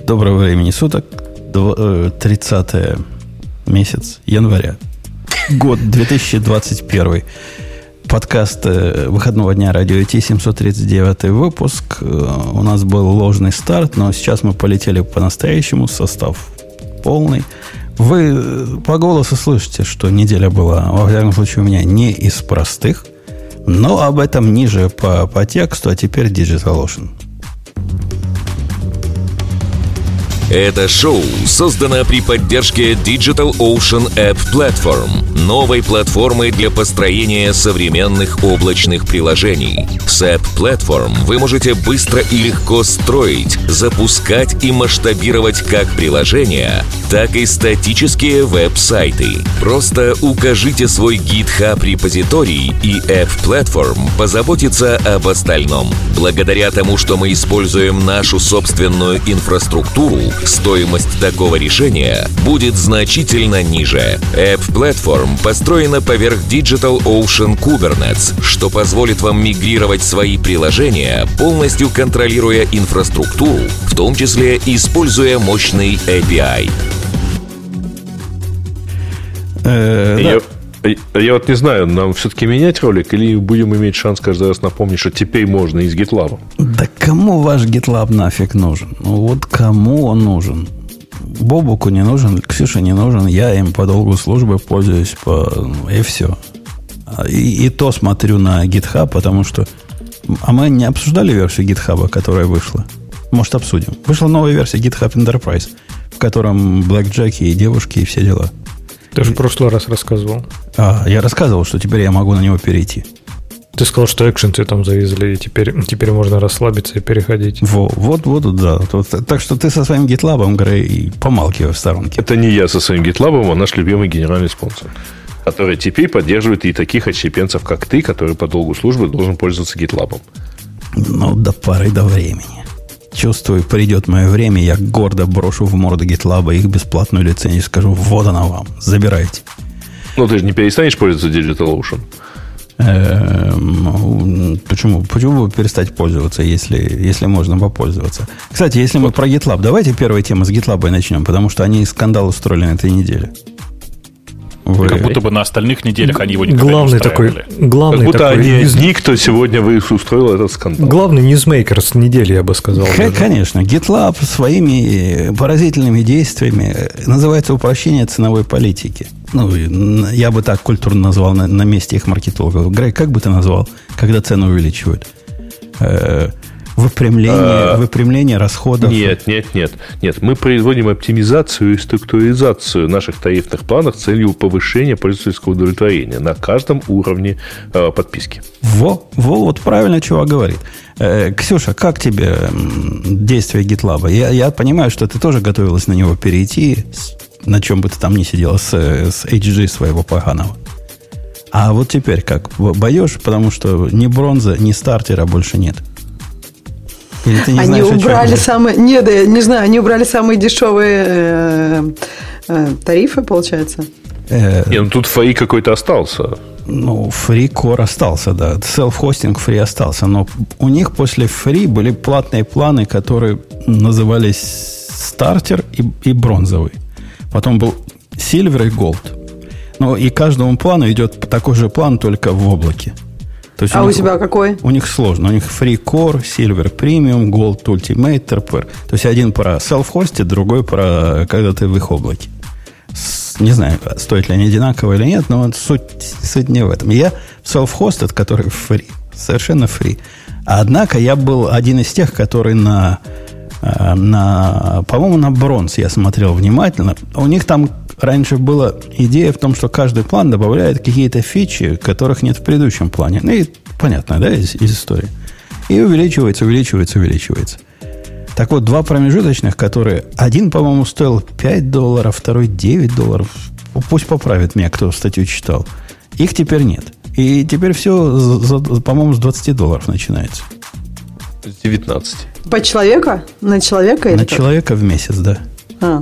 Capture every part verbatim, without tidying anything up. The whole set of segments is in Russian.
Доброго времени суток. тридцатый месяц января. Год две тысячи двадцать первый. Подкаст выходного дня Радио Ти, семьсот тридцать девятый выпуск. У нас был ложный старт, но сейчас мы полетели по-настоящему. Состав полный. Вы по голосу слышите, что неделя была, во всяком случае, у меня не из простых. Но об этом ниже по, по тексту, а теперь DigitalOcean. Это шоу создано при поддержке DigitalOcean App Platform, новой платформы для построения современных облачных приложений. С App Platform вы можете быстро и легко строить, запускать и масштабировать как приложения, так и статические веб-сайты. Просто укажите свой GitHub-репозиторий, и App Platform позаботится об остальном. Благодаря тому, что мы используем нашу собственную инфраструктуру, стоимость такого решения будет значительно ниже. App Platform построена поверх DigitalOcean Kubernetes, что позволит вам мигрировать свои приложения, полностью контролируя инфраструктуру, в том числе используя мощный эй пи ай. Я, я вот не знаю, нам все-таки менять ролик или будем иметь шанс каждый раз напомнить, что теперь можно и с GitLab? Да кому ваш GitLab нафиг нужен? Ну вот кому он нужен? Бобуку не нужен, Ксюше не нужен, я им по долгу службы пользуюсь, по... и все. И, и то смотрю на GitHub, потому что... А мы не обсуждали версию GitHub, которая вышла? Может, обсудим. Вышла новая версия GitHub Enterprise, в котором блэкджеки и девушки и все дела. Ты же в прошлый раз рассказывал. А, я рассказывал, что теперь я могу на него перейти. Ты сказал, что экшенцы там завезли, и теперь, теперь можно расслабиться и переходить. Во, вот, вот, да. Вот, так что ты со своим GitLab, Грей, помалкивай в сторонке. Это не я со своим GitLab, а наш любимый генеральный спонсор, который теперь поддерживает и таких отщепенцев, как ты, который по долгу службы должен пользоваться GitLab. Ну, до поры до времени. Чувствую, придет мое время, я гордо брошу в морду GitLab их бесплатную лицензию и скажу, вот она вам, забирайте. Ну, ты же не перестанешь пользоваться DigitalOcean? Почему? Почему бы перестать пользоваться, если, если можно попользоваться? Кстати, если мы про GitLab, давайте первую тему с GitLab начнем, потому что они скандал устроили на этой неделе. Вы... Как будто бы на остальных неделях они его никогда главный не устраивали. Такой, главный как будто такой они ньюз... одни, кто сегодня устроил этот скандал. Главный ньюзмейкер с недели, я бы сказал. К- конечно. GitLab своими поразительными действиями называется упрощение ценовой политики. Ну, я бы так культурно назвал на, на месте их маркетологов. Грей, как бы ты назвал, когда цену увеличивают? Э- Выпрямление, а, выпрямление расходов. Нет, нет, нет, нет. Мы производим оптимизацию и структуризацию наших тарифных планов с целью повышения пользовательского удовлетворения на каждом уровне э, подписки. Во, во, вот правильно чувак говорит. Э, Ксюша, как тебе м, действие GitLab? Я, я понимаю, что ты тоже готовилась на него перейти, с, на чем бы ты там ни сидела, с, с эйч джи своего поганого. А вот теперь как? Боешь, потому что ни бронза, ни стартера больше нет. Они знаешь, убрали самые... Нет, я не знаю, они убрали самые дешевые э, э, тарифы, получается? Э, Нет, ну тут фри какой-то остался. Ну, фри core остался, да. Селф-хостинг фри остался. Но у них после фри были платные планы, которые назывались стартер и, и бронзовый. Потом был silver и gold. Ну, и каждому плану идет такой же план, только в облаке. То есть а у, них, у тебя какой? У них сложно. У них Free Core, Silver Premium, Gold Ultimate, Trapper. То есть один про self-hosted, другой про когда ты в их облаке. С, не знаю, стоят ли они одинаково или нет, но суть, суть не в этом. Я self-hosted, который free, совершенно free. Однако я был один из тех, который на, на по-моему, на бронз я смотрел внимательно. У них там раньше была идея в том, что каждый план добавляет какие-то фичи, которых нет в предыдущем плане. Ну, и понятно, да, из, из истории. И увеличивается, увеличивается, увеличивается. Так вот, два промежуточных, которые... Один, по-моему, стоил пять долларов, второй девять долларов. Пусть поправит меня, кто статью читал. Их теперь нет. И теперь все, за, по-моему, с двадцати долларов начинается. С девятнадцати. По человека? На человека? На человека в месяц, да. А.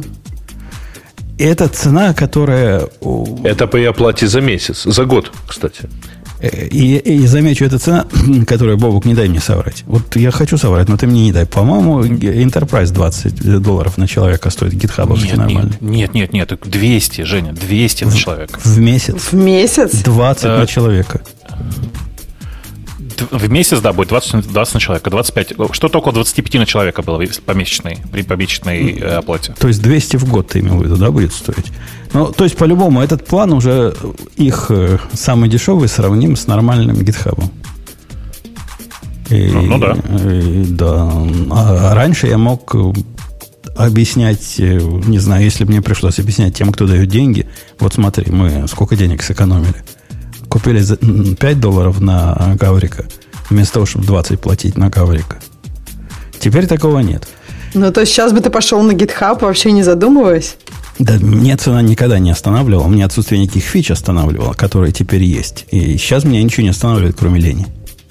И это цена, которая... Это при оплате за месяц. За год, кстати. И, и замечу, эта цена, которую, Бобук, не дай мне соврать. Вот я хочу соврать, но ты мне не дай. По-моему, Enterprise двадцать долларов на человека стоит, гитхабовский нормальный. Нет, нет, нет, двести, Женя, двести на человека. В месяц. В месяц? двадцать а, на человека. В месяц, да, будет двадцать, двадцать на человека, двадцать пять. Что-то около двадцать пять на человека было помесячной, при помесячной оплате. То есть двести в год, ты имел в виду, да, будет стоить? Ну, то есть, по-любому, этот план уже их самый дешевый сравним с нормальным гитхабом. И, ну, ну да. И, да. А раньше я мог объяснять, не знаю, если бы мне пришлось объяснять тем, кто дает деньги, вот смотри, мы сколько денег сэкономили. Купили за пять долларов на Гаврика, вместо того, чтобы двадцать платить на Гаврика. Теперь такого нет. Ну, то есть сейчас бы ты пошел на GitHub, вообще не задумываясь? Да, мне цена никогда не останавливала. Мне отсутствие никаких фич останавливало, которые теперь есть. И сейчас меня ничего не останавливает, кроме лени.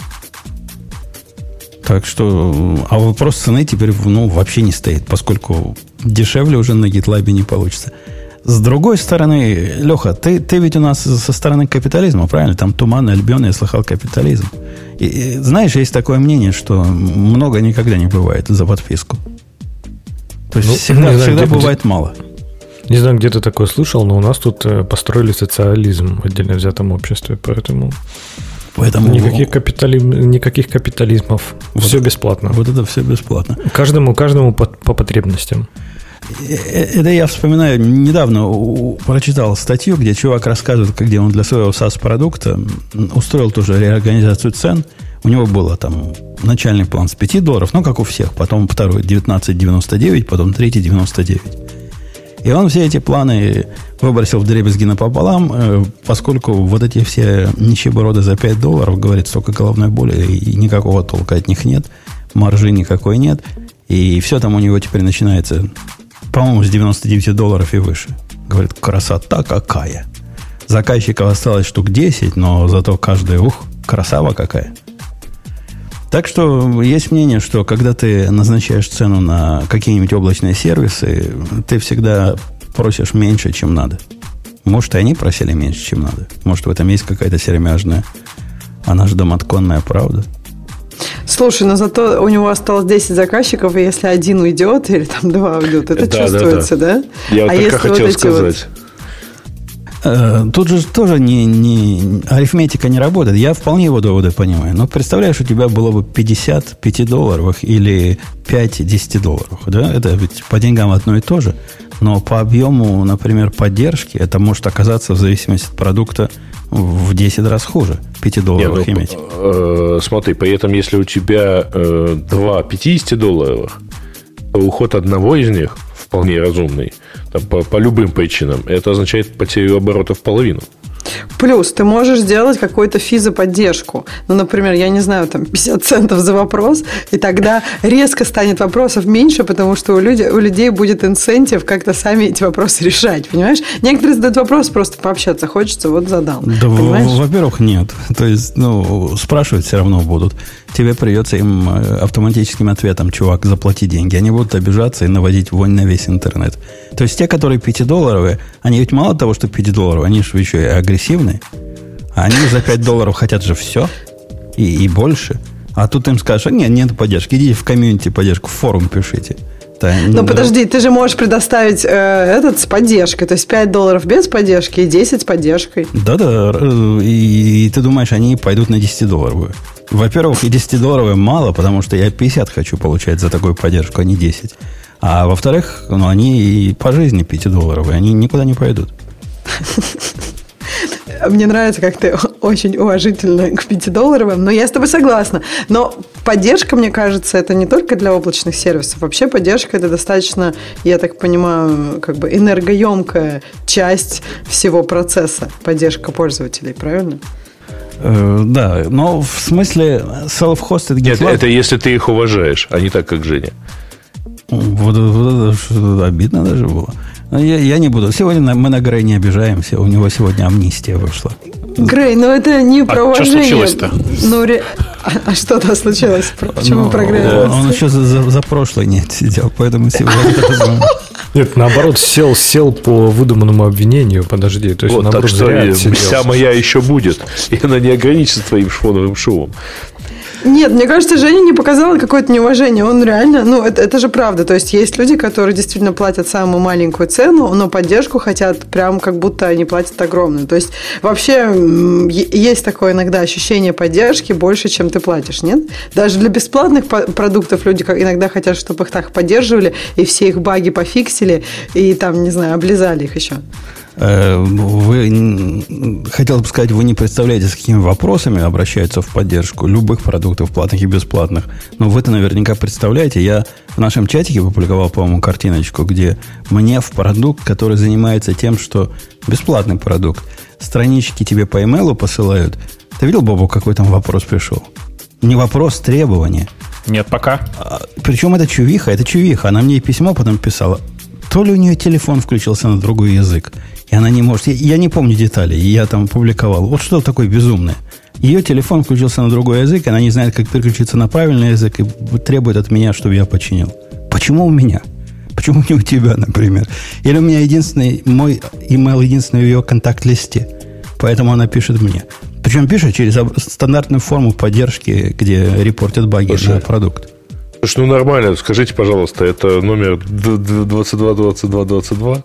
Так что... А вопрос цены теперь ну, вообще не стоит, поскольку дешевле уже на GitLab не получится. С другой стороны, Леха, ты, ты ведь у нас со стороны капитализма, правильно? Там Туман и Альбион, я слыхал, капитализм. И, и, знаешь, есть такое мнение, что много никогда не бывает за подписку. То есть ну, всегда, знаю, всегда где, бывает где, мало. Не знаю, где ты такое слышал, но у нас тут построили социализм в отдельно взятом обществе, поэтому... Поэтому никаких, капитали... никаких капитализмов. Вот все это, бесплатно. Вот это все бесплатно. Каждому, каждому по, по потребностям. Это я вспоминаю, недавно прочитал статью, где чувак рассказывает, где он для своего SaaS-продукта устроил тоже реорганизацию цен. У него было там начальный план с пяти долларов, ну, как у всех. Потом второй девятнадцать девяносто девять, потом третий девяносто девять. И он все эти планы выбросил вдребезги напополам, поскольку вот эти все нищеброды за пять долларов, говорит, столько головной боли, и никакого толка от них нет, маржи никакой нет. И все там у него теперь начинается... По-моему, с девяноста девяти долларов и выше. Говорит, красота какая. Заказчиков осталось штук десять, но зато каждый, ух, красава какая. Так что есть мнение, что когда ты назначаешь цену на какие-нибудь облачные сервисы, ты всегда просишь меньше, чем надо. Может, и они просили меньше, чем надо. Может, в этом есть какая-то сермяжная, а наша домотконная правда. Слушай, но зато у него осталось десять заказчиков, и если один уйдет, или там два уйдут, это да, чувствуется, да? да? да? Я а только хотел вот сказать. Вот... Тут же тоже не, не, арифметика не работает. Я вполне его доводы понимаю. Но представляешь, у тебя было бы пятьдесят пятидолларовых или пять десятидолларовых. Да? Это ведь по деньгам одно и то же. Но по объему, например, поддержки, это может оказаться в зависимости от продукта в десять раз хуже пятидолларовых Нет, ну, иметь. Э, смотри, при этом, если у тебя э, два пятидесятидолларовых, то уход одного из них вполне разумный, там, по, по любым причинам, это означает потерю оборота в половину. Плюс ты можешь сделать какую-то физоподдержку. Ну, например, я не знаю, там пятьдесят центов за вопрос, и тогда резко станет вопросов меньше, потому что у людей, у людей будет инсентив как-то сами эти вопросы решать, понимаешь? Некоторые задают вопрос, просто пообщаться хочется, вот задал. Да, во-первых, нет. То есть, ну, спрашивать все равно будут. Тебе придется им автоматическим ответом, чувак, заплати деньги. Они будут обижаться и наводить вонь на весь интернет. То есть, те, которые пятидолларовые, они ведь мало того, что пятидолларовые, они же еще и агрессивные. Они за пять долларов хотят же все и, и больше. А тут им скажешь, нет, нет поддержки, идите в комьюнити поддержку, в форум пишите. Да, ну, ну, подожди, ты же можешь предоставить э, этот с поддержкой. То есть пять долларов без поддержки и десять с поддержкой. Да-да, и, и ты думаешь, они пойдут на десятидолларовую. Во-первых, и десятидолларовые мало, потому что я пятьдесят хочу получать за такую поддержку, а не десять. А во-вторых, ну, они и по жизни пятидолларовые, они никуда не пойдут. Мне нравится, как ты очень уважительно к пятидолларовым, но я с тобой согласна. Но поддержка, мне кажется, это не только для облачных сервисов. Вообще поддержка – это достаточно, я так понимаю, как бы энергоемкая часть всего процесса. Поддержка пользователей, правильно? Э, да, но в смысле self-hosted GitLab... Нет, это если ты их уважаешь, а не так, как Женя. Вот, вот это обидно даже было. Я, я не буду. Сегодня мы на Грей не обижаемся. У него сегодня амнистия вышла. Грей, ну это не про а уважение. Что случилось-то? Ну, ре... а, а что-то случилось? Почему ну, про Грея? Он еще за, за, за прошлый нет сидел, поэтому сегодня Нет, наоборот, сел, сел по выдуманному обвинению, подожди. То есть, вот, наоборот, так что вся моя еще будет. И она не ограничится твоим фоновым шумом. Нет, мне кажется, Женя не показала какое-то неуважение. Он реально, ну, это, это же правда. То есть, есть люди, которые действительно платят самую маленькую цену, но поддержку хотят прям как будто они платят огромную. То есть, вообще, есть такое иногда ощущение поддержки больше, чем ты платишь, нет? Даже для бесплатных продуктов люди иногда хотят, чтобы их так поддерживали, и все их баги пофиксили, и там, не знаю, облизали их еще. Вы, хотел бы сказать, вы не представляете, с какими вопросами обращаются в поддержку любых продуктов, платных и бесплатных. Но вы это наверняка представляете. Я в нашем чатике публиковал, по-моему, картиночку, где мне в продукт, который занимается тем, что бесплатный продукт, странички тебе по имейлу посылают. Ты видел, Бобу, какой там вопрос пришел? Не вопрос, требование. Нет, пока. Причем это чувиха, это чувиха. Она мне письмо потом писала. То ли у нее телефон включился на другой язык, и она не может... Я, я не помню деталей, я там публиковал. Вот что такое безумное. Ее телефон включился на другой язык, и она не знает, как переключиться на правильный язык, и требует от меня, чтобы я починил. Почему у меня? Почему не у тебя, например? Или у меня единственный... Мой email единственный в ее контакт-листе, поэтому она пишет мне. Причем пишет через стандартную форму поддержки, где репортят баги на продукт. Слушай, ну нормально. Скажите, пожалуйста, это номер двадцать два двадцать два двадцать два?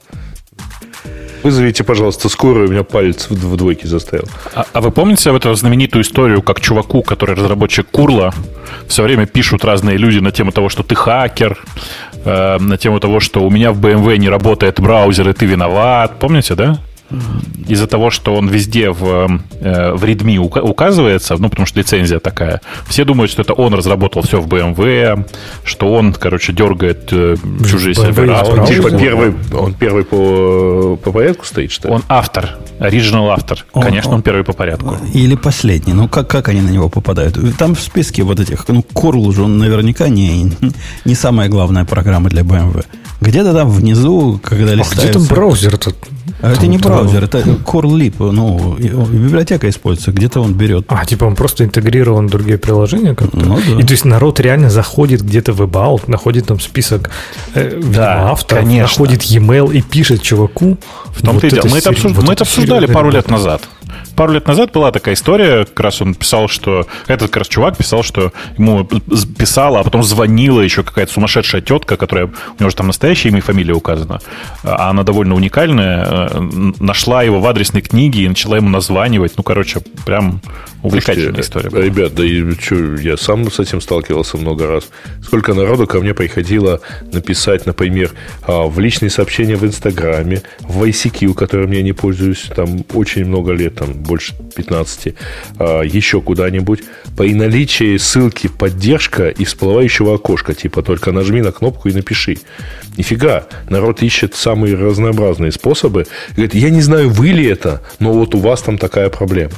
Вызовите, пожалуйста, скорую, у меня палец в двойке заставил. А, а вы помните об эту знаменитую историю, как чуваку, который разработчик Курла, все время пишут разные люди на тему того, что ты хакер, э, на тему того, что у меня в бэ эм вэ не работает браузер, и ты виноват. Помните, да? Из-за того, что он везде в, э, в readme указывается, ну, потому что лицензия такая, все думают, что это он разработал все в бэ эм вэ, что он, короче, дергает э, чужие сервера. Он, типа, первый, он первый по, по порядку стоит, что ли? Он автор, оригинал автор. Он, Конечно, он, он первый по порядку. Или последний. Ну, как, как они на него попадают? Там в списке вот этих... Ну, Curl же он наверняка не, не самая главная программа для бэ эм вэ. Где-то там внизу, когда листается... А где там браузер-то? А это не браузер, это CurlLib, ну, библиотека используется, где-то он берет. А, типа он просто интегрирован в другие приложения как-то? Ну, да. И то есть народ реально заходит где-то в About, находит там список э, да, авторов, конечно. Находит e-mail и пишет чуваку. В том-то вот и дело. Мы это, обсуж... вот мы это обсуждали пару лет назад. Пару лет назад была такая история, как раз он писал, что... Этот как раз чувак писал, что ему писала, а потом звонила еще какая-то сумасшедшая тетка, которая... У него же там настоящее имя и фамилия указана, а она довольно уникальная. Нашла его в адресной книге и начала ему названивать. Ну, короче, прям увлекательная Слушайте, история. Ребят, да и что, я сам с этим сталкивался много раз. Сколько народу ко мне приходило написать, например, в личные сообщения в Инстаграме, в ай си кью, которым я не пользуюсь там очень много лет, там больше пятнадцати, еще куда-нибудь, при наличии ссылки поддержка и всплывающего окошка, типа только нажми на кнопку и напиши. Нифига, народ ищет самые разнообразные способы. Говорит, я не знаю, вы ли это, но вот у вас там такая проблема.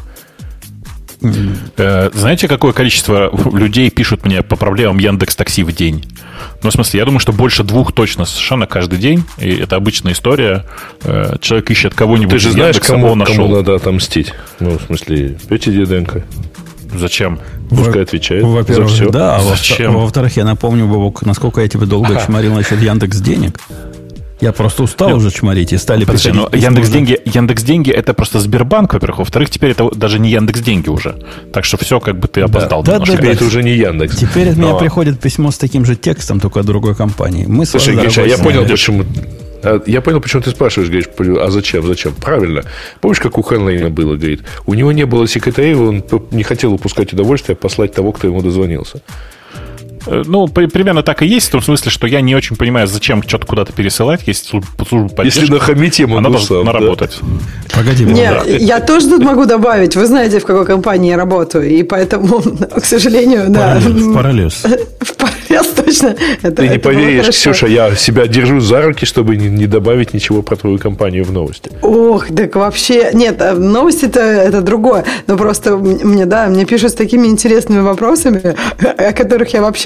Знаете, какое количество людей пишут мне по проблемам Яндекс.Такси в день? Ну, в смысле, я думаю, что больше двух точно совершенно каждый день. И это обычная история. Человек ищет кого-нибудь. Ты же из знаешь, Яндекса, кому, кому надо отомстить? Ну, в смысле, Пете Диденко. Зачем? Пускай Во- отвечает. Во-первых, за все. Да, а Зачем? Во-вторых, я напомню, Бобок, насколько я тебе долго ага. чморил насчет Яндекс денег. Я просто устал Нет. уже чморить и стали Подожди, приходить. Яндекс деньги, Яндекс деньги это просто Сбербанк, во-первых. Во-вторых, теперь это даже не Яндекс деньги уже. Так что все, как бы ты опоздал. Да, да, да, теперь да. это уже не Яндекс. Теперь от меня приходит письмо с таким же текстом, только от другой компании. Мы Слушай, Гриша, я понял, почему. Я понял, почему ты спрашиваешь, говоришь, а зачем, зачем? Правильно. Помнишь, как у Хенлейна было, говорит, у него не было секретарей, он не хотел упускать удовольствие послать того, кто ему дозвонился. Ну, примерно так и есть, в том смысле, что я не очень понимаю, зачем что-то куда-то пересылать, есть служба поддержки. Если нахамить ему, она должна да? работать. Погоди, Нет, да. я тоже тут могу добавить. Вы знаете, в какой компании я работаю, и поэтому, к сожалению, да. В Параллелс. В Параллелс, точно. Это, Ты не поверишь, Ксюша, я себя держу за руки, чтобы не, не добавить ничего про твою компанию в новости. Ох, так вообще... Нет, новости-то это другое. Но просто мне, да, мне пишут с такими интересными вопросами, о которых я вообще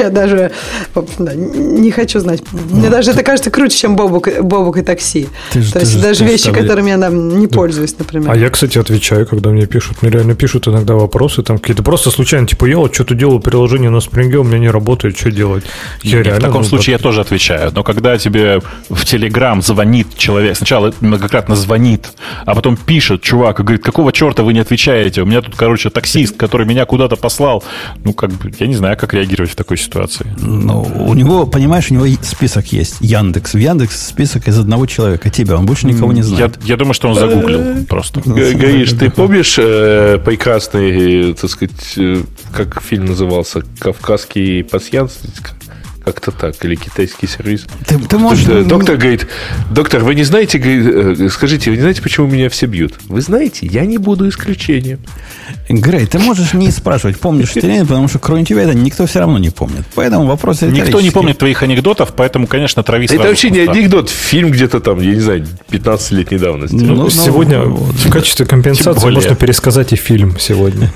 я даже да, не хочу знать. Мне ну, даже ты... это кажется круче, чем Бобук, Бобук и такси. Ты же, То есть даже вещи, которыми я там, не да. пользуюсь, например. А я, кстати, отвечаю, когда мне пишут. Мне реально пишут иногда вопросы там какие-то. Просто случайно, типа, я вот что-то делаю, приложение на Spring, у меня не работает, что делать? Я реально, в таком ну, случае я тоже отвечаю. Но когда тебе в Telegram звонит человек, сначала многократно звонит, а потом пишет чувак и говорит, какого черта вы не отвечаете? У меня тут, короче, таксист, который меня куда-то послал. Ну, как бы, я не знаю, как реагировать в такой ситуации. Ну, у него, понимаешь, у него список есть. Яндекс. В Яндекс список из одного человека. Тебя. Он больше никого не знает. Я, я думаю, что он загуглил просто. Гаиш, ты помнишь э, прекрасный, так сказать, э, как фильм назывался? «Кавказский пасьянс»? Как-то так, или китайский сервис. Ты, ты можешь... Доктор говорит, доктор, вы не знаете, говорит, скажите, вы не знаете, почему меня все бьют? Вы знаете, я не буду исключением. Грей, ты можешь не спрашивать, помнишь ты или нет, потому что кроме тебя это никто все равно не помнит. Поэтому вопрос риторический. Никто не помнит твоих анекдотов, поэтому, конечно, трави сразу. Это вообще не анекдот, фильм где-то там, я не знаю, пятнадцатилетней давности. Ну, ну, сегодня ну, вот, в качестве компенсации можно пересказать и фильм сегодня.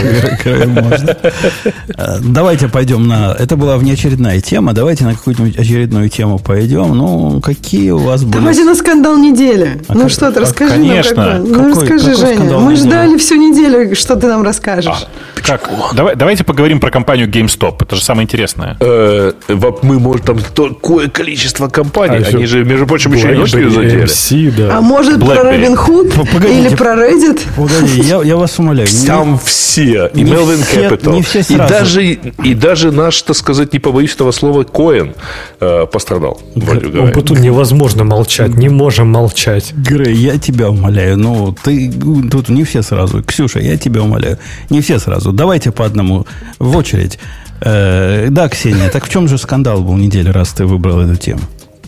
Давайте пойдем на... Это была внеочередная тема. Давайте на какую-нибудь очередную тему пойдем. Ну, какие у вас были... Давайте на скандал недели. А ну как, что ты, расскажи а, конечно. нам какой. Ну, какой, расскажи, какой Женя. Мы ждали всю неделю, что ты нам расскажешь. А, как? Давай, давайте поговорим про компанию GameStop. Это же самое интересное. Мы, может, там такое количество компаний. А Они же, между прочим, еще и ночью задели. А может, про Robinhood? Или про Reddit? Погоди, я вас умоляю. Там все. И Melvin Capital. И даже наш, так сказать, не побоюсь этого слова, Коэн э, пострадал. Тут невозможно молчать, не можем молчать. Грей, я тебя умоляю. Ну, ты тут не все сразу. Ксюша, я тебя умоляю. Не все сразу. Давайте по одному в очередь. Э, да, Ксения, так в чем же скандал был неделю, раз ты выбрал эту тему?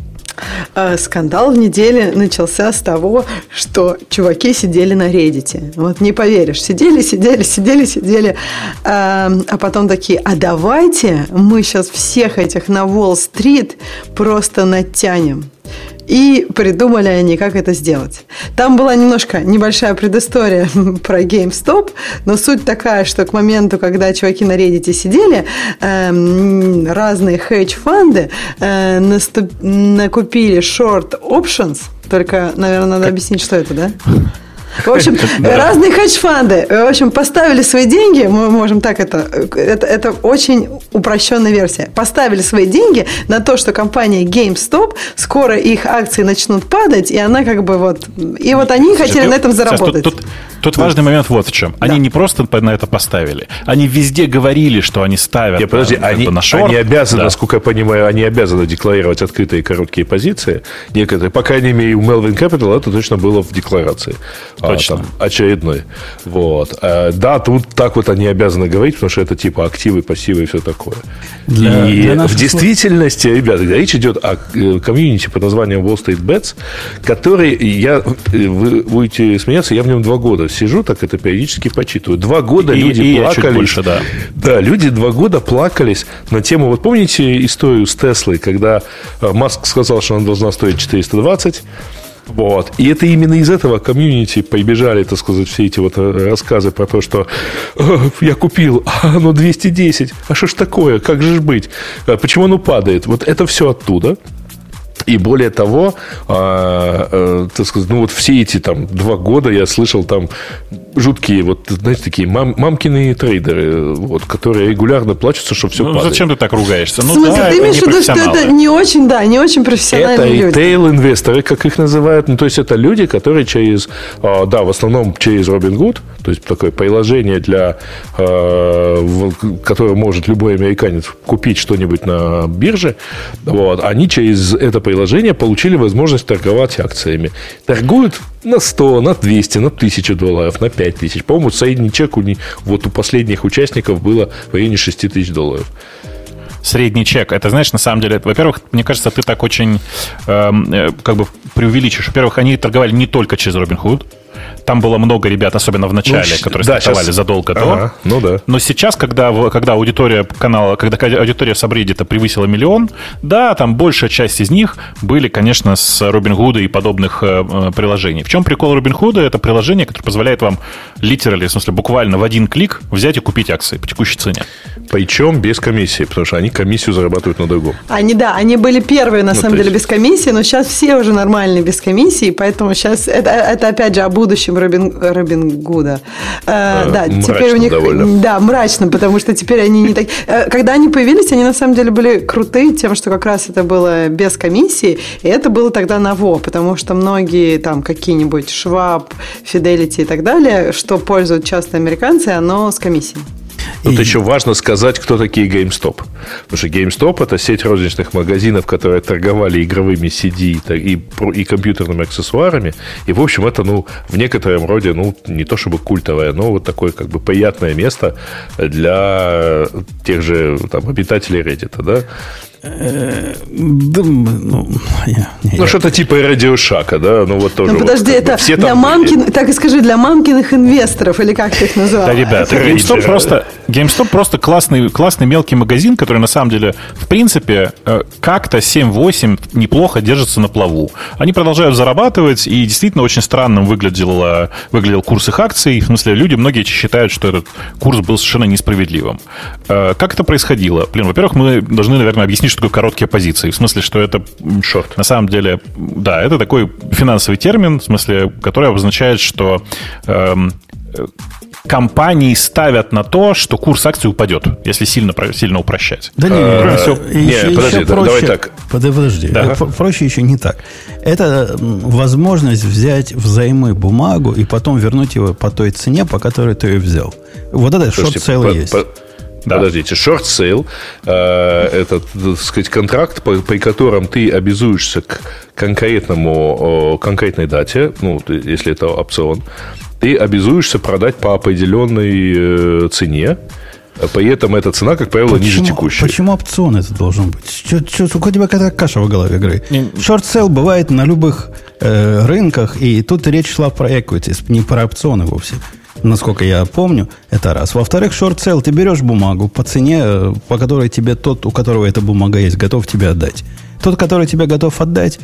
Скандал в неделе начался с того, что чуваки сидели на Reddit. Вот не поверишь, сидели, сидели, сидели, сидели, а, а потом такие, а давайте мы сейчас всех этих на Уолл-стрит просто натянем. И придумали они, как это сделать. Там была немножко небольшая предыстория про GameStop, но суть такая, что к моменту, когда чуваки на Reddit сидели, э, разные хедж-фанды э, наступ, накупили short options, только, наверное, надо объяснить, что это, да? В общем, разные хедж-фанды, в общем, поставили свои деньги, мы можем так это, это, это очень упрощенная версия, поставили свои деньги на то, что компания GameStop, скоро их акции начнут падать, и она как бы вот, и вот они Слушай, хотели ты, на этом заработать. Тут, тут, тут важный момент вот в чем. Они да. не просто на это поставили, они везде говорили, что они ставят. Нет, подожди, на, они, на шорт. Они обязаны, да. насколько я понимаю, они обязаны декларировать открытые и короткие позиции, некоторые, по крайней мере, у Melvin Capital это точно было в декларации. Точно. А, там, очередной. Вот. А, да, тут так вот они обязаны говорить, потому что это типа активы, пассивы и все такое. Для, и для в действительности, слов... ребята, речь идет о комьюнити под названием Wall Street Bets, который, я, вы будете смеяться, я в нем два года сижу, так это периодически почитываю. Два года и, люди и плакались. Больше, да. да, люди два года плакались на тему, вот помните историю с Теслой, когда Маск сказал, что она должна стоить четыреста двадцать. Вот. И это именно из этого комьюнити побежали, так сказать, все эти вот рассказы про то, что я купил, а оно двести десять, а что ж такое, как же ж быть, почему оно падает. Вот это все оттуда. И более того, э, э, так сказать, ну вот все эти там два года я слышал там жуткие, вот, знаете, такие мам, мамкины трейдеры, вот, которые регулярно плачутся, что все ну, падает. Зачем ты так ругаешься? Ну, в смысле, да, ты имеешь в виду, что это не очень, да, не очень профессиональные люди? Это ритейл-инвесторы, как их называют. Ну, то есть, это люди, которые через, э, да, в основном через Robinhood, то есть, такое приложение, для, э, которое может любой американец купить что-нибудь на бирже, вот, они через это приложение получили возможность торговать акциями. Торгуют на сто, на двести, на тысячу долларов, на пять тысяч. По-моему, средний чек у, вот у последних участников было в районе шесть тысяч долларов. Средний чек. Это, знаешь, на самом деле, во-первых, мне кажется, ты так очень э, как бы преувеличишь. Во-первых, они торговали не только через Robinhood. Там было много ребят, особенно в начале, ну, которые да, стартовали сейчас... задолго до. Ага, ну да. Но сейчас, когда, когда аудитория канала, когда аудитория Сабреддита превысила миллион, да, там большая часть из них были, конечно, с Robinhood и подобных э, приложений. В чем прикол Robinhood? Это приложение, которое позволяет вам literally, в смысле, буквально в один клик взять и купить акции по текущей цене. Причем без комиссии, потому что они комиссию зарабатывают на другом. Они, да, они были первые, на ну, самом деле, есть... без комиссии, но сейчас все уже нормальные без комиссии, поэтому сейчас это, это опять же, о будущем Робин, Робин Гуда. А, да, мрачно теперь у них, довольно. Да, мрачно, потому что теперь они не так... Когда они появились, они на самом деле были крутые тем, что как раз это было без комиссии, и это было тогда ново, потому что многие там какие-нибудь Schwab, Fidelity и так далее, что пользуют часто американцы, оно с комиссией. Тут и... еще важно сказать, кто такие GameStop. Потому что GameStop – это сеть розничных магазинов, которые торговали игровыми си ди и, и компьютерными аксессуарами. И, в общем, это, ну, в некотором роде, ну, не то чтобы культовое, но вот такое, как бы, приятное место для тех же, там, обитателей Reddit, да? Ну, ну что-то типа радиошака, да? Ну, вот тоже. Ну, подожди, вот, это все для мамкиных, так и скажи, для мамкиных инвесторов, или как ты их называл? Да, ребята, GameStop просто, GameStop просто классный, классный мелкий магазин, который на самом деле, в принципе, как-то семь-восемь неплохо держится на плаву. Они продолжают зарабатывать, и действительно очень странным выглядел, выглядел курс их акций. В смысле, люди, многие считают, что этот курс был совершенно несправедливым. Как это происходило? Блин, во-первых, мы должны, наверное, объяснить, что такое короткие позиции. В смысле, что это шорт. На самом деле, да, это такой финансовый термин, в смысле, который обозначает, что эм, компании ставят на то, что курс акций упадет, если сильно, сильно упрощать. Да не, не, подожди, давай так. Подожди, проще еще не так. Это возможность взять взаймы бумагу и потом вернуть его по той цене, по которой ты ее взял. Вот это шорт-сейл есть. Да. Подождите, шорт-сейл э, это, так сказать, контракт, по, при котором ты обязуешься к конкретному, о, конкретной дате, ну, ты, если это опцион, ты обязуешься продать по определенной э, цене. При этом эта цена, как правило, почему, ниже текущей. Почему опцион это должен быть? Что, что, у тебя какая-то каша в голове игры. Шорт-сейл бывает на любых э, рынках, и тут речь шла про equities, не про опционы вовсе. Насколько я помню, это раз. Во-вторых, шорт-сейл, ты берешь бумагу по цене, по которой тебе тот, у которого эта бумага есть, готов тебе отдать. Тот, который тебе готов отдать,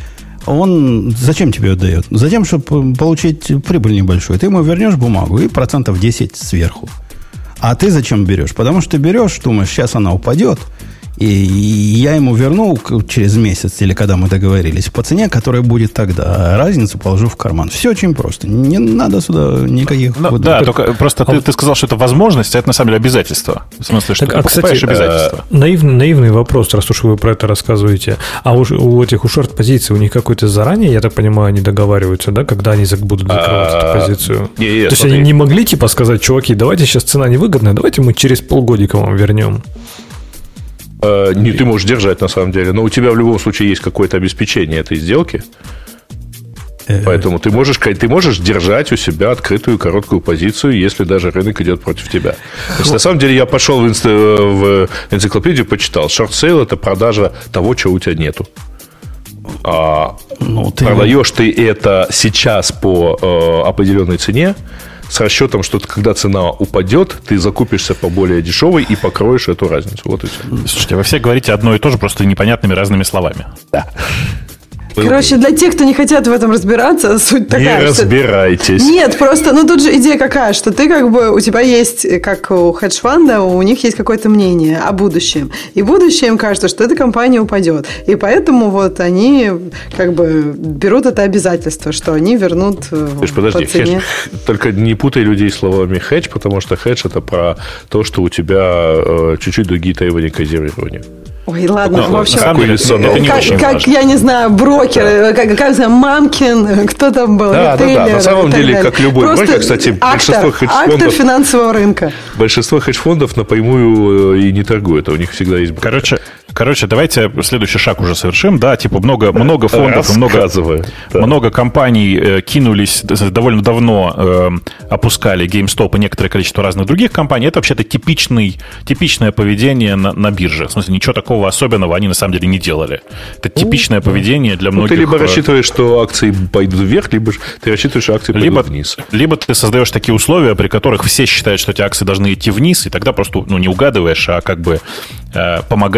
он зачем тебе ее дает? Затем, чтобы получить прибыль небольшую. Ты ему вернешь бумагу и процентов десять сверху. А ты зачем берешь? Потому что ты берешь, думаешь, сейчас она упадет, и я ему верну через месяц, или когда мы договорились, по цене, которая будет тогда. А разницу положу в карман. Все очень просто. Не надо сюда никаких... Ну, вот, да, как... только просто а... ты, ты сказал, что это возможность, а это на самом деле обязательство. В смысле, что так, ты а, покупаешь кстати, обязательство. Наивный, наивный вопрос, раз уж вы про это рассказываете. А у, у этих у шорт-позиций у них какой-то заранее, я так понимаю, они договариваются, да, когда они будут закрывать эту позицию? То есть они не могли типа сказать, чуваки, давайте сейчас цена невыгодная, давайте мы через полгодика вам вернем. Не ты можешь держать, на самом деле. Но у тебя в любом случае есть какое-то обеспечение этой сделки. Поэтому ты можешь, ты можешь держать у себя открытую короткую позицию, если даже рынок идет против тебя. То есть, на самом деле, я пошел в, инст... в энциклопедию, почитал. Шорт-сейл – это продажа того, чего у тебя нету. А ну, ты... продаешь ты это сейчас по э, определенной цене, с расчетом, что когда цена упадет, ты закупишься по более дешевой и покроешь эту разницу. Вот и все. Слушайте, вы все говорите одно и то же, просто непонятными разными словами. Да. Короче, для тех, кто не хотят в этом разбираться, суть такая. Не что... разбирайтесь. Нет, просто, ну тут же идея какая, что ты как бы, у тебя есть, как у хедж-фанда, у них есть какое-то мнение о будущем. И будущее им кажется, что эта компания упадет. И поэтому вот они как бы берут это обязательство, что они вернут Слушай, подожди, по цене. Хедж, только не путай людей словами хедж, потому что хедж это про то, что у тебя э, чуть-чуть другие требования к кодирования. Ой, ладно, ну, в общем, как, как, как я не знаю, брокер, да. как, как знаю, Мамкин, кто там был, да, да, да, на самом деле, как любой просто брокер, кстати, актор, большинство хедж-фондов... Актор финансового рынка. Большинство хедж-фондов напрямую и не торгуют, а у них всегда есть брокер. Короче, короче, давайте следующий шаг уже совершим, да, типа много, много фондов, много, да. много компаний э, кинулись, довольно давно э, опускали GameStop и некоторое количество разных других компаний. Это вообще-то типичный, типичное поведение на, на бирже. В смысле, ничего такого особенного они на самом деле не делали. Это типичное поведение для многих. Ну, ты либо рассчитываешь, что акции пойдут вверх, либо ты рассчитываешь, что акции либо, пойдут вниз. Либо ты создаешь такие условия, при которых все считают, что эти акции должны идти вниз, и тогда просто ну, не угадываешь, а как бы э, помогаешь движению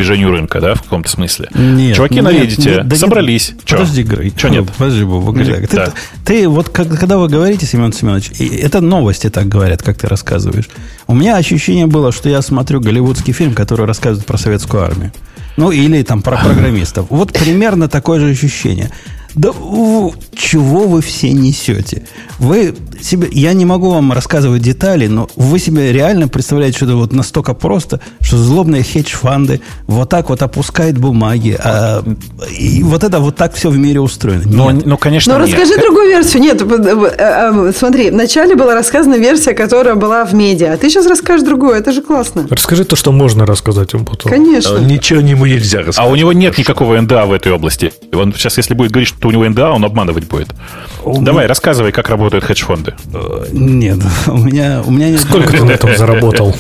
движению рынка, да, в каком-то смысле. Нет, Чуваки нет, на Reddit нет, да собрались. Нет, подожди, Грей. Что нет? Подожди, Бобок. Ты, да. ты, ты вот когда вы говорите, Семен Семенович, это новости так говорят, как ты рассказываешь. У меня ощущение было, что я смотрю голливудский фильм, который рассказывает про советскую армию. Ну, или там про программистов. Вот примерно такое же ощущение. Да у, чего вы все несете? Вы себе, я не могу вам рассказывать детали, но вы себе реально представляете, что это вот настолько просто, что злобные хедж-фанды вот так вот опускают бумаги, а, и вот это вот так все в мире устроено. Но, ну, конечно, но расскажи нет. другую версию. Нет, смотри, вначале была рассказана версия, которая была в медиа, а ты сейчас расскажешь другую, это же классно. Расскажи то, что можно рассказать ему потом. Конечно. Ничего ему нельзя рассказать. А у него нет никакого эн ди эй в этой области. Он сейчас, если будет говорить, что у него эн ди эй, он обманывать будет. У Давай, меня... рассказывай, как работают хедж-фонды. Нет, у меня, у меня нет... Сколько ты на этом заработал?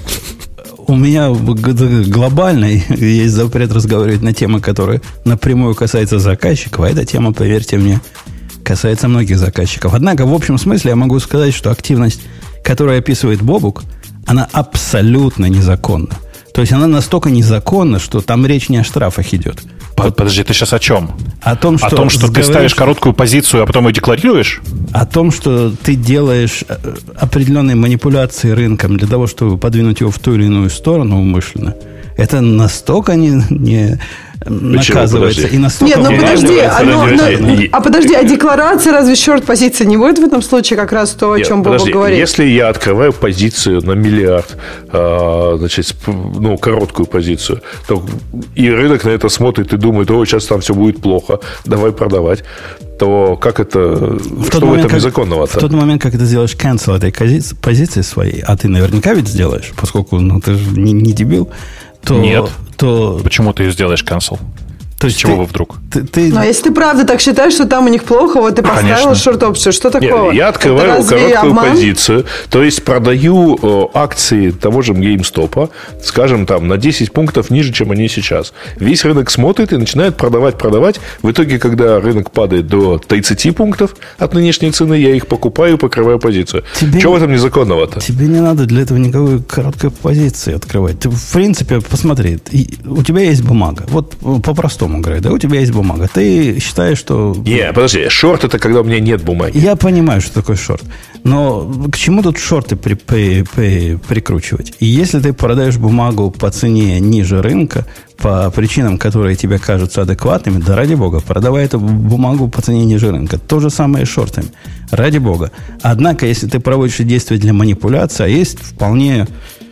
У меня глобальный есть запрет разговаривать на темы, которые напрямую касаются заказчиков, а эта тема, поверьте мне, касается многих заказчиков. Однако, в общем смысле, я могу сказать, что активность, которую описывает Бобук, она абсолютно незаконна. То есть она настолько незаконна, что там речь не о штрафах идет. Подожди, ты сейчас о чем? О том, что, о том, что ты ставишь короткую позицию, а потом ее декларируешь? О том, что ты делаешь определенные манипуляции рынком для того, чтобы подвинуть его в ту или иную сторону умышленно. Это настолько не, не наказывается. И настолько Нет, ну подожди, а, но, но, а подожди, а декларация разве шорт позиции не будет в этом случае как раз то, о Нет, чем Бобок говорит? Если я открываю позицию на миллиард, а, значит, ну, короткую позицию, то и рынок на это смотрит и думает, о, сейчас там все будет плохо, давай продавать, то как это, в что в этом незаконного-то? В тот момент, как ты сделаешь cancel этой позиции своей, а ты наверняка ведь сделаешь, поскольку ну, ты же не, не дебил, то... Нет. То... Почему ты сделаешь cancel? То есть чего ты, вы вдруг? Ты, ты... Ну, а если ты правда так считаешь, что там у них плохо, вот ты поставил шорт-опцию, что такого? Нет, я открываю короткую обман? позицию, то есть продаю э, акции того же GameStop, скажем, там, на десять пунктов ниже, чем они сейчас. Весь рынок смотрит и начинает продавать, продавать. В итоге, когда рынок падает до тридцать пунктов от нынешней цены, я их покупаю и покрываю позицию. Тебе, Чего в этом незаконного-то? Тебе не надо для этого никакой короткой позиции открывать. Ты, в принципе, посмотри, у тебя есть бумага. Вот по-простому говоря, да, у тебя есть бумага. Ты считаешь, что... Не, подожди, шорт это когда у меня нет бумаги. Я понимаю, что такое шорт. Но к чему тут шорты при, при, при, прикручивать? И если ты продаешь бумагу по цене ниже рынка, по причинам, которые тебе кажутся адекватными, да ради бога, продавай эту бумагу по цене ниже рынка. То же самое и с шортами. Ради бога. Однако, если ты проводишь действия для манипуляции, а есть вполне...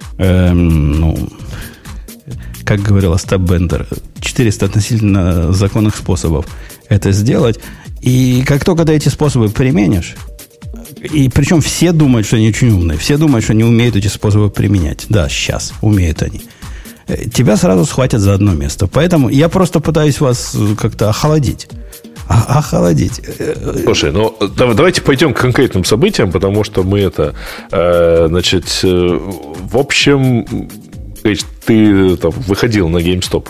Эм, ну... как говорил Остап Бендер, четыреста относительно законных способов это сделать. И как только ты эти способы применишь, и причем все думают, что они очень умные, все думают, что они умеют эти способы применять. Да, сейчас умеют они. Тебя сразу схватят за одно место. Поэтому я просто пытаюсь вас как-то охладить. Охладить. Слушай, ну давайте пойдем к конкретным событиям, потому что мы это, э, значит, э, в общем... Ты там, выходил на GameStop.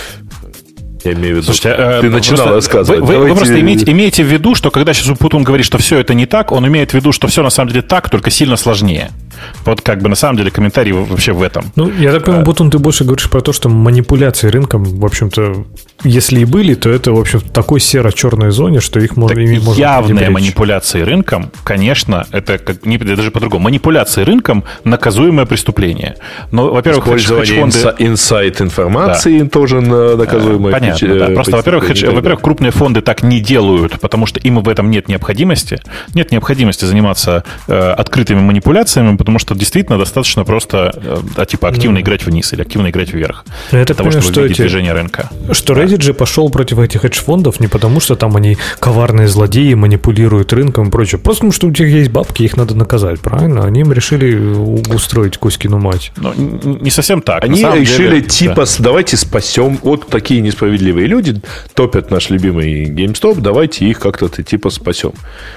Я имею в виду, Слушайте, ты э, начинал рассказывать. Вы, вы, вы просто имеете, имеете в виду, что когда сейчас Путун говорит, что все это не так, он имеет в виду, что все на самом деле так, только сильно сложнее. Вот как бы на самом деле комментарий вообще в этом. Ну, я так понимаю, Путун, ты больше говоришь про то, что манипуляции рынком, в общем-то, если и были, то это, в общем, в такой серо-черной зоне, что их можно... Явные манипуляции рынком, конечно, это как, не, даже по-другому. Манипуляции рынком – наказуемое преступление. Но, во-первых, использование хедж-фонды... инсайт-информации да. тоже наказуемое. Понятно, да. Просто, во-первых, хедж... во-первых, крупные фонды так не делают, потому что им в этом нет необходимости. Нет необходимости заниматься э, открытыми манипуляциями, потому что действительно достаточно просто э, типа активно mm. играть вниз или активно играть вверх. Я для того, понимаю, чтобы что видеть эти... движение рынка. Что да. Reddit же пошел против этих хедж-фондов не потому, что там они коварные злодеи, манипулируют рынком и прочее. Просто потому, что у них есть бабки, их надо наказать, правильно? Они им решили устроить Кузькину мать. Ну, не совсем так. Они решили деле, типа, да. давайте спасем. Вот такие несправедливые люди топят наш любимый GameStop, давайте их как-то типа спасем.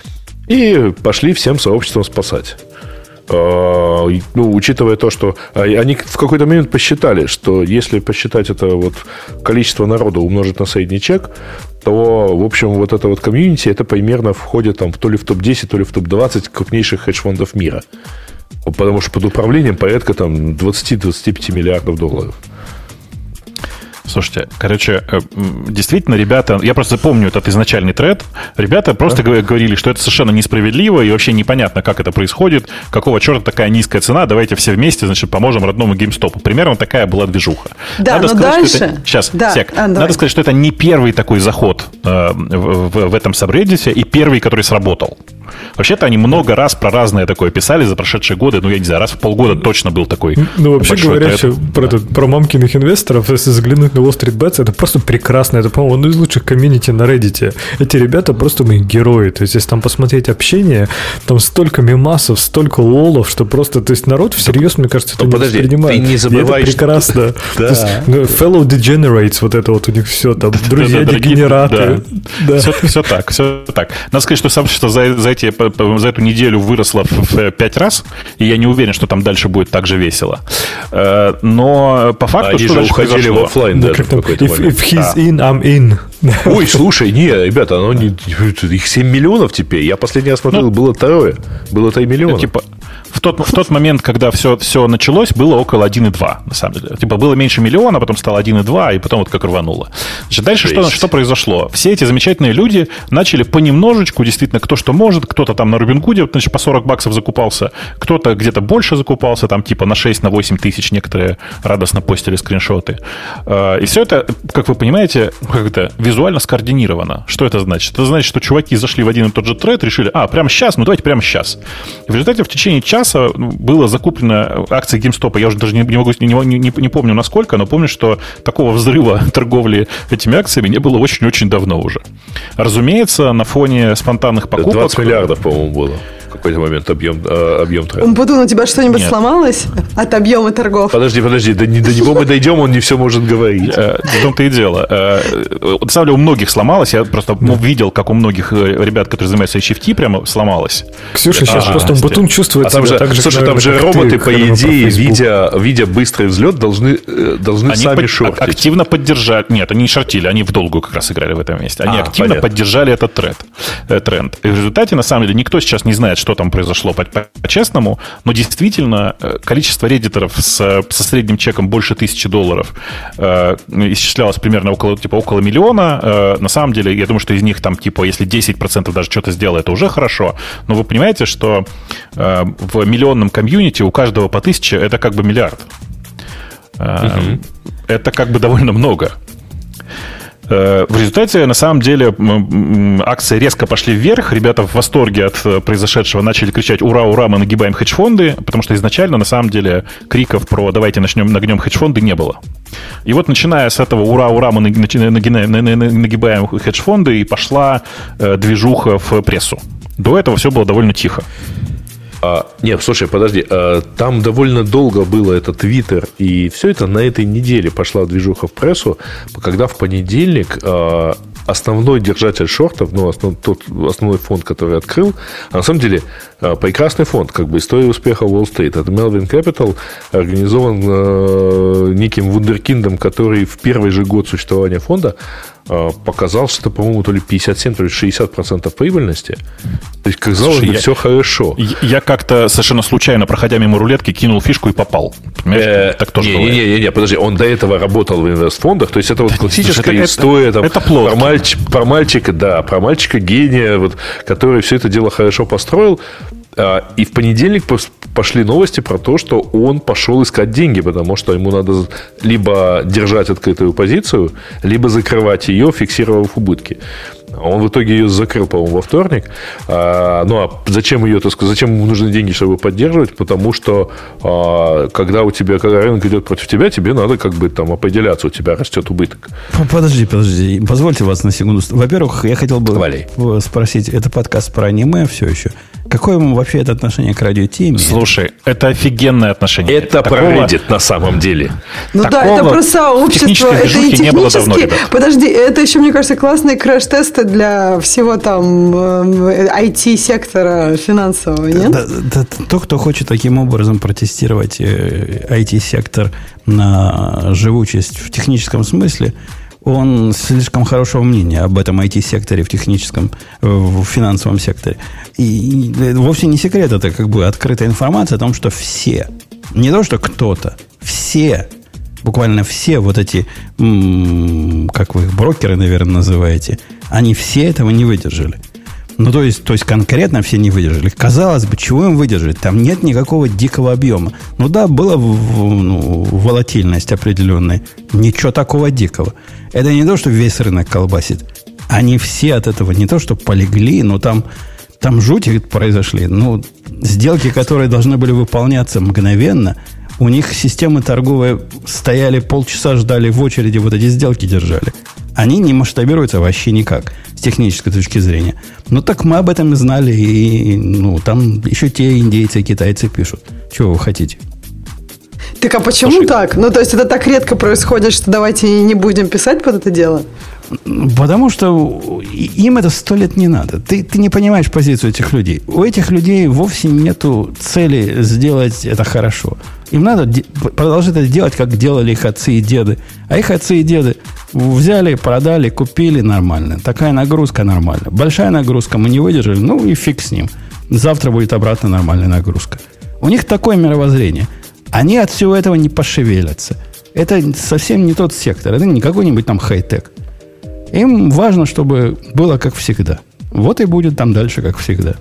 И пошли всем сообществом спасать. Ну, учитывая то, что они в какой-то момент посчитали, что если посчитать это вот количество народа умножить на средний чек, то, в общем, вот это вот комьюнити, это примерно входит там то ли в топ десять, то ли в топ двадцать крупнейших хедж-фондов мира. Потому что под управлением порядка там двадцать-двадцать пять миллиардов долларов. Слушайте, короче, действительно, ребята, я просто помню этот изначальный тред, ребята просто да. говорили, что это совершенно несправедливо и вообще непонятно, как это происходит, какого черта такая низкая цена, давайте все вместе, значит, поможем родному GameStop. Примерно такая была движуха. Да, Надо но сказать, дальше... Что это... Сейчас, да. сек. А, Надо сказать, что это не первый такой заход э, в, в, в этом сабреддите и первый, который сработал. Вообще-то они много раз про разное такое писали за прошедшие годы, ну, я не знаю, раз в полгода точно был такой. Ну, вообще говоря, про, этот, про мамкиных инвесторов, если заглянуть на Wall Street Bets, это просто прекрасно. Это, по-моему, одно из лучших комьюнити на Reddit. Эти ребята просто мои герои. То есть, если там посмотреть общение, там столько мемасов, столько лолов, что просто, то есть, народ всерьез, мне кажется, это ну, не подожди, воспринимает. Ты не забывай, это прекрасно. Fellow Degenerates, вот это вот у них все там, друзья-дегенераты. Все так, все так. Надо сказать, что сообщество за эти за эту неделю выросла в пять раз, и я не уверен, что там дальше будет так же весело. Но по факту, они что же дальше уходили произошло? в офлайн даже в какой-то if, момент. if he's да. in, I'm in. Ой, слушай, не, ребята, оно не, их семь миллионов теперь. Я последний раз смотрел, ну, было трое. Было три миллиона. Типа, в тот, в тот момент, когда все, все началось, было около один и два, на самом деле. Типа, было меньше миллиона, потом стало один и два, и потом вот как рвануло. Значит, дальше что, что произошло? Все эти замечательные люди начали понемножечку, действительно, кто что может, кто-то там на Рубингуде, значит, по сорок баксов закупался, кто-то где-то больше закупался, там типа на шесть, на восемь тысяч некоторые радостно постили скриншоты. И все это, как вы понимаете, как это, визуально скоординировано. Что это значит? Это значит, что чуваки зашли в один и тот же тред, решили, а, прямо сейчас, ну давайте прямо сейчас. И в результате в течение часа было закуплено акции GameStop. Я уже даже не, не, могу, не, не, не помню насколько, но помню, что такого взрыва торговли этими акциями не было очень-очень давно уже. Разумеется, на фоне спонтанных покупок... двадцать миллиардов, по-моему, было. В какой-то момент объем, э, объем тренда. Умпутун, у тебя что-нибудь Нет. сломалось от объема торгов? Подожди, подожди, до, до него мы дойдем, он не все может говорить. В том-то и дело. На самом деле, у многих сломалось. Я просто видел, как у многих ребят, которые занимаются эйч эф ти, прямо сломалось. Ксюша сейчас а, просто Умпутун чувствует а там себя же, так же, слушай, там же роботы, по идее, видя, видя быстрый взлет, должны, должны они сами под, шортить. Активно поддержать. Нет, они не шортили, они в долгую как раз играли в этом месте. Они а, активно понятно. поддержали этот тренд, тренд. И в результате, на самом деле, никто сейчас не знает, что там произошло по-честному, но действительно количество реддиторов с, со средним чеком больше тысячи долларов э, исчислялось примерно около, типа, около миллиона. Э, на самом деле, я думаю, что из них там, типа, если десять процентов даже что-то сделало, это уже хорошо. Но вы понимаете, что э, в миллионном комьюнити у каждого по тысяче это как бы миллиард. Э, угу. Это как бы довольно много. В результате, на самом деле, акции резко пошли вверх. Ребята в восторге от произошедшего начали кричать «Ура, ура, мы нагибаем хедж-фонды», потому что изначально, на самом деле, криков про «давайте начнем, нагнем хедж-фонды» не было. И вот, начиная с этого «Ура, ура, мы нагибаем хедж-фонды», и пошла движуха в прессу. До этого все было довольно тихо. А, нет, слушай, подожди, а, там довольно долго было это Твиттер, и все это на этой неделе пошла движуха в прессу, когда в понедельник а, основной держатель шортов, ну, основ, тот основной фонд, который открыл, а на самом деле а, прекрасный фонд, как бы история успеха Уолл-стрит. Это Melvin Capital, организован а, неким вундеркиндом, который в первый же год существования фонда показал, что это, по-моему, то ли пятьдесят семь, то ли шестьдесят процентов прибыльности. То есть, казалось бы, все хорошо. Я как-то совершенно случайно, проходя мимо рулетки, кинул фишку и попал. Понимаешь? Так тоже бывает. Не-не-не, подожди, он до этого работал в инвестфондах, то есть это вот классическая история про мальчика, да, про мальчика-гения, вот, который все это дело хорошо построил. И в понедельник пошли новости про то, что он пошел искать деньги, потому что ему надо либо держать открытую позицию, либо закрывать ее, фиксировав убытки. Он в итоге ее закрыл, по-моему, во вторник. А, ну, а зачем ее, так сказать, зачем ему нужны деньги, чтобы поддерживать? Потому что а, когда у тебя, когда рынок идет против тебя, тебе надо как бы там определяться, у тебя растет убыток. Подожди, подожди, позвольте вас на секунду. Во-первых, я хотел бы Валей. спросить, это подкаст про аниме все еще. Какое ему вообще это отношение к радио Ти имеет? Слушай, это офигенное отношение. Это про Reddit на самом деле. Ну да, это про сообщество. Это и технически. Подожди, это еще, мне кажется, классные крэш-тесты для всего там ай ти-сектора финансового, нет? Да, да, тот, кто хочет таким образом протестировать ай ти-сектор на живучесть в техническом смысле, он слишком хорошего мнения об этом ай ти-секторе в техническом, в финансовом секторе. И вовсе не секрет, это как бы открытая информация о том, что все, не то, что кто-то, все Буквально все вот эти, как вы их, брокеры, наверное, называете, они все этого не выдержали. Ну, то есть, то есть конкретно все не выдержали. Казалось бы, чего им выдержать? Там нет никакого дикого объема. Ну да, была ну, волатильность определенная. Ничего такого дикого. Это не то, что весь рынок колбасит. Они все от этого не то, что полегли, но там, там жути произошли. Ну, сделки, которые должны были выполняться мгновенно, у них системы торговые стояли полчаса, ждали в очереди, вот эти сделки держали. Они не масштабируются вообще никак с технической точки зрения. Ну, так мы об этом и знали. И, ну, там еще те индейцы и китайцы пишут. Чего вы хотите? Так а почему Слушай, так? Ну, то есть, это так редко происходит, что давайте не будем писать под это дело? Потому что им это сто лет не надо. Ты, ты не понимаешь позицию этих людей. У этих людей вовсе нету цели сделать это хорошо. Им надо де- продолжать это делать, как делали их отцы и деды. А их отцы и деды взяли, продали, купили нормально. Такая нагрузка нормальная. Большая нагрузка мы не выдержали, ну и фиг с ним. Завтра будет обратно нормальная нагрузка. У них такое мировоззрение. Они от всего этого не пошевелятся. Это совсем не тот сектор. Это не какой-нибудь там хай-тек. Им важно, чтобы было как всегда. Вот и будет там дальше как всегда.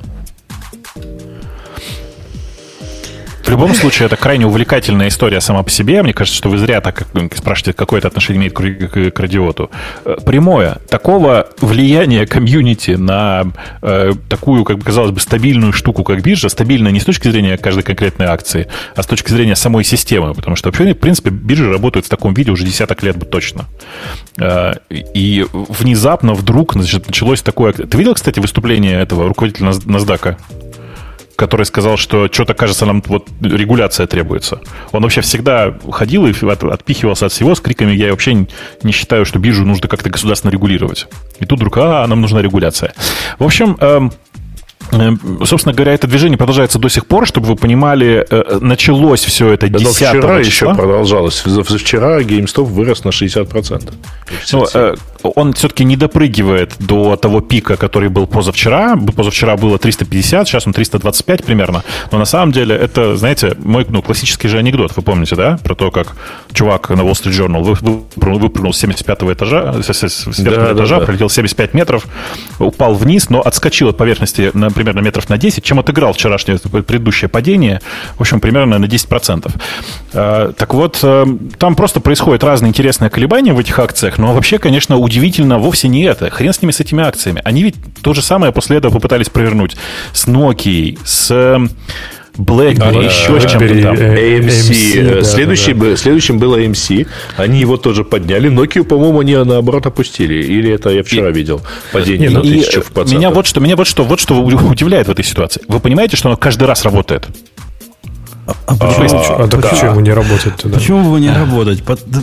В любом случае, это крайне увлекательная история сама по себе. Мне кажется, что вы зря так спрашиваете, какое это отношение имеет к, к радиоту. Прямое. Такого влияния комьюнити на э, такую, как бы казалось бы, стабильную штуку, как биржа, стабильная не с точки зрения каждой конкретной акции, а с точки зрения самой системы. Потому что вообще, в принципе, биржи работают в таком виде уже десяток лет точно. Э, и внезапно, вдруг, значит, началось такое... Ты видел, кстати, выступление этого руководителя NASDAQ? Который сказал, что что-то, кажется, нам вот регуляция требуется. Он вообще всегда ходил и отпихивался от всего с криками: я вообще не считаю, что биржу нужно как-то государственно регулировать. И тут вдруг, а, нам нужна регуляция. В общем, эм, собственно говоря, это движение продолжается до сих пор, чтобы вы понимали, началось все это десятого вчера числа. Еще продолжалось. Вчера GameStop вырос на шестьдесят процентов. Ну, он все-таки не допрыгивает до того пика, который был позавчера. Позавчера было триста пятьдесят, сейчас он триста двадцать пять примерно. Но на самом деле это, знаете, мой ну, классический же анекдот. Вы помните, да? Про то, как чувак на Wall Street Journal выпрыгнул, выпрыгнул с семьдесят пятого этажа, с семьдесят пятого да, этажа, да, пролетел семьдесят пять метров, упал вниз, но отскочил от поверхности на, примерно метров на десять, чем отыграл вчерашнее предыдущее падение. В общем, примерно на десять процентов. Так вот, там просто происходят разные интересные колебания в этих акциях, но вообще, конечно, удивительно вовсе не это. Хрен с ними, с этими акциями. Они ведь то же самое после этого попытались провернуть с Nokia, с BlackBerry, а, еще с чем-то там. эй эм си. Да, Следующий, да, да. Следующим было эй эм си. Они его тоже подняли. Nokia, по-моему, они наоборот опустили. Или это я вчера и, видел падение на тысячу в процентах. Меня вот что, меня вот что, вот что удивляет в этой ситуации. Вы понимаете, что оно каждый раз работает? А, а, почему, а, а так да. почему не работает тогда? Почему бы не работать?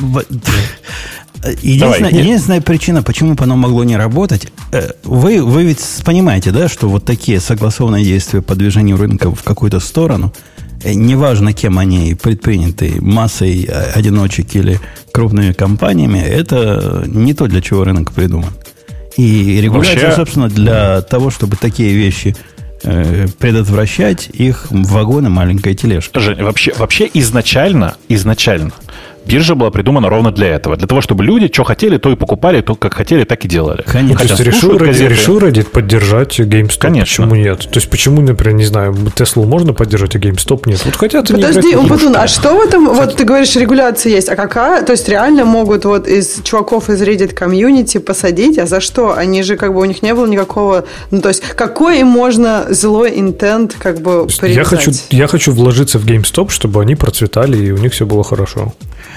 Единственная, единственная причина, почему бы оно могло не работать, вы, вы ведь понимаете, да, что вот такие согласованные действия по движению рынка в какую-то сторону, неважно, кем они предприняты, массой одиночек или крупными компаниями, это не то, для чего рынок придуман. И регуляция, Вообще... собственно, для того, чтобы такие вещи э, предотвращать, их вагоны, маленькая тележка. Жень, вообще, вообще изначально, изначально биржа была придумана ровно для этого. Для того, чтобы люди, что хотели, то и покупали, то, как хотели, так и делали. Конечно. Хотя, то есть решил, газеты... решил Reddit поддержать GameStop. Конечно. Почему нет? То есть почему, например, не знаю, Теслу можно поддержать, а GameStop нет? Вот хотят они Подожди, Умпутун, а что в этом, вот ты говоришь, регуляция есть, а какая? То есть реально могут вот из чуваков из Reddit комьюнити посадить, а за что? Они же как бы, у них не было никакого, ну то есть какой им можно злой интент как бы привязать? Я хочу, я хочу вложиться в GameStop, чтобы они процветали и у них все было хорошо.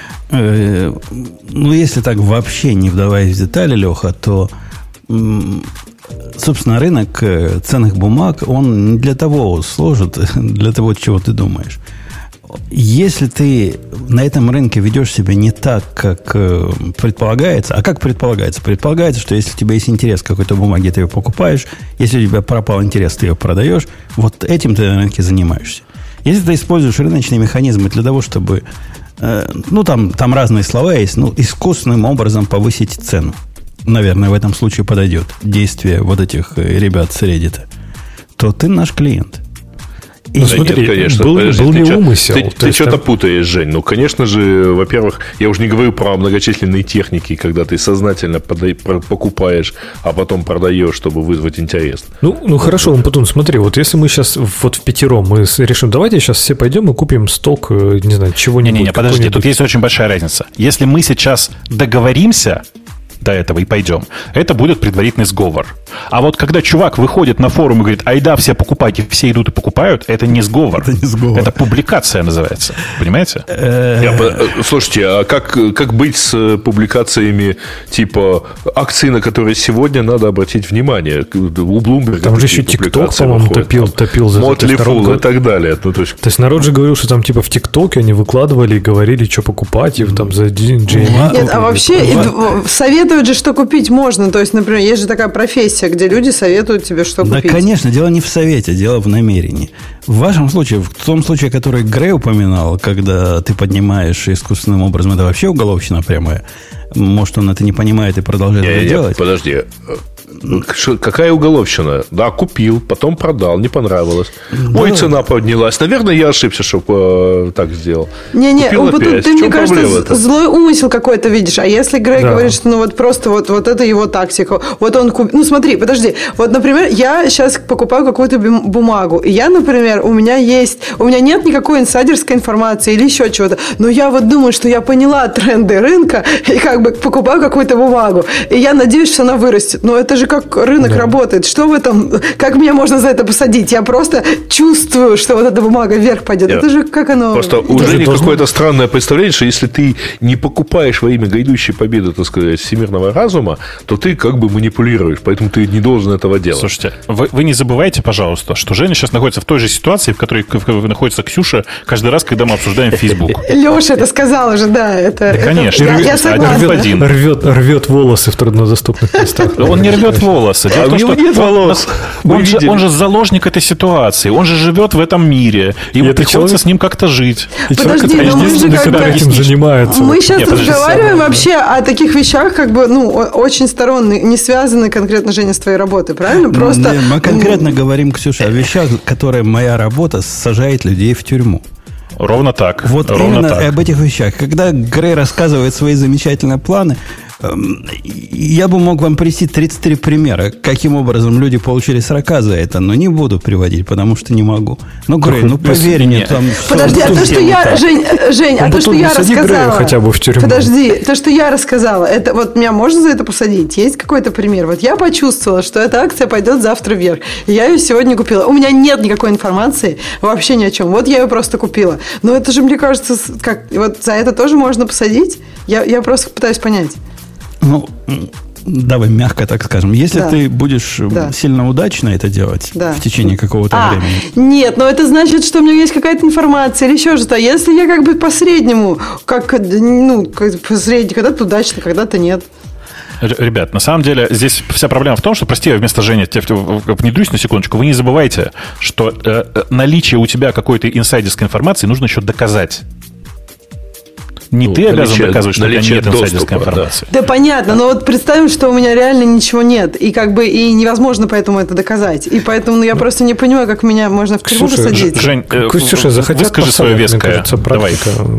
Ну, если так вообще не вдаваясь в детали, Леха, то, собственно, рынок ценных бумаг, он не для того сложит, для того, чего ты думаешь. Если ты на этом рынке ведешь себя не так, как предполагается, а как предполагается? Предполагается, что если у тебя есть интерес к какой-то бумаге, ты ее покупаешь, если у тебя пропал интерес, ты ее продаешь, вот этим ты на рынке занимаешься. Если ты используешь рыночные механизмы для того, чтобы ну, там, там разные слова есть, ну, искусственным образом повысить цену. Наверное, в этом случае подойдет действие вот этих ребят с Reddit. То ты наш клиент. Ну, да смотри, нет, конечно, был, подожди, был ты ли чё, умысел? Ты, ты что-то там... путаешь, Жень. Ну, конечно же, во-первых, я уже не говорю про многочисленные техники, когда ты сознательно подай, покупаешь, а потом продаешь, чтобы вызвать интерес. Ну, ну хорошо, Умпутун, смотри, вот если мы сейчас вот в пятером мы решим, давайте сейчас все пойдем и купим сток, не знаю, чего-нибудь. Не-не-не, подожди, тут есть очень большая разница. Если мы сейчас договоримся до этого и пойдем, это будет предварительный сговор. А вот когда чувак выходит на форум и говорит, айда, все покупайте, все идут и покупают, это не сговор. Это не сговор. Это публикация называется. Понимаете? Слушайте, а как, как быть с публикациями типа акции, на которые сегодня надо обратить внимание? У Bloomberg там же еще ТикТок, по-моему, топил, топил за Мотли Фул и так далее. Ну, то, есть... то есть народ же говорил, что там типа в ТикТоке они выкладывали и говорили, что покупать, и там за джей эм ай. Нет, а вообще советуют же, что купить можно. То есть, например, есть же такая профессия, где люди советуют тебе, что да, купить. Да, конечно, дело не в совете, дело в намерении. В вашем случае, в том случае, который Грей упоминал, когда ты поднимаешь искусственным образом, это вообще уголовщина прямая. Может, он это не понимает и продолжает не, это не, делать? Подожди. Какая уголовщина? Да, купил, потом продал, не понравилось. Да. Ой, цена поднялась. Наверное, я ошибся, что э, так сделал. Не-не, ты, ты мне кажется, злой умысел какой-то видишь. А если Грей да. говорит, что ну вот просто вот, вот это его тактика, вот он купил... Ну смотри, подожди. Вот, например, я сейчас покупаю какую-то бумагу, и я, например, у меня есть... У меня нет никакой инсайдерской информации или еще чего-то, но я вот думаю, что я поняла тренды рынка и как бы покупаю какую-то бумагу. И я надеюсь, что она вырастет. Но это же как рынок да. работает. Что в этом? Как меня можно за это посадить? Я просто чувствую, что вот эта бумага вверх пойдет. Нет. Это же как оно... Просто у Жени какое-то странное представление, что если ты не покупаешь во имя грядущей победы, так сказать, всемирного разума, то ты как бы манипулируешь. Поэтому ты не должен этого делать. Слушайте, вы, вы не забывайте, пожалуйста, что Женя сейчас находится в той же ситуации, в которой находится Ксюша каждый раз, когда мы обсуждаем Facebook. Леша это сказал уже, да. Это, да, конечно. Это, я, я согласна. Рвет, рвет волосы в труднодоступных местах. Он не рвет волосы. А у него нет волос. Он же, он же заложник этой ситуации. Он же живет в этом мире. И ему приходится человек... с ним как-то жить. И Подожди, но мы же как этим занимается. Мы сейчас Нет, разговариваем вообще о таких вещах, как бы, ну, очень сторонные, не связанные конкретно, Женя, с твоей работой, правильно? Просто... Мы, мы конкретно говорим, Ксюша, о вещах, которые моя работа сажает людей в тюрьму. Ровно так. Вот Ровно именно так. об этих вещах. Когда Грей рассказывает свои замечательные планы, я бы мог вам привести тридцать три примера, каким образом люди получили сорока за это, но не буду приводить, потому что не могу. Ну, Грей, ну поверь мне, там... Подожди, а то, что я, Жень, Жень, а то, что я рассказала... хотя бы в тюрьму. Подожди, то, что я рассказала, это вот меня можно за это посадить? Есть какой-то пример? Вот я почувствовала, что эта акция пойдет завтра вверх. И я ее сегодня купила. У меня нет никакой информации вообще ни о чем. Вот я ее просто купила. Но это же, мне кажется, как вот за это тоже можно посадить? Я, я просто пытаюсь понять. Ну, давай мягко так скажем. Если да. ты будешь да. сильно удачно это делать да. в течение какого-то а, времени. Нет, но это значит, что у меня есть какая-то информация или еще что-то. Если я как бы по среднему, как, ну, по среднему, когда-то удачно, когда-то нет. Ребят, на самом деле здесь вся проблема в том, что, прости, я вместо Жени внедрюсь на секундочку, вы не забывайте, что э, наличие у тебя какой-то инсайдерской информации нужно еще доказать. Не ну, ты обязан наличие, доказывать, что у тебя нет инсайдерской информации. Да. да, понятно, но вот представим, что у меня реально ничего нет, и как бы и невозможно поэтому это доказать. И поэтому ну, я просто не понимаю, как меня можно в тюрьму посадить. Жень, э, Ксюша, выскажи свое веское. Давай.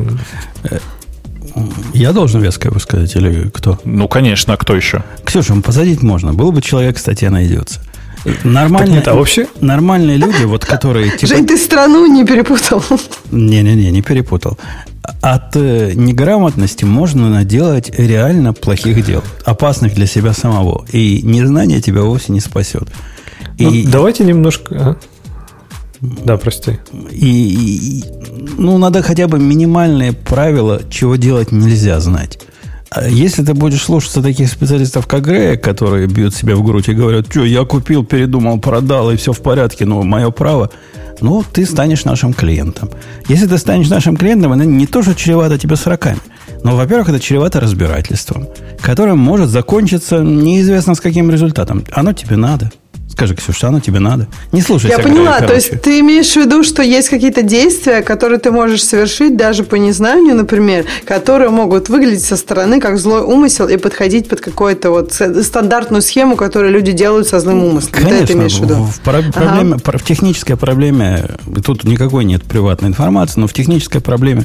Я должен веское высказать или кто? Ну, конечно, а кто еще? Ксюша, посадить можно. Был бы человек, статья найдется. Нормальные, нет, а вообще? Нормальные люди, вот которые... Типа... Жень, ты страну не перепутал. Не-не-не, не перепутал. От э, неграмотности можно наделать реально плохих дел, опасных для себя самого. И незнание тебя вовсе не спасет. Ну, и... Давайте немножко... А? Да, прости. И, и, ну, надо хотя бы минимальные правила, чего делать нельзя знать. Если ты будешь слушаться таких специалистов, как Грея, которые бьют себя в грудь и говорят, что я купил, передумал, продал, и все в порядке, ну, мое право, ну, ты станешь нашим клиентом. Если ты станешь нашим клиентом, это не то, что чревато тебе сороками. Но, во-первых, это чревато разбирательством, которое может закончиться неизвестно с каким результатом. Оно тебе надо. Скажи, Ксюша, оно тебе надо? Не слушай. Я поняла, короче. То есть ты имеешь в виду, что есть какие-то действия, которые ты можешь совершить даже по незнанию, например, которые могут выглядеть со стороны как злой умысел и подходить под какую-то вот стандартную схему, которую люди делают со злым умыслом. Конечно, ты это имеешь в виду? В, проблеме, ага. в технической проблеме, тут никакой нет приватной информации, но в технической проблеме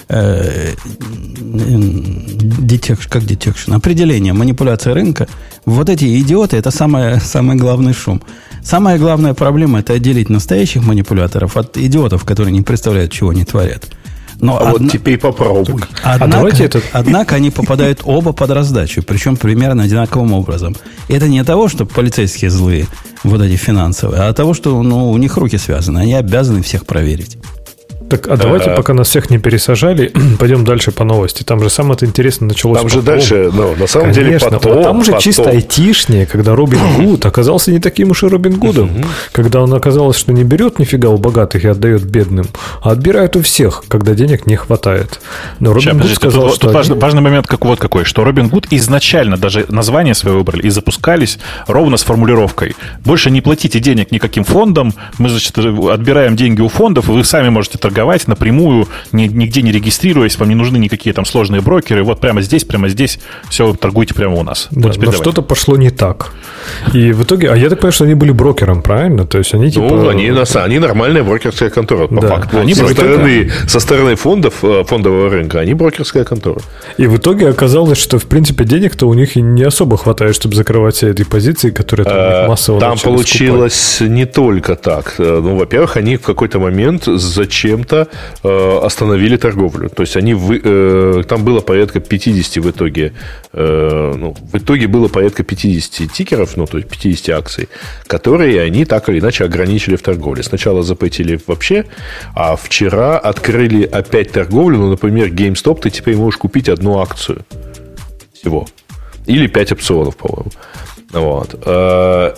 Детекш, как детекшн, определение, манипуляция рынка. Вот эти идиоты, это самое, самый главный шум. Самая главная проблема – это отделить настоящих манипуляторов от идиотов, которые не представляют, чего они творят. Но а одна... вот теперь попробуй. Однако, а это... однако они попадают оба под раздачу, причем примерно одинаковым образом. И это не от того, что полицейские злые, вот эти финансовые, а от того, что ну, у них руки связаны. Они обязаны всех проверить. Так, а давайте, пока нас всех не пересажали, пойдем дальше по новости. Там же самое интересное началось. Там же дальше, ну, на самом Конечно, деле, потом. Вот там же потом. чисто айтишнее, когда Робин Гуд оказался не таким уж и Робин Гудом. Когда он оказалось, что не берет нифига у богатых и отдает бедным, а отбирает у всех, когда денег не хватает. Но Робин Гуд сказал, тут, что... Тут важный, важный момент как, вот какой, что Робин Гуд изначально даже название свое выбрали и запускались ровно с формулировкой. Больше не платите денег никаким фондам, мы, значит, отбираем деньги у фондов, и вы сами можете торговать напрямую, нигде не регистрируясь, вам не нужны никакие там сложные брокеры. Вот прямо здесь, прямо здесь, все, торгуйте прямо у нас. Да, вот но что-то пошло не так. И в итоге, а я так понимаю, что они были брокером, правильно? То есть они типа... Ну, они, они нормальная брокерская контора, по да. факту. Они со, стороны, со стороны фондов, фондового рынка, они брокерская контора. И в итоге оказалось, что, в принципе, денег-то у них и не особо хватает, чтобы закрывать все эти позиции, которые там у них массово Там получилось скупать. Не только так. Ну, во-первых, они в какой-то момент зачем-то остановили торговлю. То есть они вы, э, там было порядка пятьдесят в итоге. Э, ну, в итоге было порядка пятьдесят тикеров, ну, то есть пятьдесят акций, которые они так или иначе ограничили в торговле. Сначала запретили вообще, а вчера открыли опять торговлю. Ну, например, GameStop, ты теперь можешь купить одну акцию всего. Или пять опционов, по-моему. Вот.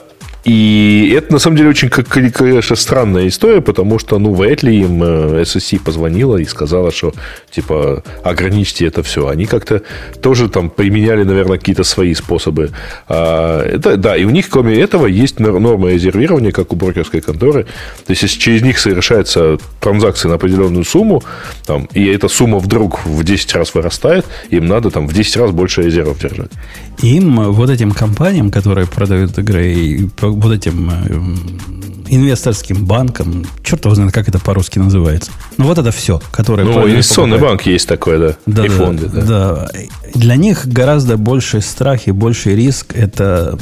И это, на самом деле, очень, конечно, странная история, потому что, ну, вряд ли им эс и си позвонила и сказала, что, типа, ограничьте это все. Они как-то тоже там применяли, наверное, какие-то свои способы. А, это, да, и у них, кроме этого, есть норма резервирования, как у брокерской конторы. То есть, если через них совершается транзакция на определенную сумму, там, и эта сумма вдруг в десять раз вырастает, им надо там в десять раз больше резервов держать. Им, вот этим компаниям, которые продают игры, вот этим э, инвесторским банкам, черт его знает, как это по-русски называется. Ну, вот это все, которое... Ну, инвестиционный банк есть такой, да. Да, и да, фонды, да. да. Для них гораздо больший страх и больший риск это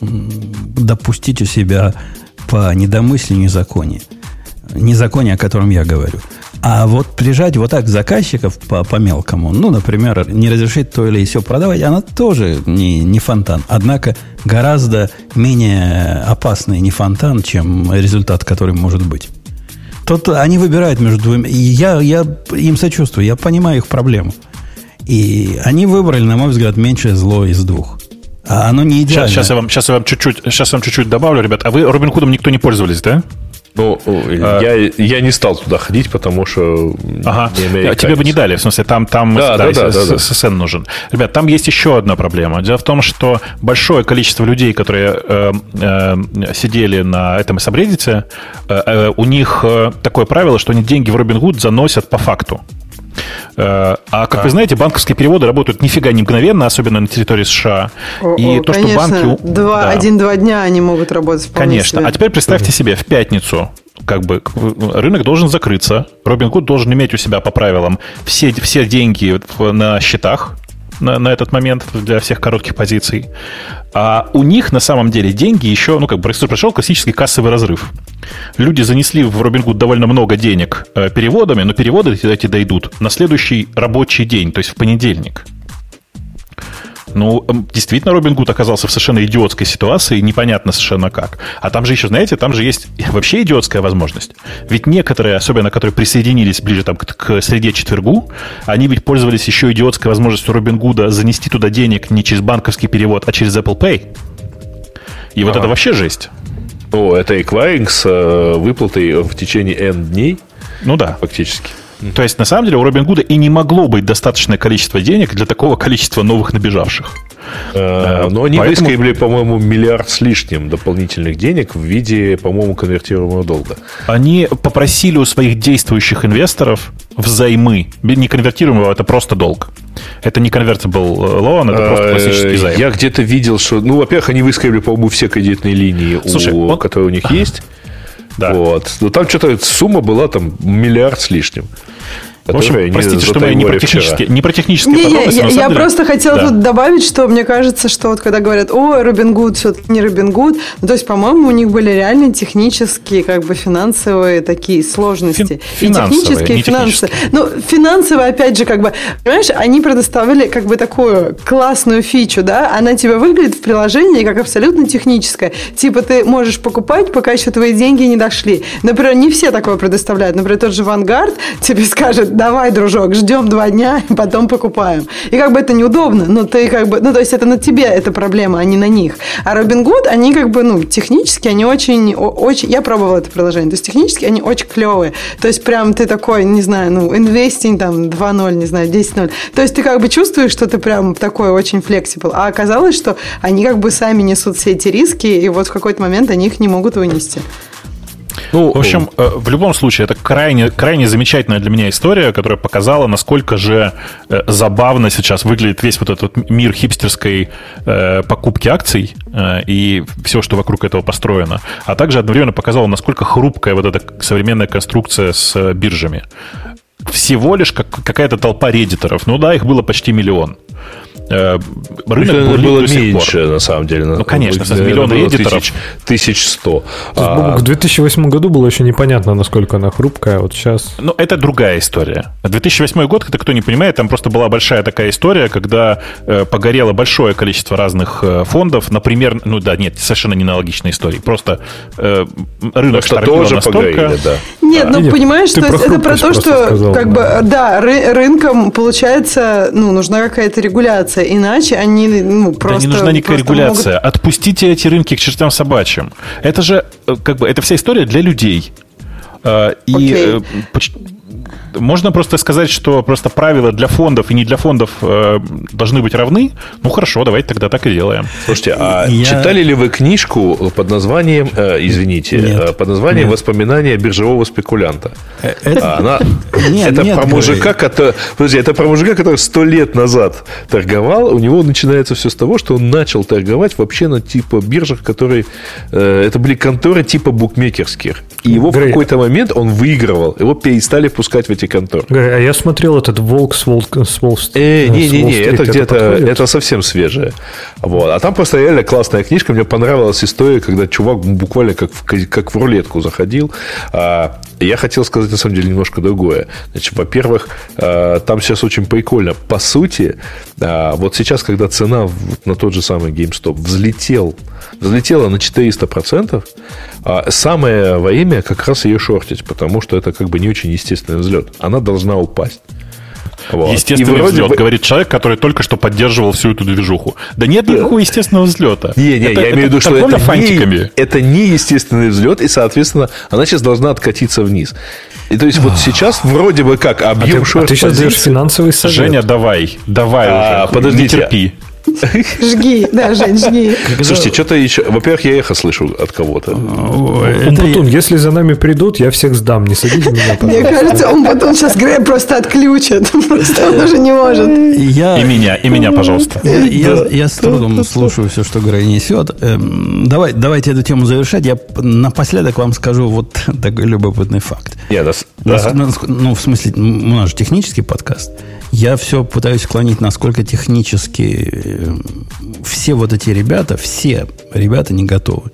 допустить у себя по недомыслению незаконие. Незаконие, о котором я говорю. А вот прижать вот так заказчиков по, по мелкому, ну, например, не разрешить то или все продавать, она тоже не, не фонтан. Однако гораздо менее опасный не фонтан, чем результат, который может быть. Тут они выбирают между двумя. И я, я им сочувствую, я понимаю их проблему. И они выбрали, на мой взгляд, меньшее зло из двух. А оно не идеально. Сейчас, сейчас, я, вам, сейчас, я, вам чуть-чуть, сейчас я вам чуть-чуть добавлю, ребят. А вы Робин Худом никто не пользовались, да? Ну, а, я, я не стал туда ходить, потому что... Ага, не тебе бы не дали, в смысле, там, там да, да, да, да, эс эс эн нужен. Ребят, там есть еще одна проблема. Дело в том, что большое количество людей, которые э, э, сидели на этом сабреддите, э, э, у них э, такое правило, что они деньги в Robinhood заносят по факту. А, как а. вы знаете, банковские переводы работают нифига не мгновенно, особенно на территории США. О, и о, то, конечно, что банки... Два, да. Один-два дня они могут работать вполне Конечно. себе. А теперь представьте себе, в пятницу как бы рынок должен закрыться. Robinhood должен иметь у себя по правилам все, все деньги на счетах на, на этот момент для всех коротких позиций. А у них на самом деле деньги еще, ну, как бы произошел классический кассовый разрыв. Люди занесли в Robinhood довольно много денег э, переводами, но переводы эти дойдут на следующий рабочий день, то есть в понедельник. Ну, действительно, Robinhood оказался в совершенно идиотской ситуации, непонятно совершенно как. А там же еще, знаете, там же есть вообще идиотская возможность. Ведь некоторые, особенно которые присоединились ближе там, к, к среде-четвергу, они ведь пользовались еще идиотской возможностью Robinhood занести туда денег не через банковский перевод, а через Apple Pay. И а-а. вот это вообще жесть. О, это эквайринг с выплатой в течение N дней? Ну да. Фактически. То есть, на самом деле, у Робин Гуда и не могло быть достаточное количество денег для такого количества новых набежавших. Но они выскребли, по-моему, миллиард с лишним дополнительных денег в виде, по-моему, конвертируемого долга. Они попросили у своих действующих инвесторов взаймы. Не конвертируемого, это просто долг. Это не convertible loan, это просто классический займ. Я где-то видел, что... Ну, во-первых, они выскребли, по-моему, все кредитные линии, Слушай, у, он... которые у них есть. Да. Вот. Но там что-то сумма была там миллиард с лишним. В общем, простите, что мы не про технические, не про технические не, подробности. Я, я деле... просто хотела да. тут добавить, что мне кажется, что вот когда говорят, о, Робин Гуд, все-таки не Робин Гуд, ну, то есть, по-моему, у них были реально технические, как бы финансовые такие сложности. Фин- и технические, и финансовые. Ну, финансовые, опять же, как бы, понимаешь, они предоставили как бы такую классную фичу, да, она тебе выглядит в приложении как абсолютно техническая. Типа ты можешь покупать, пока еще твои деньги не дошли. Например, не все такое предоставляют. Например, тот же Vanguard тебе скажет, давай, дружок, ждем два дня, и потом покупаем. И как бы это неудобно, но ты как бы, ну, то есть это на тебе эта проблема, а не на них. А Robinhood, они как бы, ну, технически, они очень, очень, я пробовала это приложение, то есть технически они очень клевые. То есть прям ты такой, не знаю, ну, инвестинг там два ноль, не знаю, десять ноль. То есть ты как бы чувствуешь, что ты прям такой очень флексибл. А оказалось, что они как бы сами несут все эти риски, и вот в какой-то момент они их не могут вынести. Ну, в общем, в любом случае, это крайне, крайне замечательная для меня история, которая показала, насколько же забавно сейчас выглядит весь вот этот мир хипстерской э, покупки акций э, и все, что вокруг этого построено. А также одновременно показала, насколько хрупкая вот эта современная конструкция с биржами. Всего лишь как, какая-то толпа реддиторов. Ну да, их было почти миллион. Рынок было, было до сих меньше, пор. на самом деле. Ну, конечно, с миллиона эдиторов. Тысяч сто. А... В две тысячи восьмом году было еще непонятно, насколько она хрупкая. Вот сейчас... Ну, это другая история. две тысячи восьмой год, это кто не понимает, там просто была большая такая история, когда э, погорело большое количество разных э, фондов. Например, ну да, нет, совершенно неаналогичная история. Просто э, рынок стартовал настолько... Погорели, да. Нет, да. ну, понимаешь, то есть это про то, что сказал, как да. бы, да, ры- рынком, получается, ну, нужна какая-то регуляция. Иначе они ну, просто... Да не нужна никакая регуляция. Могут... Отпустите эти рынки к чертям собачьим. Это же, как бы, это вся история для людей. И okay. можно просто сказать, что просто правила для фондов и не для фондов э, должны быть равны. Ну, хорошо, давайте тогда так и делаем. Слушайте, а Я... читали ли вы книжку под названием, э, извините, нет, под названием нет. «Воспоминания биржевого спекулянта»? Это, Она... нет, это нет, про мужика, который... Подожди, это про мужика, который сто лет назад торговал. У него начинается все с того, что он начал торговать вообще на типа биржах, которые... Э, это были конторы типа букмекерских. И его Грей. в какой-то момент он выигрывал. Его перестали пускать в эти конторы. А я смотрел этот «Волк с Уолл-стрит». Э, не-не-не, это где-то... Это, это совсем свежее. Вот. А там просто реально классная книжка. Мне понравилась история, когда чувак буквально как в, как в рулетку заходил. Я хотел сказать, на самом деле, немножко другое. Значит, во-первых, там сейчас очень прикольно. По сути, вот сейчас, когда цена на тот же самый GameStop взлетел, взлетела на четыреста процентов, самое время как раз ее шортить, потому что это как бы не очень естественный взлет. Она должна упасть. Вот. Естественный взлет, бы... говорит человек, который только что поддерживал всю эту движуху. Да нет никакого естественного взлета. Не, не, это, я это, имею в виду, что это не, это не естественный взлет, и, соответственно, она сейчас должна откатиться вниз. И то есть вот сейчас вроде бы как объем а шорт-позиции... А ты сейчас даешь финансовый совет. Женя, давай, давай а, уже, подождите. Не терпи. Жги, да, Жень, жги. Слушайте, что-то еще... Во-первых, я эхо слышу от кого-то. Умпутун, если за нами придут, я всех сдам. Не садите меня, пожалуйста. Мне кажется, Умпутун сейчас Грея просто отключит. Просто он уже не может. И меня, и меня, пожалуйста. Я с трудом слушаю все, что Грей несет. Давайте эту тему завершать. Я напоследок вам скажу вот такой любопытный факт. Ну, в смысле, у нас же технический подкаст. Я все пытаюсь склонить, насколько технически все вот эти ребята, все ребята не готовы.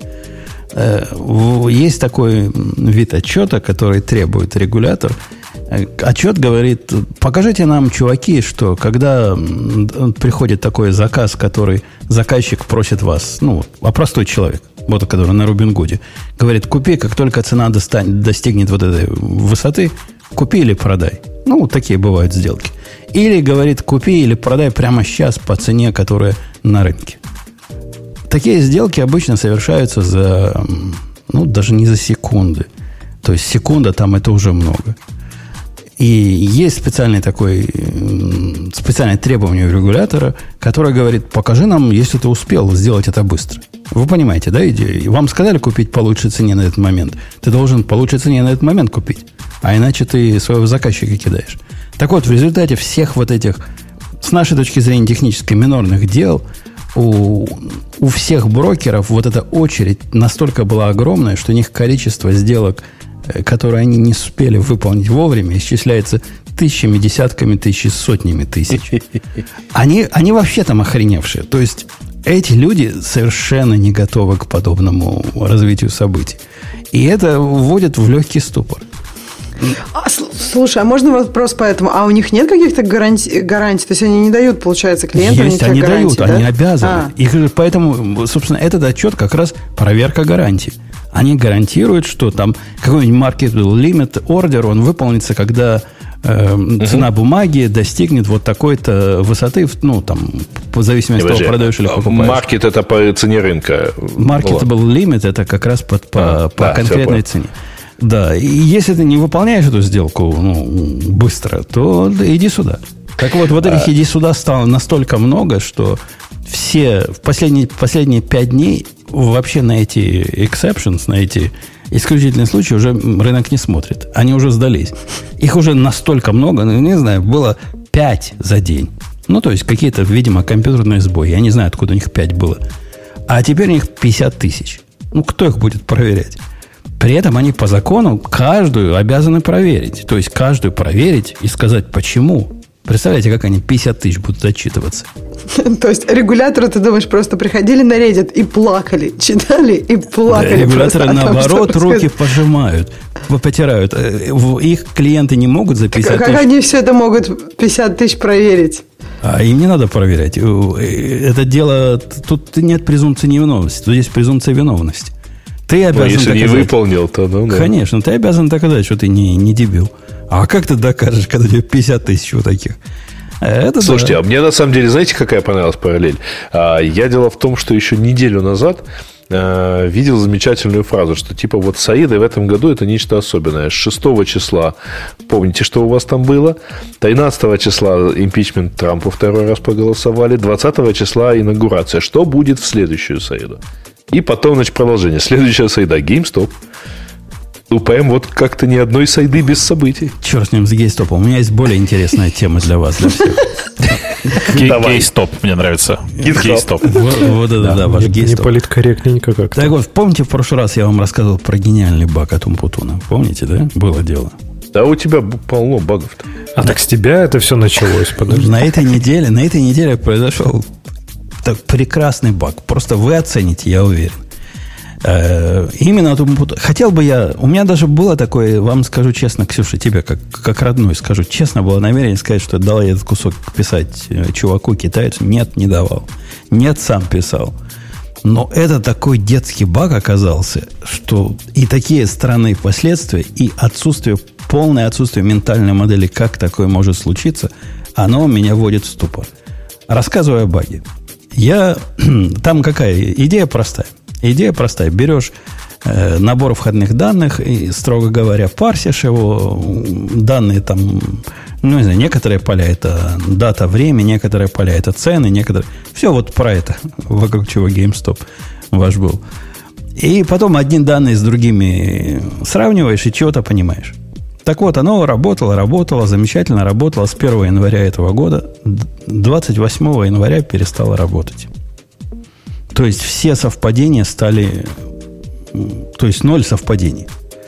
Есть такой вид отчета, который требует регулятор. Отчет говорит, покажите нам, чуваки, что когда приходит такой заказ, который заказчик просит вас, ну, а простой человек, вот который на Робингуде, говорит, купи, как только цена достанет, достигнет вот этой высоты, купи или продай. Ну, такие бывают сделки. Или говорит, купи или продай прямо сейчас по цене, которая на рынке. Такие сделки обычно совершаются за, ну, даже не за секунды. То есть секунда там это уже много. И есть специальный такой, специальное требование у регулятора, которое говорит, покажи нам, если ты успел сделать это быстро. Вы понимаете, да, идею? Вам сказали купить по лучшей цене на этот момент. Ты должен по лучшей цене на этот момент купить. А иначе ты своего заказчика кидаешь. Так вот, в результате всех вот этих, с нашей точки зрения, технически минорных дел, у, у всех брокеров вот эта очередь настолько была огромная, что у них количество сделок, которые они не успели выполнить вовремя, исчисляется тысячами, десятками тысяч, сотнями тысяч. Они, они вообще там охреневшие. То есть эти люди совершенно не готовы к подобному развитию событий. И это вводит в легкий ступор. А, слушай, а можно вопрос по этому? А у них нет каких-то гарантий? гарантий? То есть они не дают, получается, клиентам Есть, они гарантий, дают, да? они обязаны. А. Их, поэтому, собственно, этот отчет как раз проверка гарантий. Они гарантируют, что там какой-нибудь market limit order, он выполнится, когда э, uh-huh. цена бумаги достигнет вот такой-то высоты, ну, там, по зависимости от того, продаешь или покупаешь. Маркет – это по цене рынка. Marketable ну, limit – это как раз по, по, а, по да, конкретной цене. Да, и если ты не выполняешь эту сделку ну, быстро, то иди сюда. Так вот, вот этих а... иди сюда стало настолько много, что все в последние, последние пять дней вообще на эти exceptions, на эти исключительные случаи уже рынок не смотрит. Они уже сдались. Их уже настолько много, ну, не знаю, было пять за день. Ну, то есть, какие-то, видимо, компьютерные сбои. Я не знаю, откуда у них пять было. А теперь у них пятьдесят тысяч. Ну, кто их будет проверять? При этом они по закону каждую обязаны проверить. То есть, каждую проверить и сказать, почему. Представляете, как они пятьдесят тысяч будут отчитываться? То есть, регуляторы, ты думаешь, просто приходили на Reddit и плакали, читали и плакали. Да, регуляторы, просто, наоборот, том, руки пожимают, потирают. Их клиенты не могут за пятьдесят как тысяч... Как они все это могут пятьдесят тысяч проверить? А им не надо проверять. Это дело... Тут нет презумпции невиновности. Тут есть презумпция виновности. Ты обязан ну, если доказать. не выполнил, то... Ну, да. Конечно, ты обязан доказать, что ты не, не дебил. А как ты докажешь, когда у тебя пятьдесят тысяч вот таких? Это Слушайте, да. а мне на самом деле, знаете, какая понравилась параллель? Я дело в том, что еще неделю назад видел замечательную фразу, что типа вот с АИДой в этом году это нечто особенное. С шестого числа, помните, что у вас там было? тринадцатого числа импичмент Трампа второй раз проголосовали, двадцатого числа инаугурация. Что будет в следующую САИДу? И потом, значит, продолжение. Следующая сайда GameStop. Ну, прям вот как-то ни одной сайды без событий. Черт с ним, с GameStop. У меня есть более интересная тема для вас, для всех. GameStop мне нравится. GameStop. Вот это да, ваш GameStop. Не политкорректненько как-то. Так вот, помните, в прошлый раз я вам рассказывал про гениальный баг от Умпутуна? Помните, да? Было дело. Да у тебя полно багов-то. А так с тебя это все началось, подожди. На этой неделе, на этой неделе произошел так прекрасный баг. Просто вы оцените, я уверен. Э, именно хотел бы я... У меня даже было такое, вам скажу честно, Ксюша, тебе как, как родной скажу, честно было намерение сказать, что дал я этот кусок писать чуваку, китайцу. Нет, не давал. Нет, сам писал. Но это такой детский баг оказался, что и такие странные последствия, и отсутствие, полное отсутствие ментальной модели, как такое может случиться, оно меня вводит в ступор. Рассказываю о баге. Я... Там какая идея простая. Идея простая. Берешь э, набор входных данных и, строго говоря, парсишь его. Данные там, ну, не знаю, некоторые поля это дата, время, некоторые поля это цены, некоторые... Все вот про это, вокруг чего GameStop ваш был. И потом одни данные с другими сравниваешь и чего-то понимаешь. Так вот, оно работало, работало, замечательно работало с первого января этого года. двадцать восьмого января перестало работать. То есть, все совпадения стали... То есть, ноль совпадений.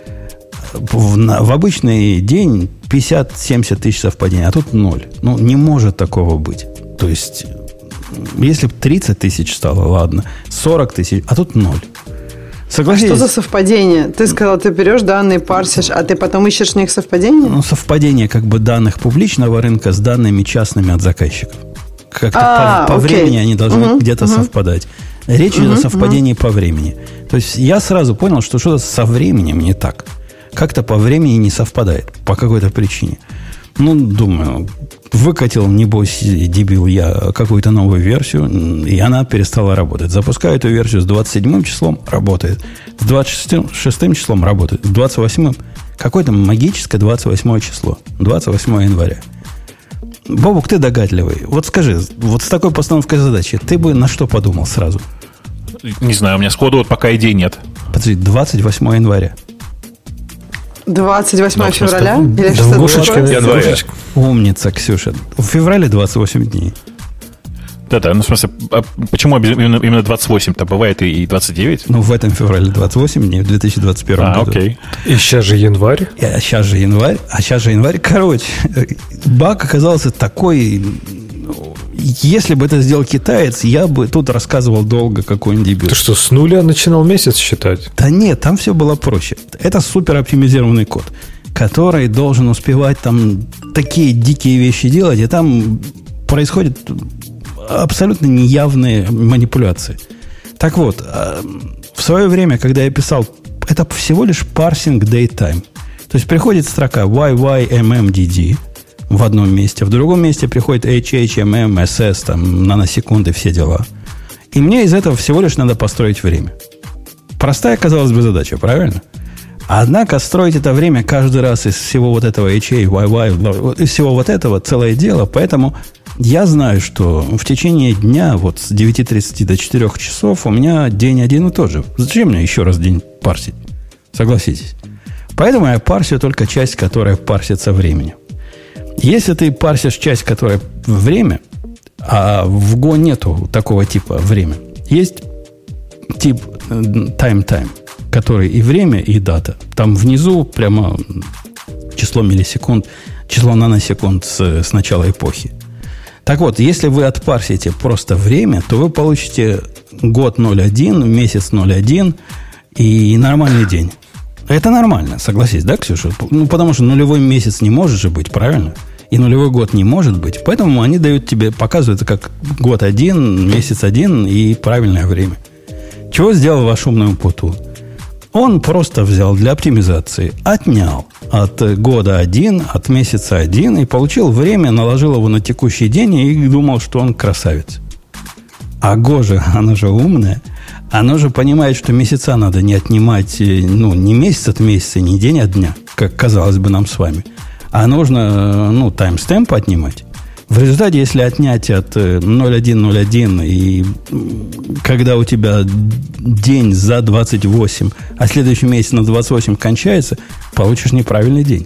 В, на, в обычный день пятьдесят-семьдесят тысяч совпадений, а тут ноль. Ну, не может такого быть. То есть, если бы тридцать тысяч стало, ладно, сорок тысяч, а тут ноль. Согласитесь? А что за совпадение? Ты сказал, ты берешь данные, парсишь, а ты потом ищешь в них совпадение? Ну, совпадение как бы данных публичного рынка с данными частными от заказчиков. Как-то а, по, по времени они должны угу, где-то угу. совпадать. Речь идет угу, о совпадении угу. по времени. То есть, я сразу понял, что что-то со временем не так. Как-то по времени не совпадает. По какой-то причине. Ну, думаю, выкатил, небось, дебил я, какую-то новую версию, и она перестала работать. Запускаю эту версию с двадцать седьмым числом, работает. С двадцать шестым числом работает. С двадцать восьмым Какое-то магическое двадцать восьмое число. двадцать восьмое января. Бобук, ты догадливый. Вот скажи, вот с такой постановкой задачи, ты бы на что подумал сразу? Не знаю, у меня сходу вот пока идей нет. Подожди, двадцать восьмое января. двадцать восьмое ну, февраля? Да, или что-то января. Умница, Ксюша. В феврале двадцать восемь дней. Да-да, ну в смысле, а почему именно, именно двадцать восемь-то? Бывает и двадцать девять? Ну, в этом феврале двадцать восемь дней, в две тысячи двадцать первом а, году. Окей. И сейчас же январь. А сейчас же январь. А сейчас же январь. Короче, баг оказался такой... Если бы это сделал китаец, я бы тут рассказывал долго, какой он дебил. Ты что, с нуля начинал месяц считать? Да нет, там все было проще. Это супер оптимизированный код, который должен успевать там такие дикие вещи делать, и там происходят абсолютно неявные манипуляции. Так вот, в свое время, когда я писал, это всего лишь парсинг datetime. То есть приходит строка уай уай эм эм ди ди в одном месте, в другом месте приходит эйч эйч эм эм, эс эс, там, наносекунды, все дела. И мне из этого всего лишь надо построить время. Простая, казалось бы, задача, правильно? Однако строить это время каждый раз из всего вот этого эйч эй, уай уай, из всего вот этого целое дело, поэтому я знаю, что в течение дня, вот с девяти тридцати до четырёх часов, у меня день один и тот же. Зачем мне еще раз день парсить? Согласитесь. Поэтому я парсю только часть, которая парсится временем. Если ты парсишь часть, которая время, а в Go нету такого типа время, есть тип time-time, который и время, и дата. Там внизу прямо число миллисекунд, число наносекунд с, с начала эпохи. Так вот, если вы отпарсите просто время, то вы получите год ноль один, месяц ноль один и нормальный день. Это нормально, согласись, да, Ксюша? Ну, потому что нулевой месяц не может же быть, правильно? И нулевой год не может быть. Поэтому они дают тебе, показывают это как год один, месяц один и правильное время. Чего сделал ваш умный Умпутун? Он просто взял для оптимизации, отнял от года один, от месяца один и получил время, наложил его на текущий день и думал, что он красавец. А Го же, оно же умное, оно же понимает, что месяца надо не отнимать, ну, не месяц от месяца, не день от дня, как казалось бы нам с вами, а нужно, ну, таймстемп отнимать. В результате, если отнять от ноль один ноль один, и когда у тебя день за двадцать восемь, а следующий месяц на двадцать восемь кончается, получишь неправильный день.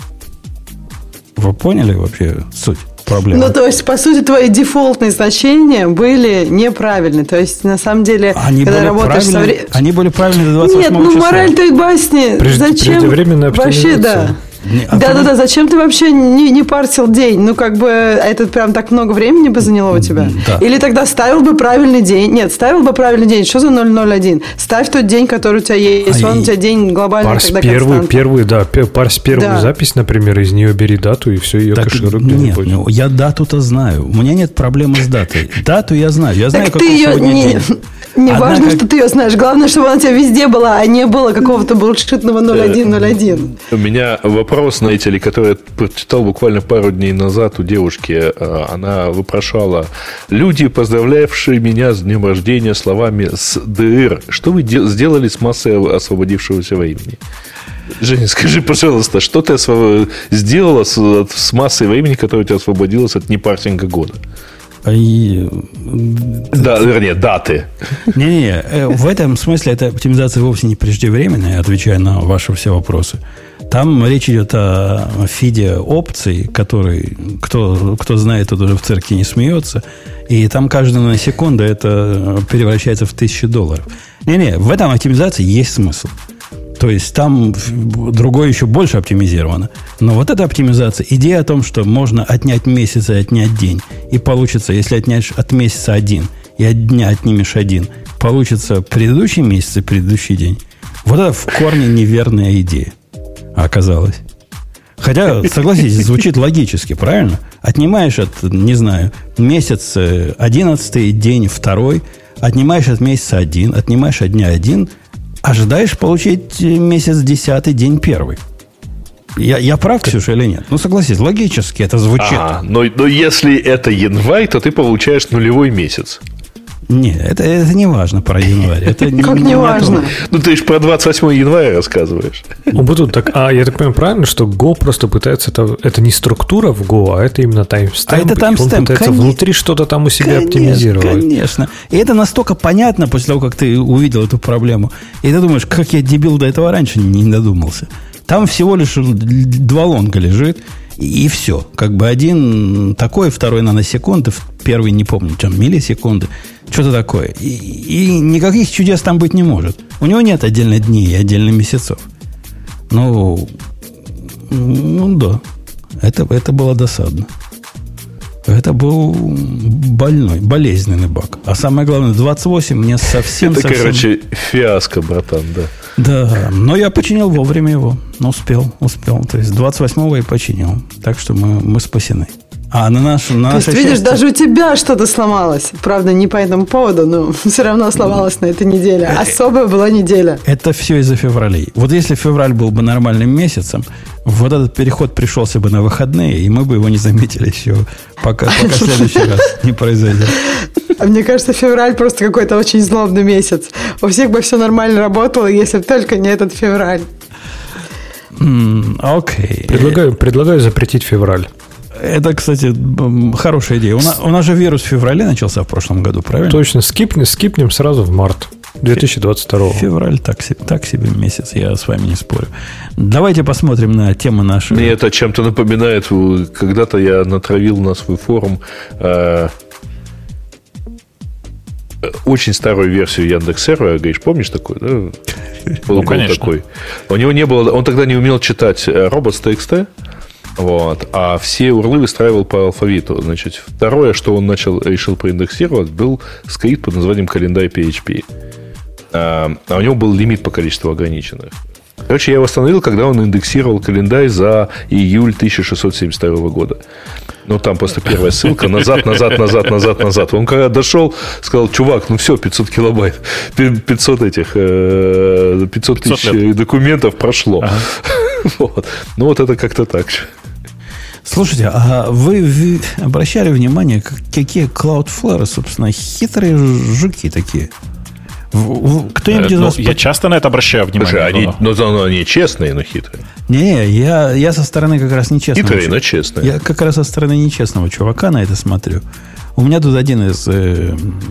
Вы поняли вообще суть проблемы? Ну, то есть, по сути, твои дефолтные значения были неправильны. То есть, на самом деле, они когда были работаешь со временем... Они были правильны до двадцать восьмого Нет, ну, числа. мораль той басни, Прежде, зачем... Вообще, да. Да-да-да, зачем ты вообще не, не парсил день? Ну, как бы, это прям так много времени бы заняло у тебя? Да. Или тогда ставил бы правильный день? Нет, ставил бы правильный день. Что за ноль ноль один? Ставь тот день, который у тебя есть. А Он и... у тебя день глобальный, парс тогда первый, первый, да, парс первую да. запись, например, из нее бери дату, и все, ее так, кэшируй. Нет, ну, я дату-то знаю. У меня нет проблемы с датой. Дату я знаю. Я знаю, так какой ты сегодня ее... день. Не Однако... важно, что ты ее знаешь. Главное, чтобы она у тебя везде была, а не было какого-то булшитного ноль один ноль один. У меня вопрос, знаете ли, который я прочитал буквально пару дней назад у девушки. Она вопрошала: люди, поздравлявшие меня с днем рождения словами с ДР, что вы де- сделали с массой освободившегося времени? Женя, скажи, пожалуйста, что ты освоб... сделала с, с массой времени, которая у тебя освободилась от непарсинга года? И... Да, вернее, даты. Не-не-не, в этом смысле эта оптимизация вовсе не преждевременная, отвечая на ваши все вопросы. Там речь идет о фиде опций, который, кто, кто знает, тот уже в церкви не смеется. И там каждая на секунду это превращается в тысячу долларов. Не-не, в этом оптимизации есть смысл. То есть там другое еще больше оптимизировано. Но вот эта оптимизация, идея о том, что можно отнять месяц и отнять день. И получится, если отнять от месяца один и от дня отнимешь один, получится предыдущий месяц и предыдущий день. Вот это в корне неверная идея оказалась. Хотя, согласитесь, звучит логически, правильно? Отнимаешь от, не знаю, месяц одиннадцатый, день второй, отнимаешь от месяца один, отнимаешь от дня один, ожидаешь получить месяц десятый, день первый. Я, я прав, Ксюша, или нет? Ну, согласись, логически это звучит. Ага, но, но если это январь, то ты получаешь нулевой месяц. Не, это, это не важно про январь. Это не, как не, не важно? Ну, ты же про двадцать восьмое января рассказываешь. Убыток, так, а я так понимаю правильно, что Go просто пытается... Это, это не структура в Go, а это именно таймстемп. А это таймстемп. Он пытается конечно, внутри что-то там у себя конечно, оптимизировать. Конечно. И это настолько понятно после того, как ты увидел эту проблему. И ты думаешь, как я, дебил, до этого раньше не додумался. Там всего лишь два лонга лежит. И все. Как бы один такой, второй наносекунды, первый не помню, там миллисекунды, что-то такое. И, и никаких чудес там быть не может. У него нет отдельно дней и отдельно месяцев. Ну, ну да. Это, это было досадно. Это был больной, болезненный баг. А самое главное, двадцать восемь мне совсем... Это, совсем... короче, фиаско, братан, да. Да, но я починил вовремя его. Ну, успел, успел. То есть двадцать восьмого я починил. Так что мы, мы спасены. А на наш, на То есть, видишь, счастье... даже у тебя что-то сломалось. Правда, не по этому поводу, но все равно сломалось на этой неделе. Особая была неделя. Это все из-за февралей. Вот если февраль был бы нормальным месяцем, вот этот переход пришелся бы на выходные, и мы бы его не заметили еще, пока, пока в следующий раз не произойдет. А мне кажется, февраль просто какой-то очень злобный месяц. У всех бы все нормально работало, если бы только не этот февраль. Окей. Mm, okay. Предлагаю, предлагаю запретить февраль. Это, кстати, хорошая идея. У нас, у нас же вирус в феврале начался в прошлом году, правильно? Точно. Скипнем, скипнем сразу в март две тысячи двадцать второго. Февраль так, так себе месяц, я с вами не спорю. Давайте посмотрим на тему нашей. Мне это чем-то напоминает. Когда-то я натравил на свой форум э, очень старую версию Яндекс.Сервера. Гриш, помнишь такой? Да? Был, ну, конечно. Был такой. У него не было... Он тогда не умел читать robots.txt. Вот, а все урлы выстраивал по алфавиту. Значит, второе, что он начал, решил проиндексировать, был скрипт под названием календарь пи эйч пи. А, а у него был лимит по количеству ограниченных. Короче, я его остановил, когда он индексировал календарь за июль тысяча шестьсот семьдесят второго года. Ну, там просто первая ссылка. Назад, назад, назад, назад, назад. Он когда дошел, сказал, чувак, ну все, пятьсот килобайт. пятьсот этих, пятьсот тысяч документов прошло. Ага. Вот. Ну, вот это как-то так же. Слушайте, а вы, вы обращали внимание, какие Cloudflare, собственно, хитрые жуки такие? Кто-нибудь из вас... Я часто на это обращаю внимание. Слушай, они, но... Но, они честные, но хитрые. Не, я, я со стороны как раз нечестного. Хитрые, но честные. Я как раз со стороны нечестного чувака на это смотрю. У меня тут один из... Э,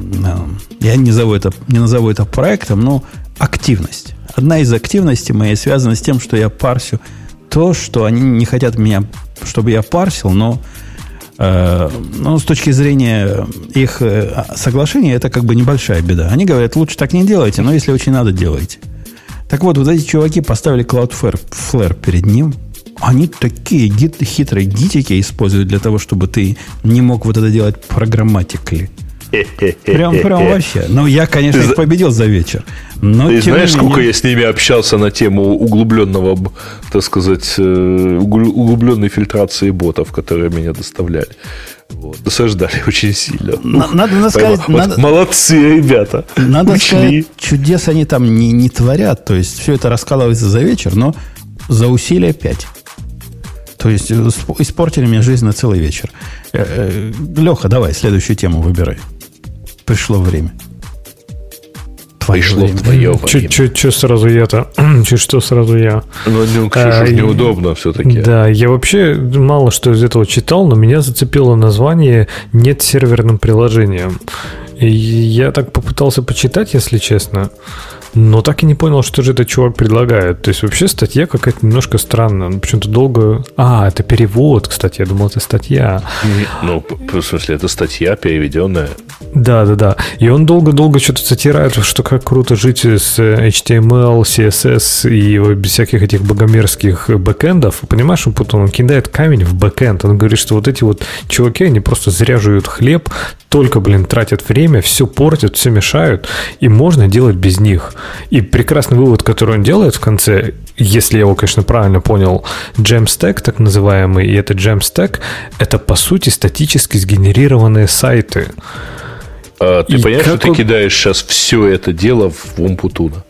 я не назову, это, не назову это проектом, но активность. Одна из активностей моей связана с тем, что я парсю то, что они не хотят меня, чтобы я парсил, но э, ну, с точки зрения их э, соглашения, это как бы небольшая беда. Они говорят, лучше так не делайте, но если очень надо, делайте. Так вот, вот эти чуваки поставили Cloudflare Flare перед ним. Они такие гит, хитрые гитики используют для того, чтобы ты не мог вот это делать программатикли. Прям, прям вообще. Ну, я, конечно, их победил за вечер. Но ты знаешь, менее... сколько я с ними общался на тему углубленного, так сказать, углубленной фильтрации ботов, которые меня доставляли. Вот. Досаждали очень сильно. Надо, надо сказать, вот, надо, молодцы, ребята. Надо Учли. сказать, чудес они там не, не творят. То есть, все это раскалывается за вечер, но за усилия пять. То есть, испортили мне жизнь на целый вечер. Леха, давай, следующую тему выбирай. Пришло время. Твое Пришло время. Твое время. Че сразу я-то? Че что сразу я? Ну, ну Ксюша, а, неудобно все-таки. Да, я вообще мало что из этого читал, но меня зацепило название «Нет серверным приложением». И я так попытался почитать, если честно, но так и не понял, что же этот чувак предлагает. То есть, вообще статья какая-то немножко странная. Ну, почему-то долго... А, это перевод, кстати. Я думал, это статья. Ну, в смысле, это статья переведенная. Да, да, да. И он долго-долго что-то цитирует, что как круто жить с эйч ти эм эл, си эс эс и без всяких этих богомерзких бэкэндов. Понимаешь, потом он кидает камень в бэкэнд. Он говорит, что вот эти вот чуваки, они просто зря жуют хлеб, только, блин, тратят время, все портят, все мешают, и можно делать без них. И прекрасный вывод, который он делает в конце, если я его, конечно, правильно понял, Jamstack, так называемый, и этот Jamstack, это, по сути, статически сгенерированные сайты. А, ты и понимаешь, что ты он... кидаешь сейчас все это дело в Умпутуна?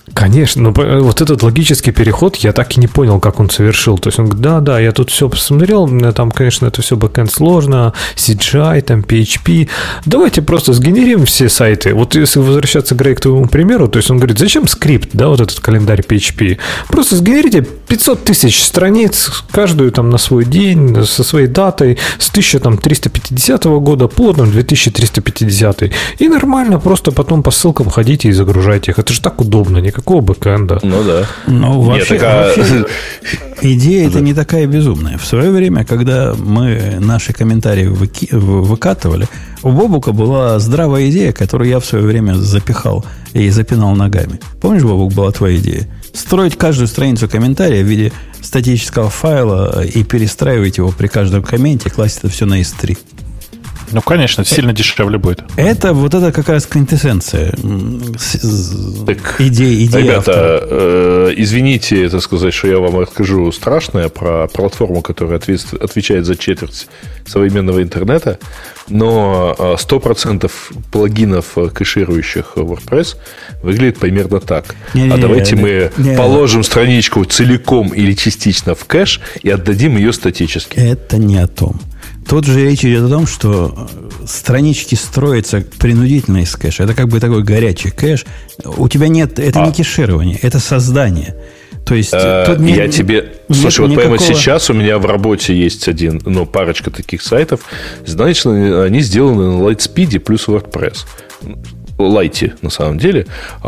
Конечно, но вот этот логический переход я так и не понял, как он совершил. То есть он говорит, да, да, я тут все посмотрел, там, конечно, это все бэкэнд сложно, си джи ай, там, пи эйч пи. Давайте просто сгенерим все сайты. Вот если возвращаться, Грей, к твоему примеру, то есть он говорит, зачем скрипт, да, вот этот календарь пи эйч пи? Просто сгенерите пятьсот тысяч страниц, каждую там на свой день, со своей датой, с тысяча триста пятидесятого года по там, две тысячи триста пятидесятый. И нормально, просто потом по ссылкам ходите и загружайте их. Это же так удобно, никакого бэкэнда. Ну да. Ну, вообще, Нет, такая... вообще идея это не такая безумная. В свое время, когда мы наши комментарии выки... выкатывали, у Бобука была здравая идея, которую я в свое время запихал и запинал ногами. Помнишь, Бобук, была твоя идея? Строить каждую страницу комментария в виде статического файла и перестраивать его при каждом комменте, класть это все на эс три. Ну, конечно, сильно это, дешевле будет. Это вот это как раз квинтэссенция так, идеи, идеи ребята, э, извините, это сказать, что я вам расскажу страшное про платформу, которая ответ, отвечает за четверть современного интернета, но сто процентов плагинов, кэширующих WordPress, выглядит примерно так. Не, а не, давайте не, мы не, положим не. страничку целиком или частично в кэш и отдадим ее статически. Это не о том. Тут же речь идет о том, что странички строятся принудительно из кэша. Это как бы такой горячий кэш. У тебя нет... Это а. не кэширование, это создание. То есть... А, тут нет, я тебе... Слушай, вот никакого... прямо сейчас у меня в работе есть один, ну, парочка таких сайтов. Значит, они сделаны на Lightspeed плюс WordPress. Лайте, на самом деле.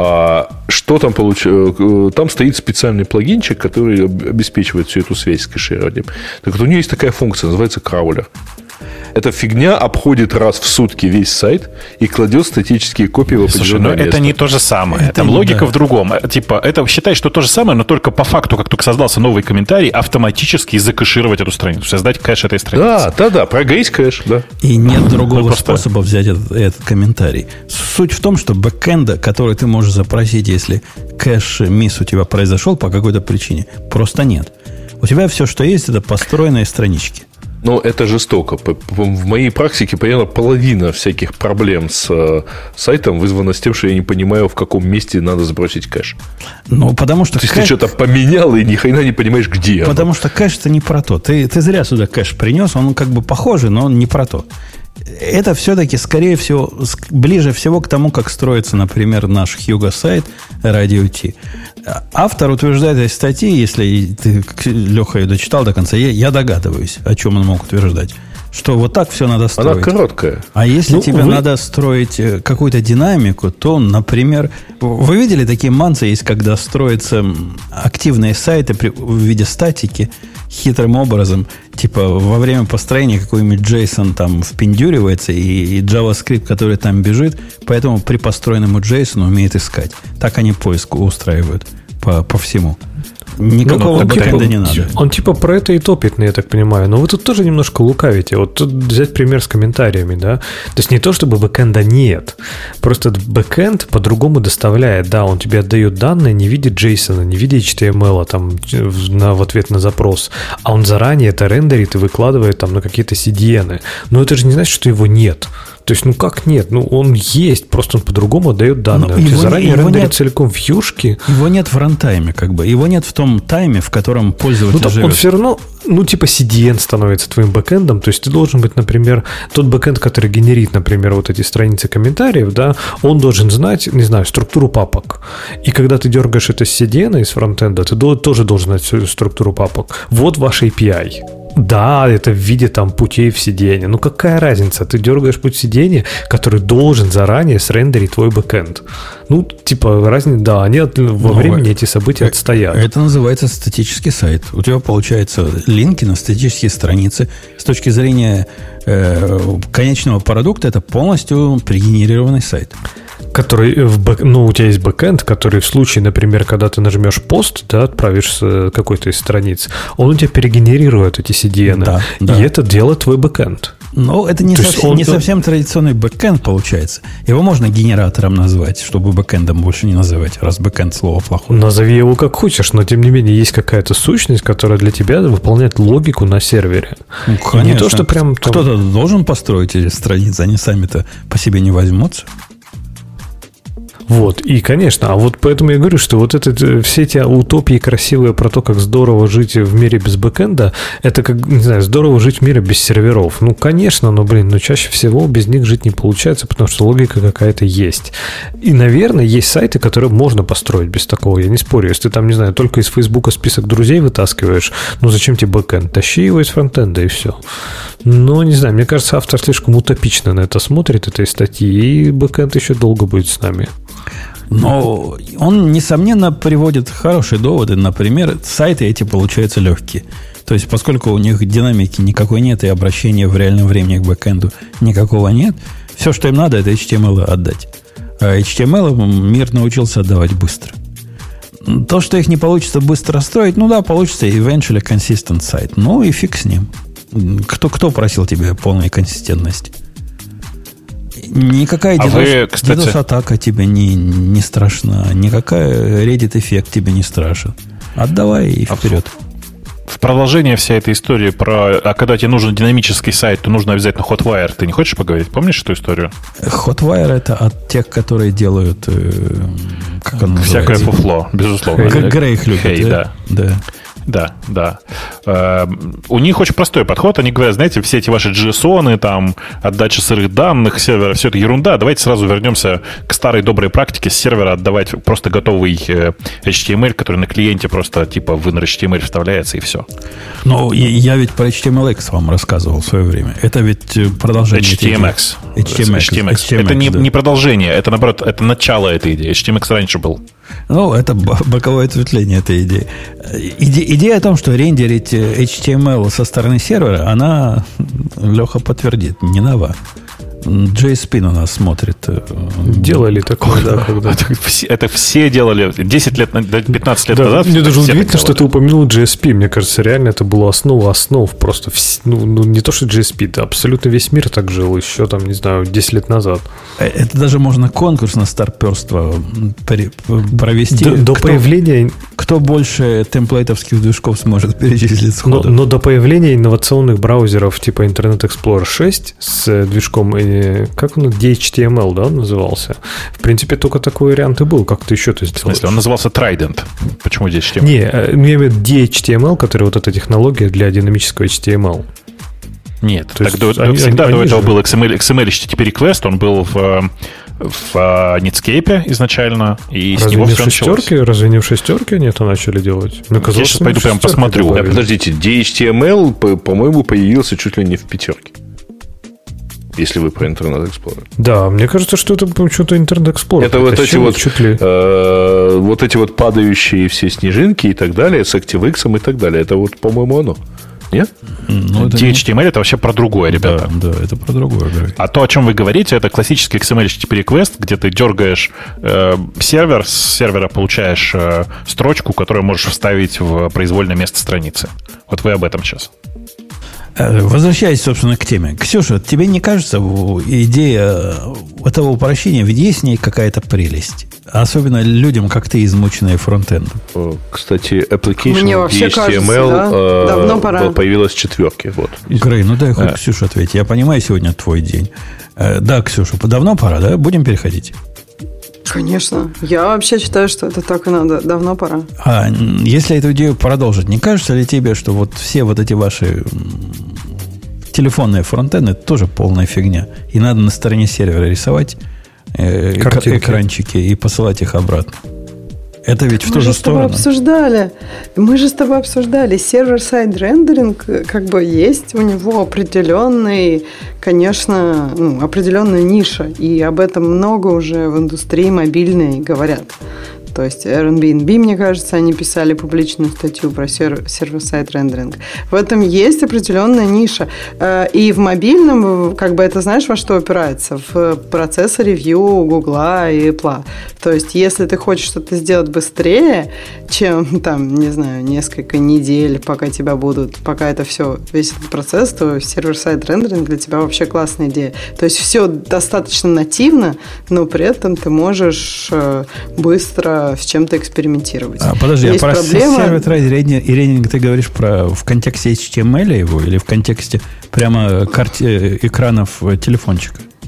А что там получилось? Там стоит специальный плагинчик, который обеспечивает всю эту связь с кэшированием. Так вот, у нее есть такая функция, называется краулер. Эта фигня обходит раз в сутки весь сайт и кладет статические копии в определенное Слушай, но место. это не то же самое. Это Там логика да. в другом. Типа, это считай, что то же самое, но только по факту, как только создался новый комментарий, автоматически закэшировать эту страницу, создать кэш этой страницы. Да, да, да, прогреть кэш, да. И нет другого ну, просто... способа взять этот, этот комментарий. Суть в том, что бэкэнда, который ты можешь запросить, если кэш-мисс у тебя произошел по какой-то причине, просто нет. У тебя все, что есть, это построенные странички. Но это жестоко. В моей практике примерно половина всяких проблем с э, сайтом вызвана с тем, что я не понимаю, в каком месте надо сбросить кэш. Ну, потому что... То есть, кэш... ты что-то поменял и ни хрена не понимаешь, где. Потому что кэш это не про то. Ты, ты зря сюда кэш принес, он как бы похожий, но он не про то. Это все-таки, скорее всего, ближе всего к тому, как строится, например, наш Hugo сайт Radio T. Автор утверждает этой статьи, если ты, Леха, ее дочитал до конца, я, я догадываюсь, о чем он мог утверждать, что вот так все надо строить. Она короткая. А если ну, тебе вы... надо строить какую-то динамику, то, например, вы видели такие манцы, есть, когда строятся активные сайты при, в виде статики хитрым образом, типа во время построения какой-нибудь JSON там впендюривается, и, и JavaScript, который там бежит, поэтому при построенному JSON умеет искать. Так они поиск устраивают по, по всему. Никакого ну, бэкэнда типа, не надо. Он типа про это и топит, я так понимаю. Но вы тут тоже немножко лукавите. Вот тут взять пример с комментариями, да. То есть не то, чтобы бэкэнда нет. Просто бэкэнд по-другому доставляет. Да, он тебе отдает данные не в виде JSON, не в виде эйч ти эм эл там, на, в ответ на запрос. А он заранее это рендерит и выкладывает там на какие-то си ди эн. Но это же не значит, что его нет. То есть, ну как нет? Ну, он есть, просто он по-другому отдает данные. Он тебе заранее не, рендерит нет, целиком вьюшки. Его нет в рантайме, как бы. Его нет в том тайме, в котором пользователь ну, живет. Он все равно, ну, типа си ди эн становится твоим бэкэндом. То есть, ты должен быть, например, тот бэкэнд, который генерит, например, вот эти страницы комментариев, да, он должен знать, не знаю, структуру папок. И когда ты дергаешь это с си ди эн из фронтенда, ты тоже должен знать всю структуру папок. Вот ваш эй пи ай. Да, это в виде там путей в си ди эн. Ну какая разница? Ты дергаешь путь си ди эн, который должен заранее срендерить твой бэкэнд. Ну, типа, разница, да, они от, во Но времени эти события отстоят. Это называется статический сайт. У тебя получаются линки на статические страницы. С точки зрения э, конечного продукта, это полностью пригенерированный сайт. Который в бэк, ну, у тебя есть бэкэнд, который в случае, например, когда ты нажмешь пост, да, отправишь с какой-то из страниц, он у тебя перегенерирует эти си ди эн, да, да. И это делает твой бэкэнд. Но это не, совсем, он... не совсем традиционный бэкэнд получается. Его можно генератором назвать, чтобы бэкэндом больше не называть, раз бэкэнд слово плохое. Назови его как хочешь, но тем не менее есть какая-то сущность, которая для тебя выполняет логику на сервере. Ну, конечно. Не то, что прям там... Кто-то должен построить эти страницы, они сами-то по себе не возьмутся. Вот, и, конечно, а вот поэтому я говорю, что вот это, все эти утопии красивые про то, как здорово жить в мире без бэкэнда, это как, не знаю, здорово жить в мире без серверов. Ну, конечно, но, блин, но чаще всего без них жить не получается, потому что логика какая-то есть. И, наверное, есть сайты, которые можно построить без такого, я не спорю. Если ты там, не знаю, только из Фейсбука список друзей вытаскиваешь, ну, зачем тебе бэкэнд? Тащи его из фронтенда и все. Но, не знаю, мне кажется, автор слишком утопично на это смотрит, этой статьи, и бэкэнд еще долго будет с нами. Но он, несомненно, приводит хорошие доводы. Например, сайты эти получаются легкие. То есть, поскольку у них динамики никакой нет и обращения в реальном времени к бэкэнду никакого нет, все, что им надо, это эйч ти эм эл отдать. А эйч ти эм эл мир научился отдавать быстро. То, что их не получится быстро строить, ну да, получится eventually consistent сайт. Ну и фиг с ним. Кто, кто просил тебе полной консистентности? Никакая а вы, кстати... DDoS-атака тебе не, не страшна. Никакая Reddit-эффект тебе не страшен. Отдавай и вперед. В, в продолжение всей этой истории про... А когда тебе нужен динамический сайт, то нужно обязательно Hotwire. Ты не хочешь поговорить? Помнишь эту историю? Hotwire — это от тех, которые делают... Как оно Всякое называется? фуфло, безусловно. Как Грейх любит. Hey, да. да. Да, да. Э, у них очень простой подход. Они говорят, знаете, все эти ваши джи эс эй, там, отдача сырых данных, сервера, все это ерунда. Давайте сразу вернемся к старой доброй практике с сервера отдавать просто готовый эйч ти эм эл, который на клиенте просто типа в эйч ти эм эл вставляется и все. Ну, я ведь про эйч ти эм эл экс вам рассказывал в свое время. Это ведь продолжение. эйч ти эм экс. эйч ти эм экс. эйч ти эм экс. Это не, да. не продолжение, это, наоборот, это начало этой идеи. эйч ти эм экс раньше был. Ну, это боковое ответвление этой идеи. Иде, идея о том, что рендерить эйч ти эм эл со стороны сервера, она, Леха подтвердит, не нова. джей эс пи у нас смотрит. Делали такое, да, когда. Это, это все делали десять лет, пятнадцать лет да, назад. Мне даже удивительно, что ты упомянул джей эс пи. Мне кажется, реально это было основа основ. Просто, ну, ну, не то, что джей эс пи, да, абсолютно весь мир так жил еще, там, не знаю, десять лет назад. Это даже можно конкурс на старперство провести. До, до кто, появления... Кто больше темплейтовских движков сможет перечислить сходу. Но, но до появления инновационных браузеров типа Internet Explorer шесть с движком, как он, ди эйч ти эм эл, да, он назывался? В принципе, только такой вариант и был. Как ты еще это сделаешь? В смысле, он назывался Trident. Почему ди эйч ти эм эл? Не, я имею в виду ди эйч ти эм эл, который вот эта технология для динамического эйч ти эм эл. Нет, то так есть до, они, всегда они до этого же... был икс эм эл, икс эм эл эйч ти ти пи Request, он был в, в Netscape изначально, и разве с него не все в шестерке, началось. Разве не в шестерке они это начали делать? Мне казалось, я сейчас пойду прям посмотрю. А, подождите, ди эйч ти эм эл, по-моему, появился чуть ли не в пятерке. Если вы про Internet Explorer. Да, мне кажется, что это что-то Internet Explorer. Это вот эти вот, чуть ли... э, вот эти вот падающие все снежинки и так далее, с ActiveX и так далее. Это вот, по-моему, оно. Нет? Ну, ди эйч ти эм эл это вообще про другое, ребята. Да, да, это про другое. Да. А то, о чем вы говорите, это классический икс эм эл эйч ти ти пи Request, где ты дергаешь э, сервер, с сервера получаешь э, строчку, которую можешь вставить в произвольное место страницы. Вот вы об этом сейчас. Возвращаясь, собственно, к теме. Ксюша, тебе не кажется идея этого упрощения, ведь есть в ней какая-то прелесть? Особенно людям, как ты, измученные фронтендом. Кстати, application Мне вообще ди эйч ти эм эл кажется, да? Давно пора. Появилась в четверке. Вот. Грей, ну дай хоть а. Ксюша ответить. Я понимаю, сегодня твой день. Да, Ксюша, давно пора, да? Будем переходить? Конечно. Я вообще считаю, что это так и надо. Давно пора. А если эту идею продолжить, не кажется ли тебе, что вот все вот эти ваши телефонные фронтенды тоже полная фигня? И надо на стороне сервера рисовать э, экранчики и посылать их обратно. Это ведь в ту же сторону. Мы же с тобой обсуждали. Мы же с тобой обсуждали. Сервер-сайд рендеринг, как бы есть у него определенный, конечно, ну, определенная ниша. И об этом много уже в индустрии мобильной говорят. То есть Airbnb, мне кажется, они писали публичную статью про сервер-сайд рендеринг. В этом есть определенная ниша. И в мобильном, как бы это, знаешь, во что опирается? В процессы ревью Гугла и Apple. То есть если ты хочешь что-то сделать быстрее, чем, там, не знаю, несколько недель, пока тебя будут, пока это все, весь этот процесс, то сервер-сайд рендеринг для тебя вообще классная идея. То есть все достаточно нативно, но при этом ты можешь быстро с чем-то экспериментировать. А, подожди, есть а про проблема... сервер-сайд и рендеринг ты говоришь про в контексте эйч ти эм эл его или в контексте прямо карте, экранов телефончика?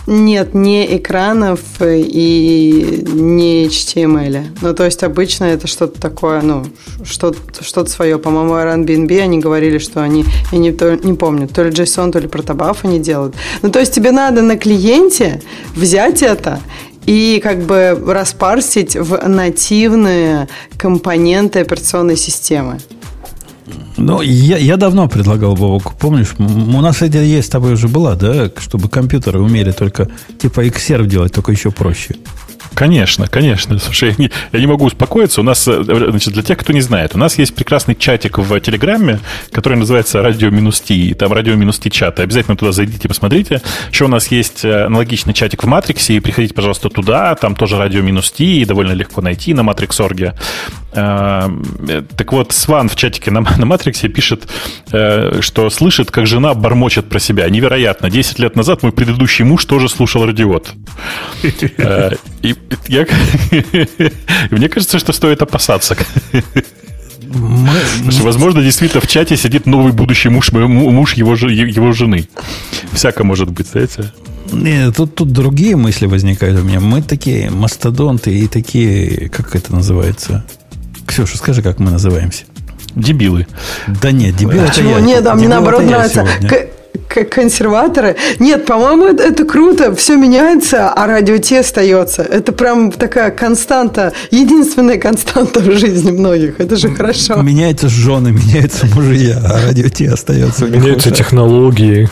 Нет, не экранов и не эйч ти эм эл. Ну, то есть, обычно это что-то такое, ну, что-то, что-то свое. По-моему, Airbnb они говорили, что они, я не, то, не помню, то ли JSON, то ли протобаф они делают. Ну, то есть, тебе надо на клиенте взять это и как бы распарсить в нативные компоненты операционной системы. Ну, я, я давно предлагал, Бобок, помнишь, у нас идея есть с тобой уже была, да, чтобы компьютеры умели только типа Xserve делать, только еще проще. Конечно, конечно. Слушай, я не, я не могу успокоиться. У нас, значит, для тех, кто не знает, у нас есть прекрасный чатик в Телеграме, который называется «Радио-Ти». Там «Радио-Ти» чат. Обязательно туда зайдите, посмотрите. Еще у нас есть аналогичный чатик в Матриксе. И приходите, пожалуйста, туда. Там тоже «Радио-Ти», довольно легко найти на Matrix точка орг. Так вот, Сван в чатике на, на Матриксе пишет, что слышит, как жена бормочет про себя. Невероятно. Десять лет назад мой предыдущий муж тоже слушал «Радиот». И я, мне кажется, что стоит опасаться. Мы... Возможно, действительно в чате сидит новый будущий муж, муж его, его жены. Всяко может быть, знаете. Нет, тут, тут другие мысли возникают у меня. Мы такие мастодонты и такие, как это называется? Ксюша, скажи, как мы называемся? Дебилы. Да нет, дебилы. Почему? Нет, да, мне наоборот нравится. Консерваторы. Нет, по-моему, это, это круто. Все меняется, а радио Ти остается. Это прям такая константа, единственная константа в жизни многих. Это же хорошо. Меняются жены, меняются мужья, а радио Ти остается. Меняются технологии.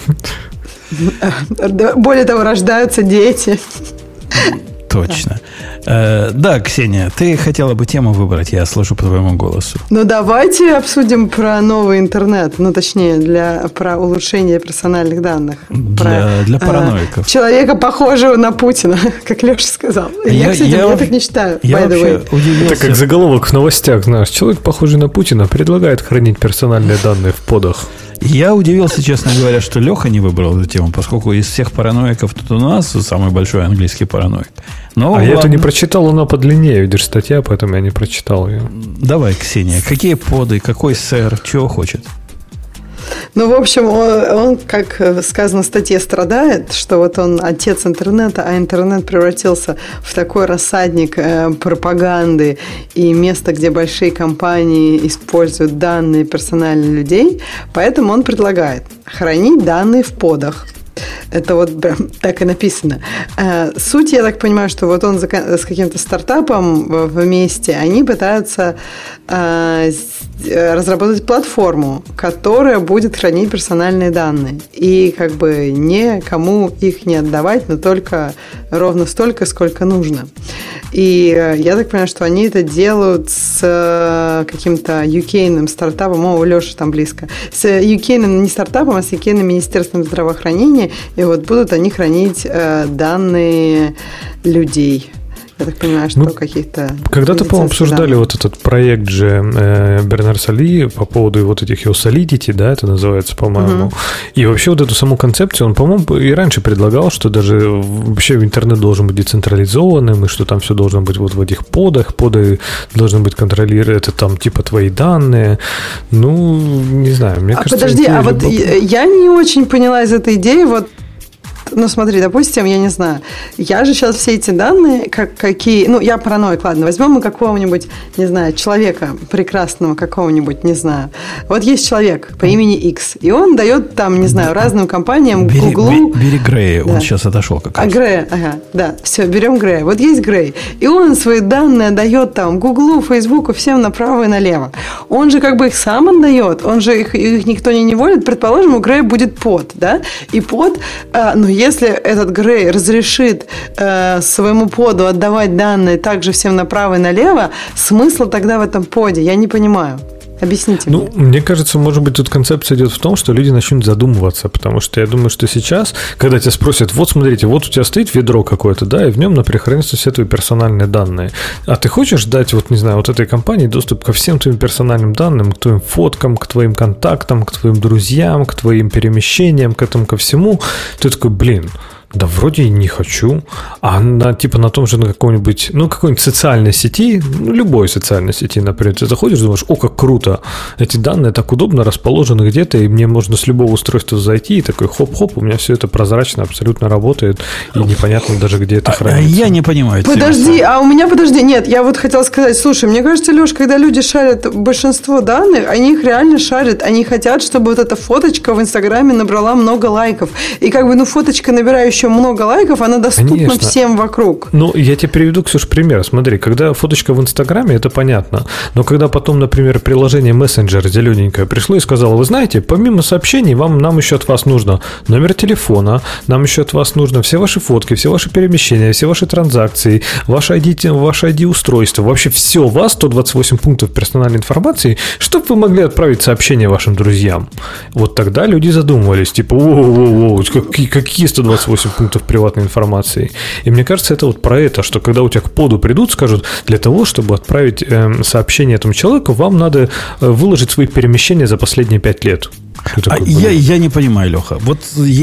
Более того, рождаются дети. Точно. Э, да, Ксения, ты хотела бы тему выбрать, я слышу по твоему голосу. Ну, давайте обсудим про новый интернет, ну, точнее, для, про улучшение персональных данных. Для, про, для параноиков. Э, человека, похожего на Путина, как Леша сказал. Я, я кстати, я, я так не считаю. Я вообще удивился. Это как заголовок в новостях, знаешь. Человек, похожий на Путина, предлагает хранить персональные данные в подах. Я удивился, честно говоря, что Леха не выбрал эту тему, поскольку из всех параноиков тут у нас самый большой английский параноик. Но, а ладно. Я это не прочитал, она подлиннее, видишь, статья, поэтому я не прочитал ее. Давай, Ксения, какие поды, какой сэр, чего хочет? Ну, в общем, он, он, как сказано в статье, страдает, что вот он отец интернета, а интернет превратился в такой рассадник э, пропаганды и место, где большие компании используют данные персональных людей. Поэтому он предлагает хранить данные в подах. Это вот прям так и написано. Суть, я так понимаю, что вот он с каким-то стартапом вместе, они пытаются разработать платформу, которая будет хранить персональные данные. И как бы никому их не отдавать, но только ровно столько, сколько нужно. И я так понимаю, что они это делают с каким-то ю кей-ным стартапом, о, у Леши там близко, с ю кей-ным не стартапом, а с ю кей-ным Министерством здравоохранения, и вот будут они хранить э, данные людей. Я так понимаю, что ну, каких-то... Когда-то, по-моему, обсуждали данных. Вот этот проект же э, Бернар-Сали по поводу вот этих его Solidity, да, это называется, по-моему. Угу. И вообще вот эту саму концепцию он, по-моему, и раньше предлагал, что даже вообще интернет должен быть децентрализованным, и что там все должно быть вот в этих подах, поды должны быть контролировать, это там типа твои данные. Ну, не знаю, мне а кажется... Подожди, а вот я не очень поняла из этой идеи, вот ну, смотри, допустим, я не знаю, я же сейчас все эти данные, как, какие, ну, я параноик, ладно, возьмем мы какого-нибудь, не знаю, человека прекрасного какого-нибудь, не знаю. Вот есть человек по имени X, и он дает там, не знаю, разным компаниям, бери, Гуглу... Бери, бери Грея, да. Он сейчас отошел как раз. А Грея, ага, да, все, берем Грея. Вот есть Грей, и он свои данные дает там Гуглу, Фейсбуку, всем направо и налево. Он же как бы их сам отдает, он же их, их никто не неволит. Предположим, у Грея будет под, да, и под, э, ну, если этот Грей разрешит э, своему поду отдавать данные также всем направо и налево, смысла тогда в этом поде я не понимаю. Объясните ну, мне. Мне кажется, может быть, тут концепция идет в том, что люди начнут задумываться, потому что я думаю, что сейчас, когда тебя спросят, вот смотрите, вот у тебя стоит ведро какое-то, да, и в нем, например, хранятся все твои персональные данные, а ты хочешь дать, вот, не знаю, вот этой компании доступ ко всем твоим персональным данным, к твоим фоткам, к твоим контактам, к твоим друзьям, к твоим перемещениям, к этому ко всему, ты такой, блин, Да вроде и не хочу. А на, типа на том же, на каком-нибудь, ну, какой-нибудь социальной сети, ну, любой социальной сети, например, ты заходишь, думаешь, о, как круто, эти данные так удобно расположены где-то, и мне можно с любого устройства зайти, и такой хоп-хоп, у меня все это прозрачно абсолютно работает, и непонятно даже, где это хранится. Я не понимаю. Подожди, а у меня, подожди, нет, я вот хотела сказать, слушай, мне кажется, Леш, когда люди шарят большинство данных, они их реально шарят, они хотят, чтобы вот эта фоточка в Инстаграме набрала много лайков, и как бы, ну, фоточка, набирающая много лайков, она доступна Конечно. всем вокруг. Ну, я тебе приведу, Ксюш, пример. Смотри, когда фоточка в Инстаграме, это понятно. Но когда потом, например, приложение Messenger зелененькое пришло и сказало, вы знаете, помимо сообщений, вам, нам еще от вас нужно номер телефона, нам еще от вас нужно все ваши фотки, все ваши перемещения, все ваши транзакции, ваше ай ди, ваше ай ди-устройство, вообще все у вас, сто двадцать восемь пунктов персональной информации, чтобы вы могли отправить сообщение вашим друзьям. Вот тогда люди задумывались, типа, о-о-о, какие, какие сто двадцать восемь пунктов приватной информации. И мне кажется, это вот про это, что когда у тебя к поду придут, скажут, для того, чтобы отправить э, сообщение этому человеку, вам надо выложить свои перемещения за последние пять лет. А я, я не понимаю, Леха. Вот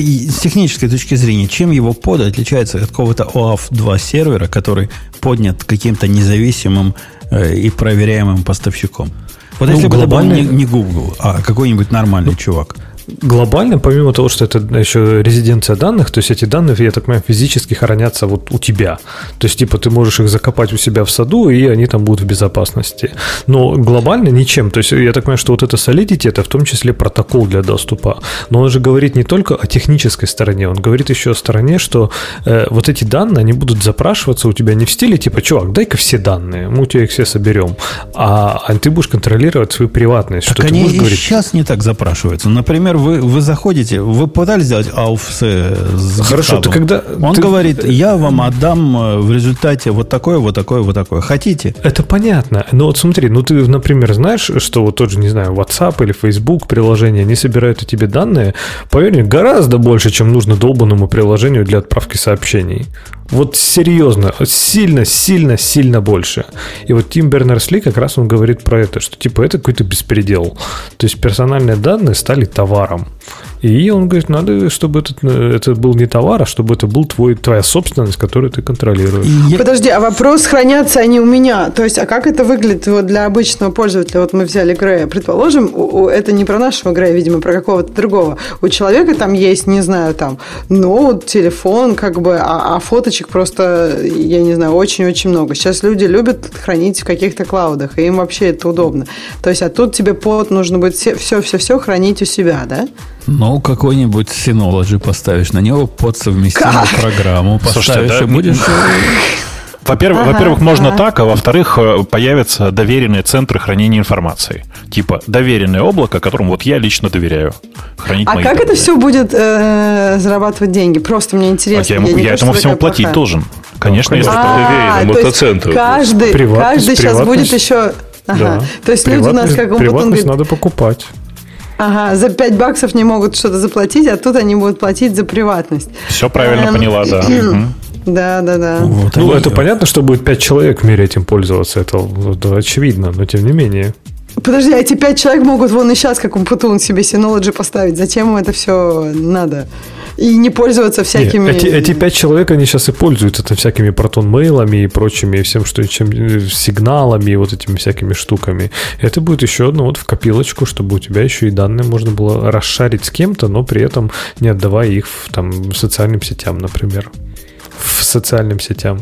с технической точки зрения, чем его под отличается от какого-то о эй эф два сервера, который поднят каким-то независимым э, и проверяемым поставщиком? Вот ну, если глобально... бы это был не, не Google, а какой-нибудь нормальный ну, чувак. Глобально, помимо того, что это еще резиденция данных, то есть эти данные, я так понимаю, физически хранятся вот у тебя. То есть, типа, ты можешь их закопать у себя в саду, и они там будут в безопасности. Но глобально ничем. То есть, я так понимаю, что вот это Solidity, это в том числе протокол для доступа. Но он же говорит не только о технической стороне, он говорит еще о стороне, что э, вот эти данные, они будут запрашиваться у тебя не в стиле, типа, чувак, дай-ка все данные, мы у тебя их все соберем. А, а ты будешь контролировать свою приватность. Так что они ты будешь и говорить... сейчас не так запрашиваются. Например, Вы, вы заходите, вы пытались сделать эй эф с, с Хорошо, ты когда... Он ты... говорит, я вам отдам в результате вот такое, вот такое, вот такое. Хотите? Это понятно. Но вот смотри, ну ты, например, знаешь, что вот тот же, не знаю, WhatsApp или Facebook приложение, они собирают у тебя данные, поверь мне, гораздо больше, чем нужно долбанному приложению для отправки сообщений. Вот серьезно, сильно, сильно, сильно больше. И вот Тим Бернерс-Ли как раз он говорит про это, что типа это какой-то беспредел. То есть персональные данные стали товаром. И он говорит, надо, чтобы этот, это был не товар, а чтобы это был твой, твоя собственность, которую ты контролируешь. Я... Подожди, а вопрос, хранятся они у меня? То есть, а как это выглядит вот для обычного пользователя? Вот мы взяли Грея. Предположим, у, у, это не про нашего Грея, видимо, про какого-то другого. У человека там есть, не знаю, там ноут, телефон, как бы, а, а фоточек просто, я не знаю, очень-очень много. Сейчас люди любят хранить в каких-то клаудах, и им вообще это удобно. То есть, а тут тебе под нужно будет все-все-все хранить у себя, да? Ну, какой-нибудь Synology поставишь, на него под совместимую как? программу поставишь. Слушайте, да, и будешь... Во-первых, ага, во-первых, можно ага. так, а во-вторых, появятся доверенные центры хранения информации. Типа доверенное облако, которому вот я лично доверяю. Хранить а мои как данные. Это все будет э, зарабатывать деньги? Просто мне интересно. А я, я, я этому всему платить плохая. должен. Конечно, ну, если а, доверенному это центр. Каждый, каждый сейчас будет еще... Ага. Да. То есть люди у нас как он потом говорит... надо покупать. Ага, за пять баксов не могут что-то заплатить, а тут они будут платить за приватность. Все правильно поняла, да. Да, да, да. Вот ну, это понятно, что будет пять человек в мире этим пользоваться, это, это очевидно, но тем не менее. Подожди, а эти пять человек могут вон и сейчас, как Умпутун, себе Synology поставить. Зачем им это все надо? И не пользоваться всякими... Нет, эти, эти пять человек, они сейчас и пользуются это всякими протон-мейлами и прочими, и всем, что чем, сигналами и вот этими всякими штуками. Это будет еще одно вот в копилочку, чтобы у тебя еще и данные можно было расшарить с кем-то, но при этом не отдавая их в, там, социальным сетям, например. В социальным сетям.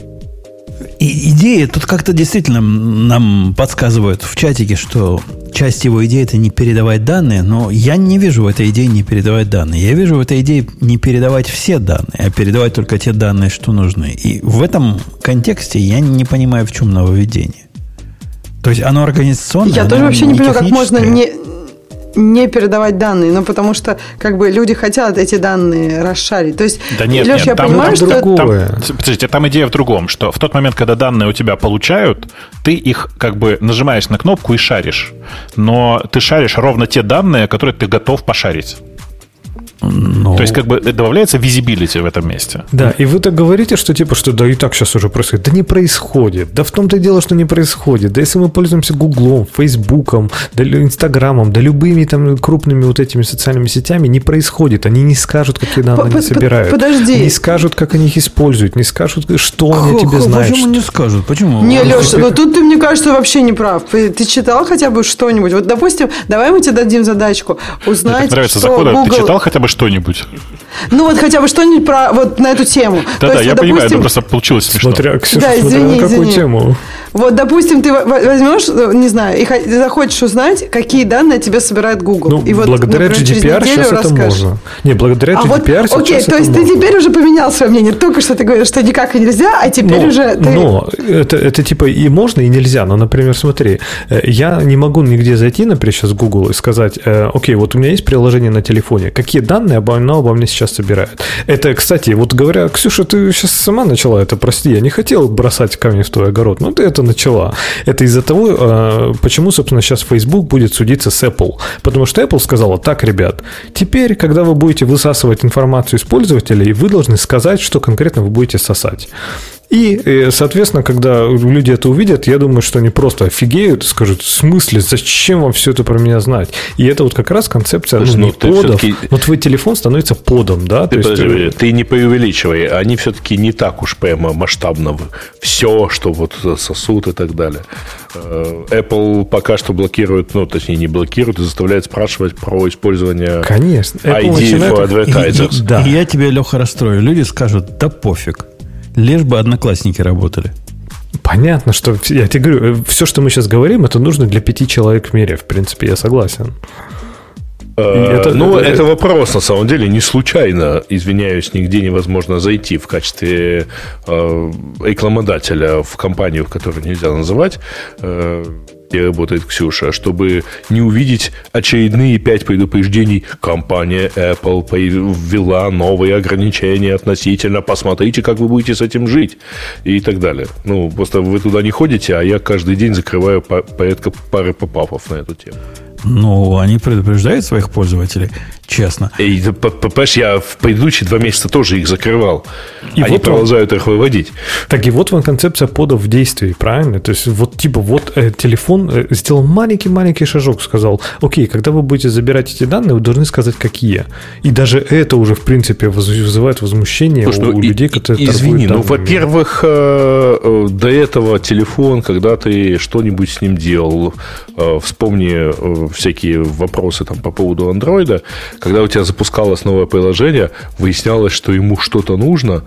И идея тут как-то действительно нам подсказывают в чатике, что часть его идеи это не передавать данные, но я не вижу в этой идее не передавать данные. Я вижу в этой идее не передавать все данные, а передавать только те данные, что нужны. И в этом контексте я не понимаю, в чем нововведение. То есть оно организационное. Я тоже вообще не понимаю, как можно не... не передавать данные, ну, потому что, как бы, люди хотят эти данные расшарить. То есть, да нет, Леш, нет, я там, понимаю, там, что... Там, подождите, там идея в другом, что в тот момент, когда данные у тебя получают, ты их, как бы, нажимаешь на кнопку и шаришь. Но ты шаришь ровно те данные, которые ты готов пошарить. Но... То есть, как бы добавляется visibility в этом месте. Да, и вы так говорите, что типа, что да и так сейчас уже происходит. Да не происходит. Да в том-то и дело, что не происходит. Да если мы пользуемся Гуглом, Фейсбуком, да Инстаграмом, да любыми там крупными вот этими социальными сетями, не происходит. Они не скажут, какие данные они собирают. Подожди. Не скажут, как они их используют. Не скажут, что они тебе знают. Почему не скажут? Почему? Не, Леша, ну тут ты, мне кажется, вообще не прав. Ты читал хотя бы что-нибудь? Вот, допустим, давай мы тебе дадим задачку узнать, мне так нравится что захода. Google... Ты читал хотя бы что-нибудь? Ну вот хотя бы что-нибудь про вот на эту тему. Да-да, есть, я вот, понимаю, допустим... это просто получилось смешно. Смотря, Ксюша, да, смотря извини, на какую извини. тему. Вот, допустим, ты возьмешь, не знаю, и захочешь узнать, какие данные тебе собирает Google. Ну, и вот, благодаря например, джи ди пи ар сейчас это расскажешь. можно. Не, благодаря а джи ди пи ар вот, сейчас окей, это то есть можно. ты теперь уже поменял свое мнение. Только что ты говоришь, что никак и нельзя, а теперь но, уже... Ты... Но это, это типа и можно, и нельзя. Но, например, смотри, я не могу нигде зайти, например, сейчас в Google и сказать, окей, вот у меня есть приложение на телефоне, какие данные обо, оно обо мне сейчас собирает. Это, кстати, вот говоря, Ксюша, ты сейчас сама начала это, прости, я не хотел бросать камни в твой огород, но ты это начала. Это из-за того, почему, собственно, сейчас Facebook будет судиться с Apple. Потому что Apple сказала, так, ребят, теперь, когда вы будете высасывать информацию из пользователей, вы должны сказать, что конкретно вы будете сосать. И, соответственно, когда люди это увидят, я думаю, что они просто офигеют и скажут, в смысле, зачем вам все это про меня знать? И это вот как раз концепция ну, не подов, но твой телефон становится подом, да? Ты, То подожди, есть... ты не преувеличивай, они все-таки не так уж прямо масштабно все, что вот сосут и так далее. Apple пока что блокирует, ну, точнее, не блокирует, и заставляет спрашивать про использование Конечно. ай ди for advertisers. И, и, да. и я тебя, Леха, расстрою. Люди скажут, да пофиг. Лишь бы одноклассники работали. Понятно, что я тебе говорю, все, что мы сейчас говорим, это нужно для пяти человек в мире. В принципе, я согласен. Это, ну, это, это вопрос, на самом деле, не случайно, извиняюсь, нигде невозможно зайти в качестве э, рекламодателя в компанию, которую нельзя называть, э, где работает Ксюша, чтобы не увидеть очередные пять предупреждений. Компания Apple ввела новые ограничения относительно, посмотрите, как вы будете с этим жить и так далее. Ну, просто вы туда не ходите, а я каждый день закрываю порядка пары попапов на эту тему. Ну, они предупреждают своих пользователей, честно. И, понимаешь, я в предыдущие два месяца тоже их закрывал. И они вот продолжают он, их выводить. Так и вот вам концепция подов в действии, правильно? То есть, вот типа, вот э, телефон э, сделал маленький-маленький шажок, сказал, окей, когда вы будете забирать эти данные, вы должны сказать, какие. И даже это уже, в принципе, вызывает возмущение Слушай, у, у и, людей, которые извини, торгуют данными. ну, во-первых, э, э, до этого телефон, когда ты что-нибудь с ним делал, э, вспомни э, всякие вопросы там, по поводу андроида, когда у тебя запускалось новое приложение, выяснялось, что ему что-то нужно,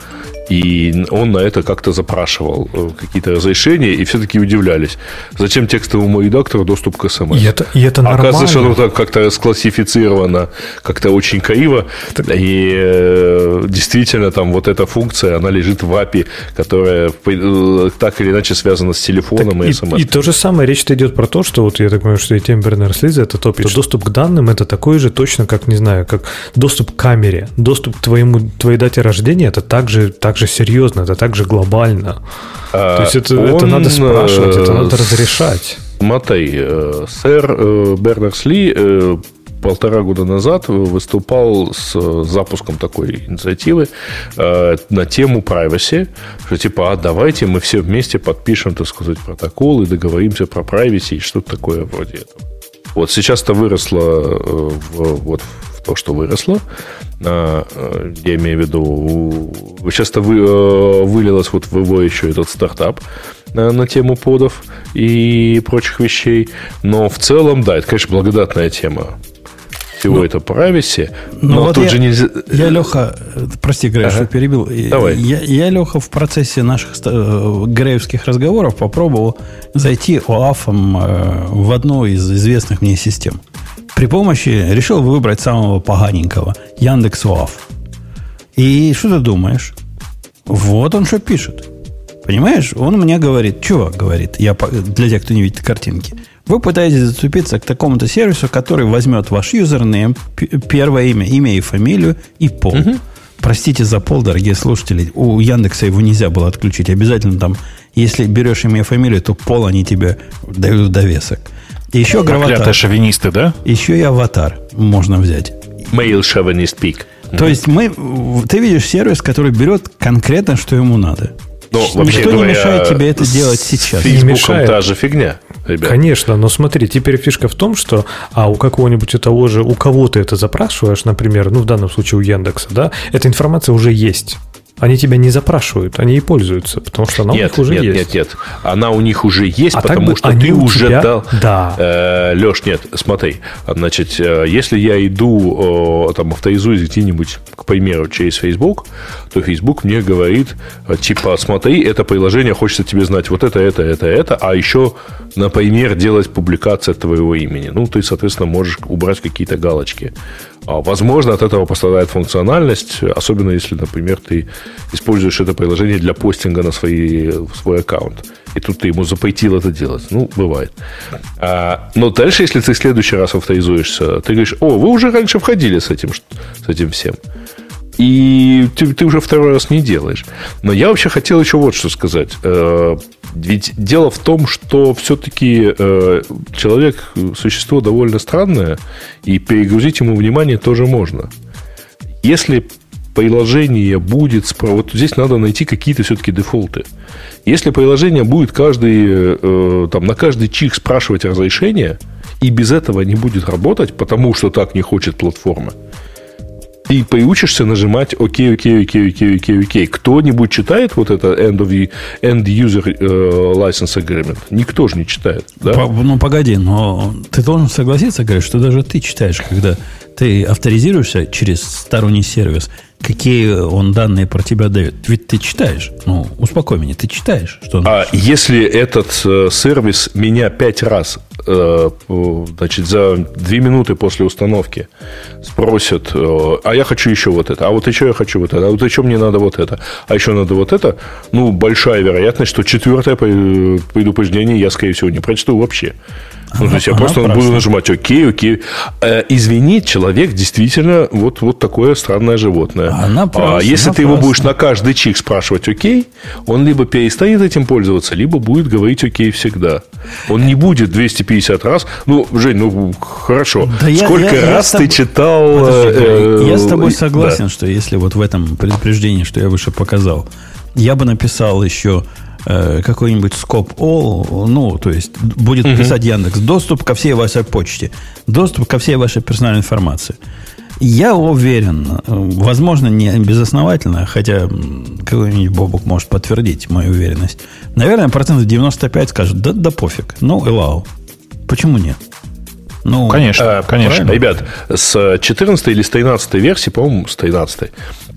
и он на это как-то запрашивал какие-то разрешения, и все-таки удивлялись. Зачем текстовому редактору доступ к смс? И это, и это нормально. Оказывается, оно так как-то расклассифицировано, как-то очень криво, так... и э, действительно там вот эта функция, она лежит в эй пи ай, которая э, так или иначе связана с телефоном так и смс. И, и то же самое, речь идет про то, что вот я так понимаю, что и Тим Бернерс-Ли это топит, что доступ к данным это такой же точно, как, не знаю, как доступ к камере, доступ к твоему, твоей дате рождения, это также, также серьезно, это также глобально. А, то есть это, это надо спрашивать, это надо разрешать. Смотри, сэр Бернерс-Ли полтора года назад выступал с запуском такой инициативы э, на тему privacy, что типа, а давайте мы все вместе подпишем, так сказать, протокол и договоримся про privacy и что-то такое вроде этого. Вот сейчас это выросло э, в, вот, в то, что выросло. Э, я имею в виду, сейчас это вы, э, вылилось вот в его еще этот стартап на, на тему подов и прочих вещей. Но в целом, да, это, конечно, благодатная тема. Всего ну, это privacy, но, но вот тут я, же нельзя... Я, Леха, прости, Грей, ага. что перебил. Давай. Я, я, Леха, в процессе наших э, греевских разговоров попробовал зайти ОАФом э, в одну из известных мне систем. При помощи решил выбрать самого поганенького, Яндекс.ОАФ. И что ты думаешь? Вот он что пишет. Понимаешь? Он мне говорит, чувак, говорит, я, для тех, кто не видит картинки, вы пытаетесь зацепиться к такому-то сервису, который возьмет ваш юзернейм, первое имя, имя и фамилию и пол. Угу. Простите за пол, дорогие слушатели. У Яндекса его нельзя было отключить. Обязательно там, если берешь имя и фамилию, то пол они тебе дают в довесок. И еще проклятые шовинисты, да? Еще и аватар можно взять. Male chauvinist pig. То есть мы, ты видишь сервис, который берет конкретно, что ему надо. Но, Никто вообще не говоря, мешает тебе это делать сейчас. С Фейсбуком та же фигня, ребят. Конечно, но смотри, теперь фишка в том, что а у какого-нибудь того же, у кого ты это запрашиваешь, например, ну в данном случае у Яндекса, да, эта информация уже есть. Они тебя не запрашивают, они ей пользуются, потому что она нет, у них уже нет, есть. Нет, нет, нет. Она у них уже есть, а потому что ты уже тебя... дал... Да. Э, Леш, нет, смотри. Значит, если я иду, там, авторизуюсь где-нибудь, к примеру, через Facebook, то Facebook мне говорит, типа, смотри, это приложение, хочется тебе знать вот это, это, это, это, а еще, например, делать публикацию твоего имени. Ну, ты, соответственно, можешь убрать какие-то галочки. Возможно, от этого пострадает функциональность, особенно если, например, ты используешь это приложение для постинга на свои, свой аккаунт. И тут ты ему запретил это делать. Ну, бывает. А, но дальше, если ты в следующий раз авторизуешься, ты говоришь, о, вы уже раньше входили с этим, с этим всем. И ты, ты уже второй раз не делаешь. Но я вообще хотел еще вот что сказать. Ведь дело в том, что все-таки человек существо довольно странное, и перегрузить ему внимание тоже можно. Если приложение будет... Вот здесь надо найти какие-то все-таки дефолты. Если приложение будет каждый, там, на каждый чих спрашивать разрешение, и без этого не будет работать, потому что так не хочет платформа, ты приучишься нажимать окей, окей, окей, окей, окей, окей. Кто-нибудь читает вот это end, of the, end user uh, license agreement? Никто же не читает. Да? Ну, погоди, но ты должен согласиться, говоришь, что даже ты читаешь, когда ты авторизируешься через сторонний сервис, какие он данные про тебя дает. Ведь ты читаешь. Ну, успокой меня, ты читаешь. Что а если этот э, сервис меня пять раз э, значит, за две минуты после установки спросит, э, а я хочу еще вот это, а вот еще я хочу вот это, а вот еще мне надо вот это, а еще надо вот это, ну, большая вероятность, что четвертое предупреждение я, скорее всего, не прочту вообще. Ну, то есть я просто буду нажимать окей, окей. Э, извини, человек действительно вот, вот такое странное животное. Она а если ты его будешь на каждый чих спрашивать окей, он либо перестанет этим пользоваться, либо будет говорить окей всегда. Он не будет двести пятьдесят раз. Ну, Жень, ну хорошо. Да сколько я, я, раз я ты тобой... читал... Подожди, э, я с тобой согласен, да. Что если вот в этом предупреждении, что я выше показал, я бы написал еще... какой-нибудь scope all, ну, то есть будет uh-huh. писать Яндекс, доступ ко всей вашей почте, доступ ко всей вашей персональной информации. Я уверен, возможно, не безосновательно, хотя какой-нибудь Бобук может подтвердить мою уверенность. Наверное, процентов девяносто пять скажут, да, да пофиг, ну, allow. Почему нет? Ну, конечно, а, конечно. Ребят, с четырнадцатой или с тринадцатой версии, по-моему, с тринадцатой,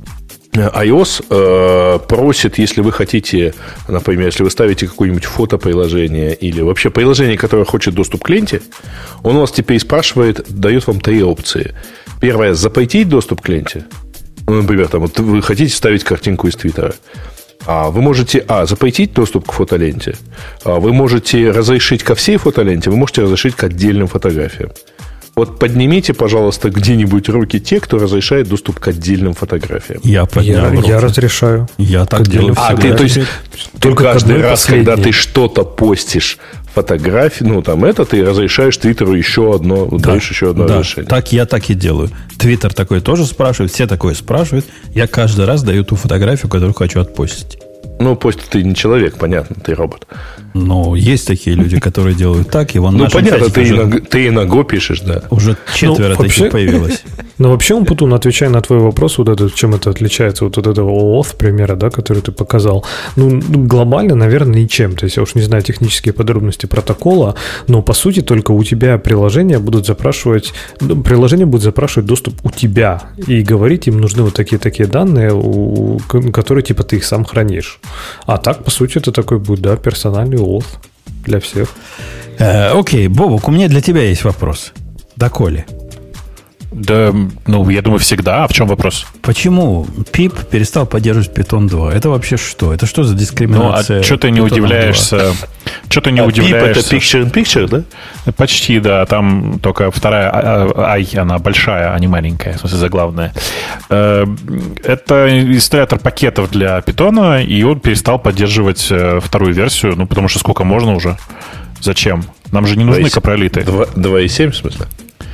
iOS э, просит, если вы хотите, например, если вы ставите какое-нибудь фотоприложение или вообще приложение, которое хочет доступ к ленте, он у вас теперь спрашивает, дает вам три опции. Первая – запретить доступ к ленте. Ну, например, там, вот вы хотите ставить картинку из Твиттера. А вы можете, а, запретить доступ к фотоленте. А, вы можете разрешить ко всей фотоленте, вы можете разрешить к отдельным фотографиям. Вот поднимите, пожалуйста, где-нибудь руки те, кто разрешает доступ к отдельным фотографиям. Я поднял я, я разрешаю. Я так делаю всегда. А ты, то есть, ты каждый раз, последней. Когда ты что-то постишь, фотографии, ну, там, это, ты разрешаешь Твиттеру еще одно, да, даешь еще одно да, разрешение. Так я так и делаю. Твиттер такой тоже спрашивает, все такое спрашивают. Я каждый раз даю ту фотографию, которую хочу отпостить. Ну, пусть ты не человек, понятно, ты робот. Но есть такие люди, которые делают так, и вон ну, понятно, ты, уже, и на, ты и на Go пишешь, да. Уже четверо ну, таких появилось. Ну, вообще, Умпутун, отвечая на твой вопрос, вот это, чем это отличается вот от этого OAuth примера, да, который ты показал, ну, глобально, наверное, ничем. То есть я уж не знаю технические подробности протокола, но, по сути, только у тебя приложения будут запрашивать, приложение будет запрашивать доступ у тебя, и говорить им нужны вот такие-такие данные, у, которые, типа, ты их сам хранишь. А так, по сути, это такой будет, да, персональный OAuth для всех. Э, окей, Бобук, у меня для тебя есть вопрос. Доколе? Да, ну, я думаю, всегда. А в чем вопрос? Почему пип перестал поддерживать Python два? Это вообще что? Это что за дискриминация? Ну, а что ты не удивляешься? Что ты не а удивляешься? пип это picture-in-picture, да? Почти, да. Там только вторая ай, она большая, а не маленькая, в смысле, заглавная. Это инсталлятор пакетов для Python, и он перестал поддерживать вторую версию, ну, потому что сколько можно уже? Зачем? Нам же не нужны капролиты. два и семь, в смысле?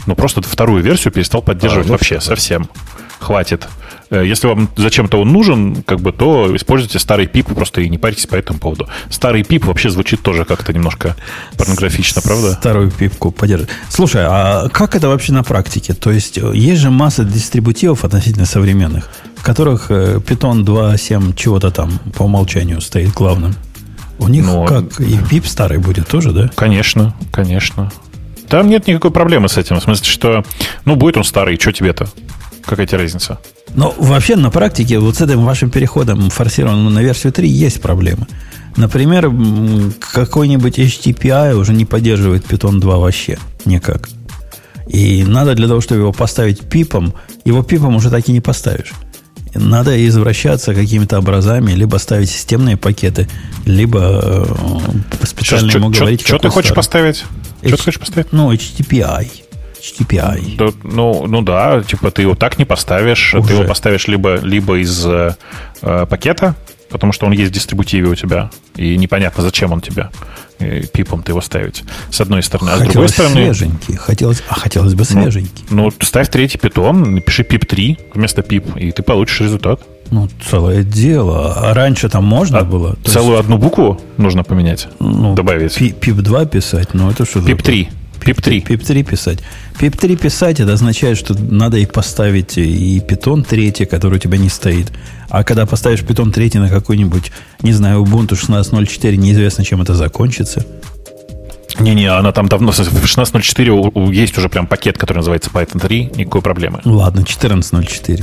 Ну, просто вторую версию перестал поддерживать а, ну, вообще, совсем. Хватит. Если вам зачем-то он нужен, как бы, то используйте старый пип, просто и не парьтесь по этому поводу. Старый пип вообще звучит тоже как-то немножко порнографично, правда? Старую пипку поддерживать. Слушай, а как это вообще на практике? То есть есть же масса дистрибутивов относительно современных, в которых Python два точка семь чего-то там по умолчанию стоит главным. У них Но... как и пип старый будет тоже, да? Конечно, конечно. Там нет никакой проблемы с этим. В смысле, что, ну, будет он старый, что тебе-то? Какая тебе разница? Но вообще на практике вот с этим вашим переходом форсированным на версию три есть проблемы. Например, какой-нибудь эйч ти ти пи уже не поддерживает Python два вообще никак. И надо для того, чтобы его поставить пипом, его пипом уже так и не поставишь. Надо извращаться какими-то образами, либо ставить системные пакеты, либо специально ему говорить... Что ты хочешь поставить? Что ты хочешь поставить? Ну, эйч ти ти пи. эйч ти ти пи. Да, ну, ну да, типа ты его так не поставишь. Уже. Ты его поставишь либо, либо из э, пакета, потому что он есть в дистрибутиве у тебя, и непонятно, зачем он тебе. Пипом ты его ставить. С одной стороны. А хотелось с другой стороны... свеженький. Хотелось, а хотелось бы свеженький. Ну, ну ставь третий питон, напиши пип три вместо пип, и ты получишь результат. Ну, целое дело. А раньше там можно а было? Целую есть... одну букву нужно поменять, ну, добавить. пип два писать, ну это что? пип три. пип три. пип три писать. пип три писать, это означает, что надо и поставить и Python третий, который у тебя не стоит. А когда поставишь Python третий на какой-нибудь, не знаю, Ubuntu шестнадцать ноль четыре, неизвестно, чем это закончится. Не-не, она там давно, в шестнадцать ноль четыре есть уже прям пакет, который называется Python три, никакой проблемы. Ладно, четырнадцать ноль четыре.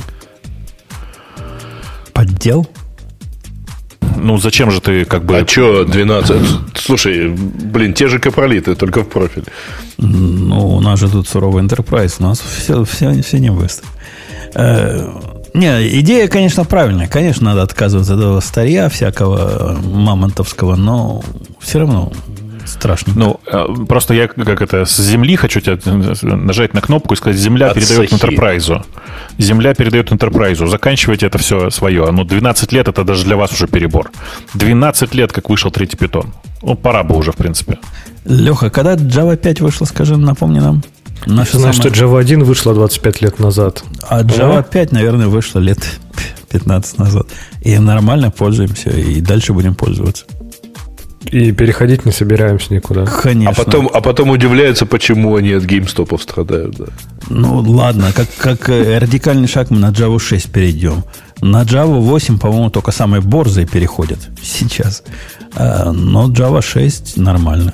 Поддел? Ну, зачем же ты как бы... А что двенадцать? Слушай, блин, те же капролиты, только в профиль. Ну, у нас же тут суровый Enterprise, у нас все, все, все не быстро. Э, не, идея, конечно, правильная. Конечно, надо отказываться от этого старья всякого мамонтовского, но все равно страшненько. Ну, просто я как это с земли хочу тебя нажать на кнопку и сказать, земля от передает Enterprise. Земля передает Enterprise. Заканчивайте это все свое. Ну, двенадцать лет это даже для вас уже перебор. двенадцать лет, как вышел третий Python. Ну, пора бы уже, в принципе. Леха, когда Java пять вышла, скажи, напомни нам. Я знаю, что Java один вышла двадцать пять лет назад. А Java пять, наверное, вышла лет пятнадцать назад. И нормально пользуемся, и дальше будем пользоваться. И переходить не собираемся никуда. Конечно. А потом, а потом удивляются, почему они от геймстопов страдают. Да. Ну, ладно, как, как радикальный шаг мы на Java шесть перейдем. На Java восемь, по-моему, только самые борзые переходят сейчас. Но Java шесть нормально.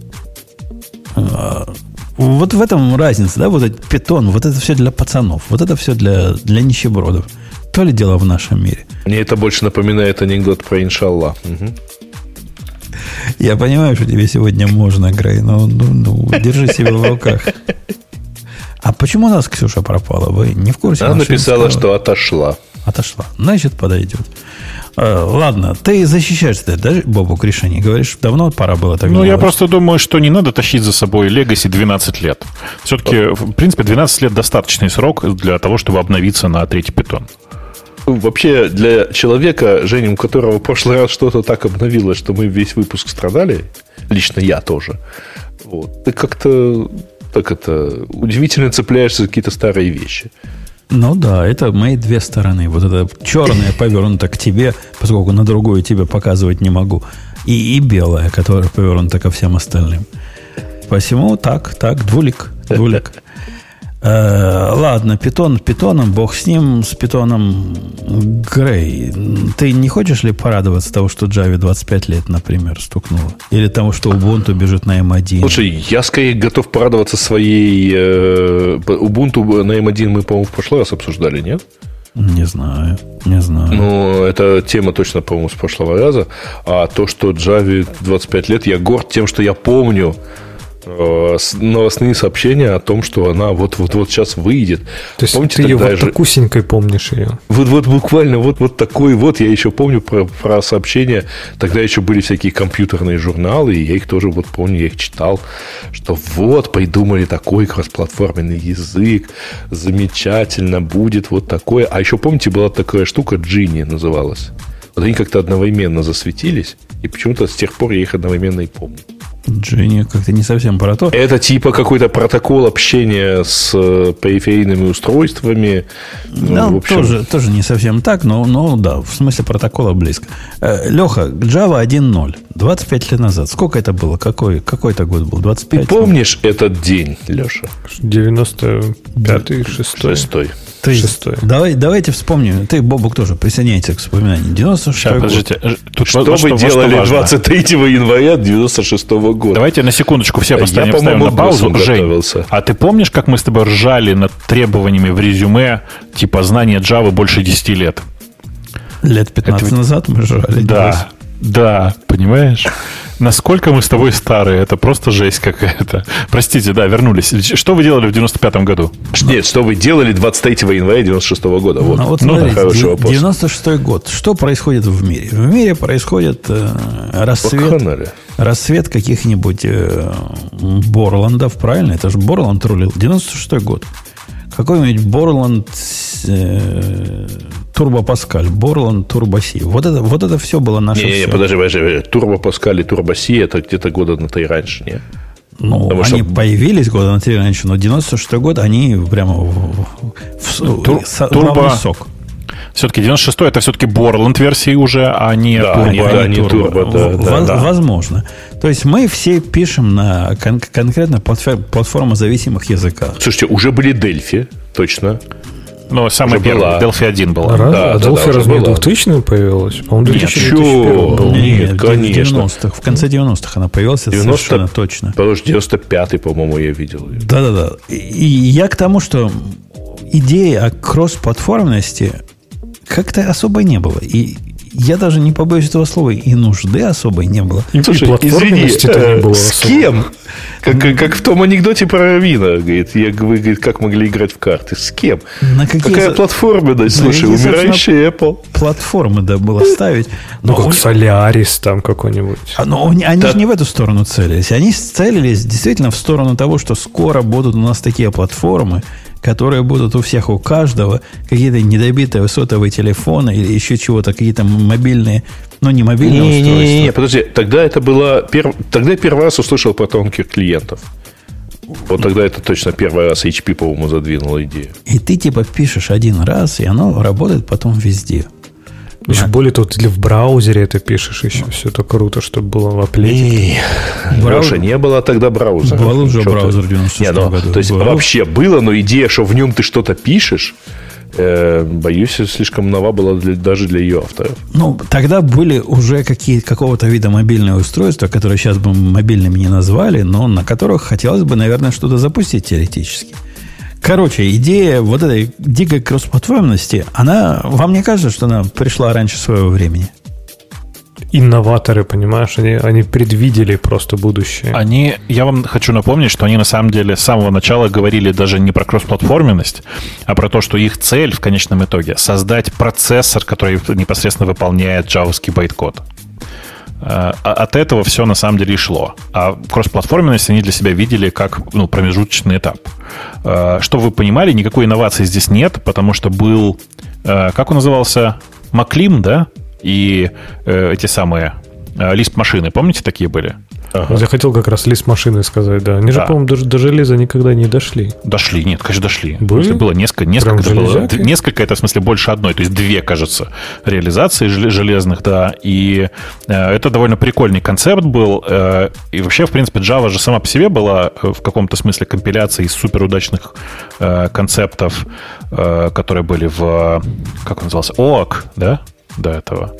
Вот в этом разница, да, вот этот Python, вот это все для пацанов, вот это все для, для нищебродов. То ли дело в нашем мире. Мне это больше напоминает анекдот про иншалла. Угу. Я понимаю, что тебе сегодня можно, Грей, но ну, ну, держи себя в руках. А почему у нас Ксюша пропала? Вы не в курсе? Она написала, что отошла. Отошла. Значит, подойдет. А, ладно, ты защищаешься, да, Бобук, решение? Говоришь, давно пора было так Ну, делать? я просто думаю, что не надо тащить за собой Legacy двенадцать лет. Все-таки, в принципе, двенадцать лет достаточный срок для того, чтобы обновиться на третий Python. Вообще, для человека, Женя, у которого в прошлый раз что-то так обновилось, что мы весь выпуск страдали, лично я тоже, вот, ты как-то так это удивительно цепляешься за какие-то старые вещи. Ну да, это мои две стороны. Вот это черное повернуто к тебе, поскольку на другую тебе показывать не могу. И, и белое, которое повернуто ко всем остальным. Посему так, так, двулик, двулик. Э, ладно, Python, Python, бог с ним, с Python. Грей, ты не хочешь ли порадоваться того, что Java двадцать пять лет, например, стукнуло? Или тому, что Ubuntu бежит на эм один? Слушай, я скорее готов порадоваться своей э, Ubuntu на эм один мы, по-моему, в прошлый раз обсуждали, нет? Не знаю, не знаю. Ну, это тема точно, по-моему, с прошлого раза. А то, что Java двадцать пять лет, я горд тем, что я помню новостные сообщения о том, что она вот-вот сейчас выйдет. То есть помните, ты ее вот же... такусенькой помнишь ее? Вот-вот буквально вот-вот такой вот. Я еще помню про, про сообщения. Тогда еще были всякие компьютерные журналы, и я их тоже вот помню, я их читал, что вот, придумали такой кроссплатформенный язык, замечательно, будет вот такое. А еще, помните, была такая штука, Джинни называлась. Вот они как-то одновременно засветились, и почему-то с тех пор я их одновременно и помню. Дженни как-то не совсем про то. Это типа какой-то протокол общения с периферийными устройствами. Ну, в общем... тоже, тоже не совсем так, но, но да, в смысле протокола близко. Леха, Java один ноль, двадцать пять лет назад. Сколько это было? Какой, какой это год был? двадцать пять? Ты помнишь этот день, Леша? девяносто пятый, шестой. Шестой. То есть, давай, давайте вспомним. Ты, Бобук, тоже присоединяйся к вспоминанию. девяносто шестой год. Подождите. Тут что вы что, делали двадцать третьего января девяносто шестого года? Давайте на секундочку все поставим, Я, поставим на паузу. Жень, а ты помнишь, как мы с тобой ржали над требованиями в резюме, типа знания Java больше десяти лет? Лет пятнадцать Это... назад мы ржали. Да. Да, понимаешь? Насколько мы с тобой старые, это просто жесть какая-то. Простите, да, вернулись. Что вы делали в девяносто пятом году? Нет, что вы делали двадцать третьего января девяносто шестого года? Вот, ну, вот ну, смотрите, хороший вопрос. девяносто шестой год. Что происходит в мире? В мире происходит э, рассвет, рассвет каких-нибудь э, Борландов, правильно? Это же Борланд рулил. девяносто шестой год. Какой-нибудь Борланд э, Турбо Паскаль, Борланд Турбо Си. Вот это, вот это все было наше не, все. Не, подожди, подожди. Турбо Паскаль и Турбо Си это где-то года на три раньше, не? Ну, Потому они что... появились года на три раньше, но девяносто шестой год они прямо в, в, Тур, в, турбо... сок. Все-таки девяносто шестой это все-таки Борланд версии уже, а не да, Турбо. Не, да, не Турбо, да, да, да. Возможно. То есть мы все пишем на кон- конкретно платформозависимых языках. Слушайте, уже были Дельфи, точно. Ну, самый первый, Delphi один был. Раз, да, а да, Delphi да, разве двухтысячный появилась? По-моему, две тысячи первый был. Нет, Нет, конечно. В девяностых, в конце девяностых она появилась, девяносто совершенно точно. Потому что девяносто пятый, по-моему, я видел. Да-да-да. И я к тому, что идея о кросс-платформенности как-то особо не было. И я даже не побоюсь этого слова, и нужды особой не было. Слушай, извини, не было с особо. Кем? Как, как в том анекдоте про Равина. Говорит, я, вы, говорит, как могли играть в карты? С кем? На какие Какая за... платформа? Да, слушай, на умирающая Apple. Платформы, да, было ставить. Ну, как Solaris там какой-нибудь. А, но они да. же не в эту сторону целились. Они целились действительно в сторону того, что скоро будут у нас такие платформы, которые будут у всех, у каждого, какие-то недобитые сотовые телефоны или еще чего-то, какие-то мобильные, ну, не мобильные не, устройства. Не, не, не, подожди, тогда это было... Перв... Тогда я первый раз услышал про тонких клиентов. Вот тогда это точно первый раз эйч пи, по-моему, задвинул идею. И ты типа пишешь один раз, и оно работает потом везде. Еще а. более того, ты в браузере это пишешь, еще все это круто, чтобы было в аплете. Браузер... Леша, не было тогда браузера. Был уже браузер в девяносто шестом году. То есть был. Вообще было, но идея, что в нем ты что-то пишешь, э, боюсь, слишком нова была для, даже для ее авторов. Ну, тогда были уже какие, какого-то вида мобильные устройства, которые сейчас бы мобильными не назвали, но на которых хотелось бы, наверное, что-то запустить теоретически. Короче, идея вот этой дикой кроссплатформенности, она, вам не кажется, что она пришла раньше своего времени? Инноваторы, понимаешь, они, они предвидели просто будущее. Они, я вам хочу напомнить, что они на самом деле с самого начала говорили даже не про кроссплатформенность, а про то, что их цель в конечном итоге создать процессор, который непосредственно выполняет джавовский байткод. От этого все на самом деле и шло. А кроссплатформенность они для себя видели как ну, промежуточный этап. Чтобы вы понимали, никакой инновации здесь нет, потому что был, как он назывался, Маклим, да? И эти самые лист-машины, помните, такие были? Ага. Я хотел как раз лист машины сказать, да. Они да. же, по-моему, до, до железа никогда не дошли. Дошли, нет, конечно, дошли. Были? В смысле, было несколько, несколько, это было, несколько, это в смысле больше одной, то есть две, кажется, реализации железных, да. И э, это довольно прикольный концепт был. Э, и вообще, в принципе, Java же сама по себе была в каком-то смысле компиляцией из суперудачных э, концептов, э, которые были в, как он назывался, о о си, да, до этого.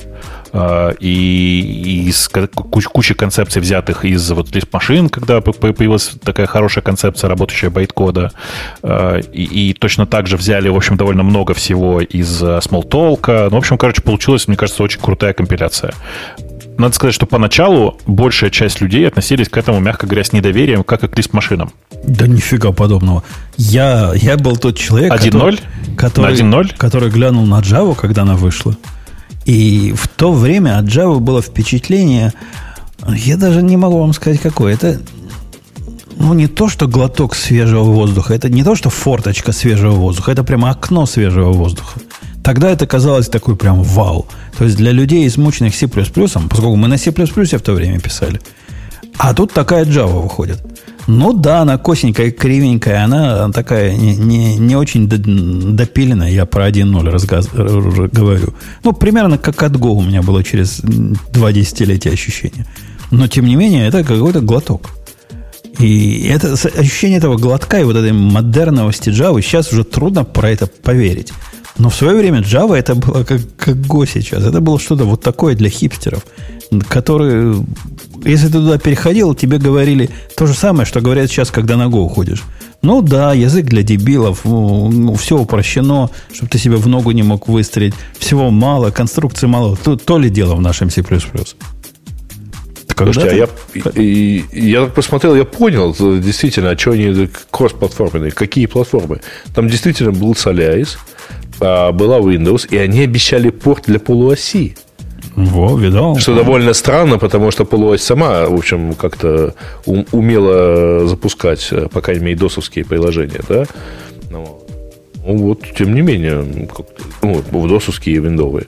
И из кучи, кучи концепций, взятых из вот лист-машин, когда появилась такая хорошая концепция, работающая байткода. И, и точно так же взяли, в общем, довольно много всего из Smalltalk. Ну, в общем, короче, получилась, мне кажется, очень крутая компиляция. Надо сказать, что поначалу большая часть людей относились к этому, мягко говоря, с недоверием, как и к лист-машинам. Да нифига подобного. Я, я был тот человек, один ноль? Который, который, который глянул на Java, когда она вышла. И в то время от Java было впечатление, я даже не могу вам сказать, какое. Это ну, не то, что глоток свежего воздуха, это не то, что форточка свежего воздуха, это прямо окно свежего воздуха. Тогда это казалось такой прям вау. То есть для людей, измученных C++, поскольку мы на C++ в то время писали, А тут такая Java выходит. Ну да, она косенькая, кривенькая, она такая не, не, не очень допиленная. Я про один ноль разгаз, говорю. Ну, примерно как от Go у меня было через два десятилетия ощущение. Но, тем не менее, это какой-то глоток. И это ощущение этого глотка и вот этой модерновости Java сейчас уже трудно про это поверить. Но в свое время Java это было как, как Go сейчас. Это было что-то вот такое для хипстеров, которые, если ты туда переходил, тебе говорили то же самое, что говорят сейчас, когда на Go уходишь. Ну да, язык для дебилов, ну, все упрощено, чтобы ты себя в ногу не мог выстрелить. Всего мало, конструкции мало. То, то ли дело в нашем C++. Слушайте, а я, и, я так посмотрел, я понял, действительно, а что они кросс-платформенные, какие платформы. Там действительно был Solaris, была Windows, и они обещали порт для полуоси. Во, видал. Что довольно странно, потому что полуось сама, в общем, как-то умела запускать, по крайней мере, досовские приложения, да? Ну, вот, тем не менее, ну, в досовские и виндовые.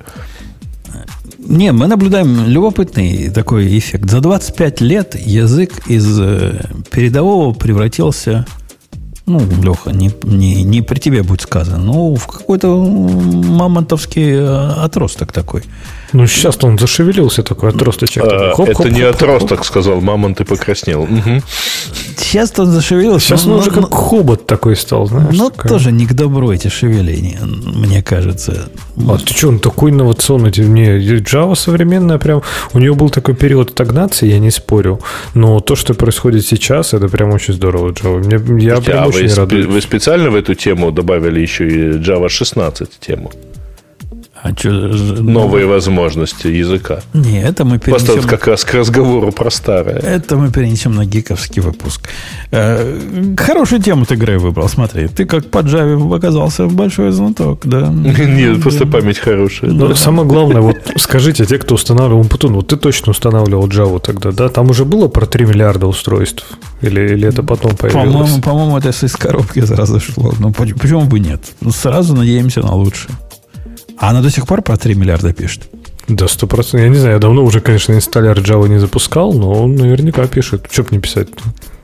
Не, мы наблюдаем любопытный такой эффект. За двадцать пять лет язык из передового превратился, ну, Леха, не, не, не при тебе будет сказано, но в какой-то мамонтовский отросток такой. Ну, сейчас-то он зашевелился такой отросточек. А, хоп, это хоп, не хоп, отросток, хоп. Сказал мамонт и покраснел. Угу. Сейчас-то он зашевелился. Сейчас он уже как хобот такой стал, знаешь. Ну, тоже не к добру эти шевеления, мне кажется. А ты что, он такой инновационный? Не, Java современная прям... У нее был такой период стагнации, я не спорю. Но то, что происходит сейчас, это прям очень здорово, Java. Мне, я Слушайте, прям а очень вы, радуюсь. Вы специально в эту тему добавили еще и Java шестнадцать тему? А что, новые ну, возможности языка. Не, это мы перенесем... Просто как раз к разговору про старое. Это мы перенесем на гиковский выпуск. Э, хорошую тему ты, Грей, выбрал. Смотри, ты как по Java оказался большой знаток, да? Нет, просто память хорошая. Но самое главное, вот скажите, те, кто устанавливал Умпутун, вот ты точно устанавливал Java тогда, да? Там уже было про три миллиарда устройств? Или, или это потом появилось? По-моему, по-моему, это из коробки сразу шло. Ну, почему бы нет? Ну, сразу надеемся на лучшее. А она до сих пор про три миллиарда пишет? Да, сто процентов. Я не знаю, я давно уже, конечно, инсталлер Java не запускал, но он наверняка пишет. Что бы не писать-то?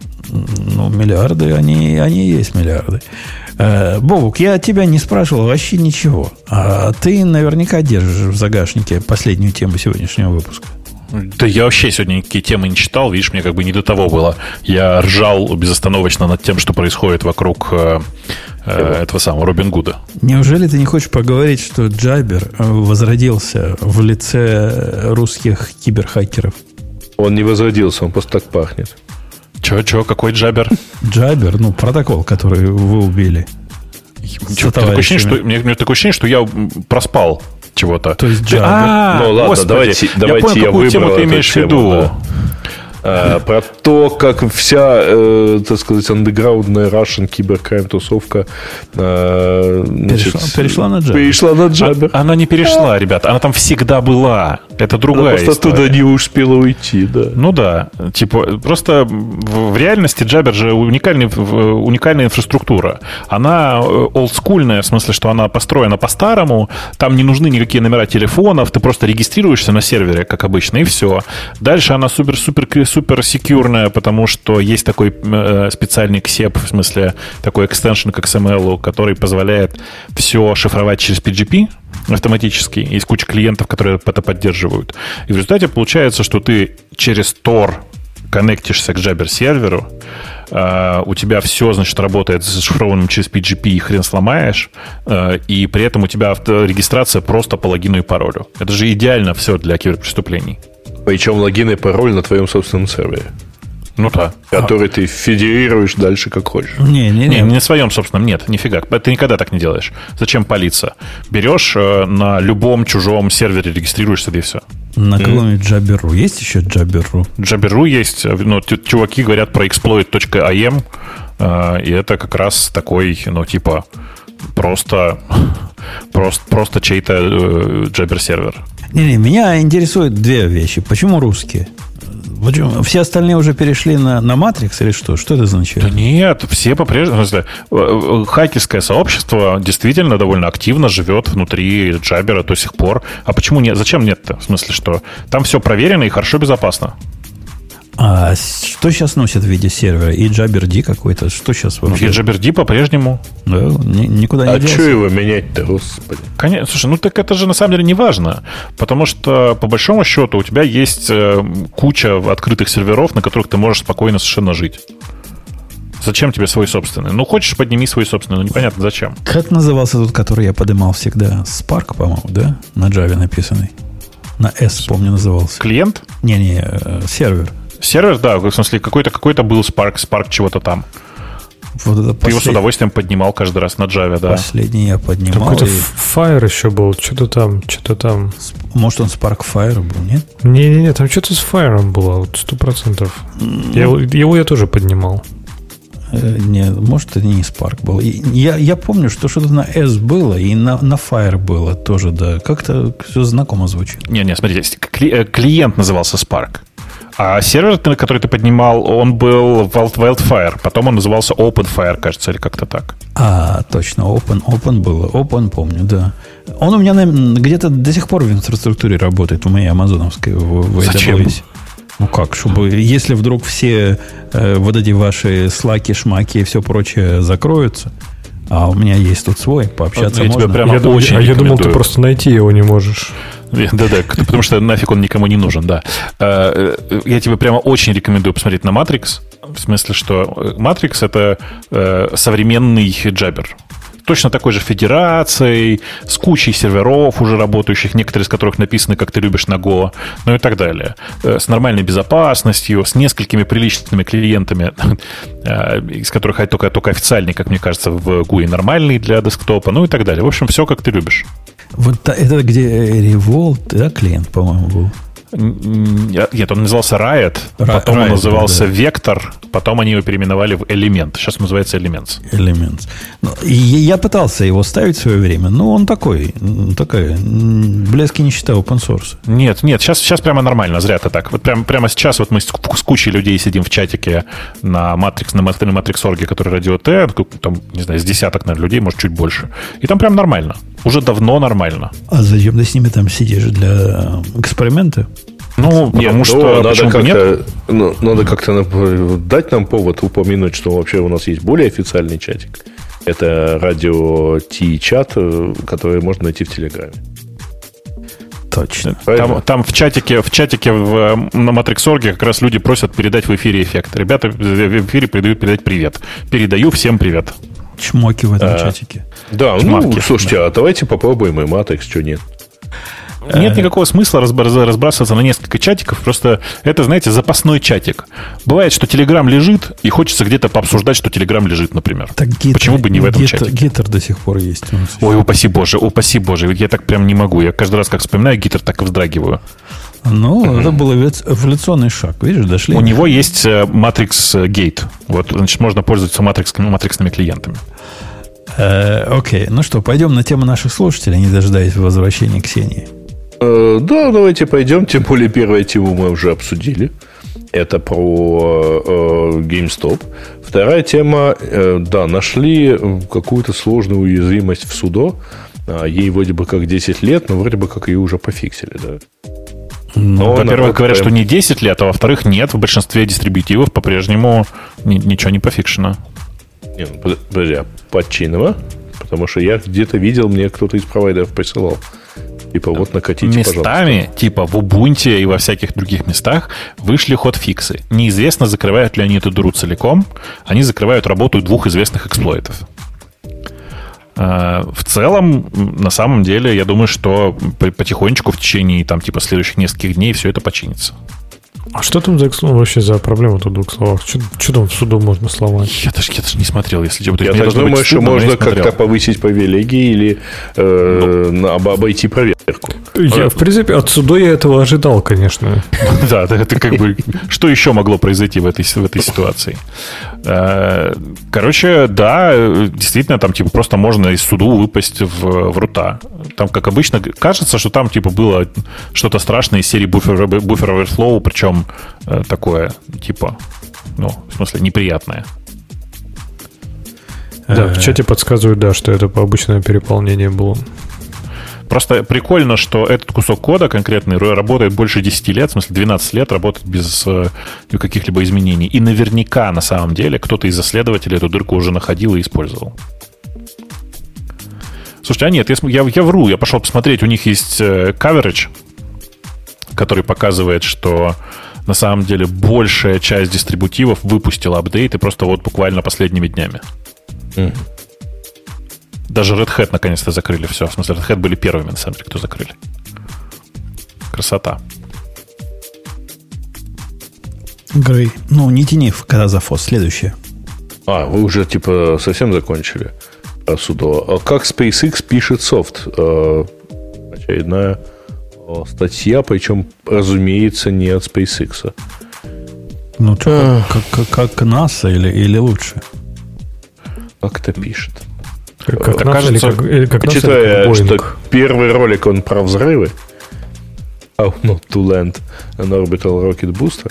Ну, миллиарды, они, они есть миллиарды. Э, Бобук, я тебя не спрашивал вообще ничего. А ты наверняка держишь в загашнике последнюю тему сегодняшнего выпуска. Да я вообще сегодня никакие темы не читал. Видишь, мне как бы не до того было. Я ржал безостановочно над тем, что происходит вокруг э, э, этого самого Робин Гуда. Неужели ты не хочешь поговорить, что Джабер возродился в лице русских киберхакеров? Он не возродился, он просто так пахнет. Че, че, какой Джабер? Джабер, ну, протокол, который вы убили. Че, такое ощущение, что, мне, мне такое ощущение, что я проспал чего-то. То есть Java. А, ну ладно, Господи, давайте, давайте я понял, я какую тему ты имеешь в виду. Да. А, про то, как вся, э, так сказать, андеграундная Russian киберкрайм-тусовка э, перешла, перешла на Java. Перешла на Java. А, она не перешла, ребята, она там всегда была. Это другая она просто история. туда не успела уйти, да. Ну да, типа, просто в, в реальности Jabber же уникальный, уникальная инфраструктура. Она олдскульная, в смысле, что она построена по-старому, там не нужны никакие номера телефонов, ты просто регистрируешься на сервере, как обычно, и все. Дальше она супер-супер супер секьюрная, потому что есть такой э, специальный ксеп, в смысле такой экстеншн к икс эм эл, который позволяет все шифровать через пи джи пи автоматически. Есть куча клиентов, которые это поддерживают. И в результате получается, что ты через Tor коннектишься к Jabber серверу, Uh, у тебя все, значит, работает зашифрованным через пи джи пи, и хрен сломаешь, uh, и при этом у тебя авторегистрация просто по логину и паролю. Это же идеально все для киберпреступлений. Причем логин и пароль на твоем собственном сервере. Ну да. Который а. ты федерируешь дальше как хочешь. Не, не, не. Не, не на своем собственном, нет, нифига. Ты никогда так не делаешь. Зачем палиться? Берешь э, на любом чужом сервере, регистрируешься, и все. На каком-нибудь Jabber.ru есть еще Jabber.ru? Jabber.ru есть. Ну, чуваки говорят про exploit точка ай эм, э, и это как раз такой, ну, типа, просто, просто, просто чей-то э, Jabber сервер. Не-не, меня интересуют две вещи. Почему русские? Почему? Все остальные уже перешли на, на Matrix или что? Что это означает? Да нет, все по-прежнему. Хакерское сообщество действительно довольно активно живет внутри Jabber до сих пор. А почему нет? Зачем нет-то? В смысле, что там все проверено и хорошо безопасно. А что сейчас носит в виде сервера? И джаберди какой-то? Что сейчас вообще? И джаберди по-прежнему. Да, ни, никуда не а делся. А что его менять-то, господи? Конечно, слушай, ну так это же на самом деле не важно. Потому что, по большому счету, у тебя есть э, куча открытых серверов, на которых ты можешь спокойно совершенно жить. Зачем тебе свой собственный? Ну, хочешь, подними свой собственный, но непонятно зачем. Как назывался тот, который я поднимал всегда? Spark, по-моему, да? На Java написанный. На S, помню, назывался. Клиент? Не-не, сервер. Сервер, да, в смысле, какой-то, какой-то был Spark, Spark чего-то там. Вот это Ты послед... его с удовольствием поднимал каждый раз на Java, да. Последний я поднимал. Какой-то и... Fire еще был, что-то там, что-то там. Может, он Spark Fire был, нет? Не-не-не, там что-то с Fire было, вот сто процентов. Mm. Я, его я тоже поднимал. Не, может, это не Spark был. Я, я помню, что что-то на S было, и на, на Fire было тоже, да. Как-то все знакомо звучит. Не-не, смотрите, клиент назывался Spark. А сервер, который ты поднимал, он был Wildfire. Потом он назывался OpenFire, кажется, или как-то так. А, точно, Open, Open было. Open, помню, да. Он у меня где-то до сих пор в инфраструктуре работает, в моей амазоновской, в, в Зачем? эй дабл ю эс. Ну как, чтобы, если вдруг все э, вот эти ваши слаки, шмаки и все прочее закроются, а у меня есть тут свой, пообщаться я можно. Тебя прямо я, очень а я думал, ты просто найти его не можешь. Да-да, потому что нафиг он никому не нужен, да. Я тебе прямо очень рекомендую посмотреть на Matrix. В смысле, что Matrix — это современный джабер. Точно такой же федерацией, с кучей серверов уже работающих, некоторые из которых написаны, как ты любишь, на Go, ну и так далее. С нормальной безопасностью, с несколькими приличными клиентами, из которых только, только официальный, как мне кажется, в джи ю ай нормальный для десктопа, ну и так далее. В общем, все, как ты любишь. Вот это где Revolt, да, клиент, по-моему, был? Нет, он назывался Riot, Ra- потом Riot, он назывался да. Vector, потом они его переименовали в Element. Сейчас он называется Elements. Elements. Ну, и я пытался его ставить в свое время, но он такой, такая, блеск и нищета open source. Нет, нет, сейчас, сейчас прямо нормально, зря ты так. Вот прямо, прямо сейчас вот мы с, с кучей людей сидим в чатике на Matrix, на Matrix.org, который радио Т, там, не знаю, с десяток, наверное, людей, может, чуть больше. И там прям нормально. Уже давно нормально. А зачем ты с ними там сидишь? Для эксперимента? Ну, потому нет, что надо как-то, нет? Ну, надо как-то дать нам повод упомянуть, что вообще у нас есть более официальный чатик. Это радио Ти-чат, который можно найти в Телеграме. Точно. Там, там в чатике, в чатике в, на Matrix.org как раз люди просят передать в эфире эффект. Ребята в эфире передают передать привет. Передаю всем привет. Чмоки в этом а, чатике. Да, Чмаки, ну, слушайте, да. А давайте попробуем и Matrix, что нет. Нет никакого смысла разбрасываться на несколько чатиков. Просто это, знаете, запасной чатик. Бывает, что Telegram лежит, и хочется где-то пообсуждать, что Telegram лежит, например. Так гитер, почему бы не в этом гитер, чатике? Гитер до сих пор есть. Ой, упаси боже, упаси боже. Я так прям не могу. Я каждый раз, как вспоминаю гитер, так и вздрагиваю. Ну, mm-hmm. это был эволюционный шаг. Видишь, дошли. У него есть Matrix Gate. Вот, значит, можно пользоваться матриксными, матриксными клиентами. Окей, okay. Ну что, пойдем на тему наших слушателей, не дожидаясь возвращения Ксении. Uh, да, давайте пойдем. Тем более первую тему мы уже обсудили. Это про uh, GameStop. Вторая тема, uh, да, нашли какую-то сложную уязвимость в судо. Uh, ей вроде бы как десять лет, но вроде бы как ее уже пофиксили, да. Но, во-первых, говорят, прям... что не десять лет, а во-вторых, нет, в большинстве дистрибьютивов по-прежнему ни- ничего не пофикшено. Не, ну, подожди, а подчинено? Потому что я где-то видел, мне кто-то из провайдеров присылал. Типа, вот накатите, местами, пожалуйста. Типа в Ubuntu и во всяких других местах вышли хотфиксы. Неизвестно, закрывают ли они эту дыру целиком. Они закрывают работу двух известных эксплойтов. В целом, на самом деле, я думаю, что потихонечку в течение там, типа, следующих нескольких дней все это починится. А что там за, ну, вообще за проблема тут в двух словах? Что, что там в суду можно сломать? Я даже, я даже не смотрел, если честно. Я так думаю, что можно как-то повысить привилегии или э, ну, обойти проверку. Я, в принципе, от суда я этого ожидал, конечно. Да, это как бы... Что еще могло произойти в этой, в этой ситуации? Короче, да, действительно, там типа просто можно из суду выпасть в, в рута. Там, как обычно, кажется, что там типа было что-то страшное из серии буфер, буфер overflow, причем такое, типа, ну, в смысле, неприятное. Да, в чате подсказывают, да, что это обычное переполнение было. просто прикольно, что этот кусок кода конкретный работает больше десять лет, в смысле двенадцать лет работает без э, каких-либо изменений. И наверняка, на самом деле, кто-то из исследователей эту дырку уже находил и использовал. Слушайте, а нет, я, я, я вру, я пошел посмотреть, у них есть coverage, который показывает, что на самом деле большая часть дистрибутивов выпустила апдейты просто вот буквально последними днями. Mm. Даже Red Hat наконец-то закрыли все. В смысле, Red Hat были первыми, на самом деле, кто закрыли. Красота. Грей, ну не тяни в Казафос, следующее. А, вы уже типа совсем закончили? Судово. А как SpaceX пишет софт? Очередная статья, причем, разумеется, не от SpaceX. Ну, что, как, как, как НАСА или, или лучше? Как это пишет? Как, как NASA, кажется, или как, или как читая, что первый ролик он про взрывы. How not to land an orbital rocket booster.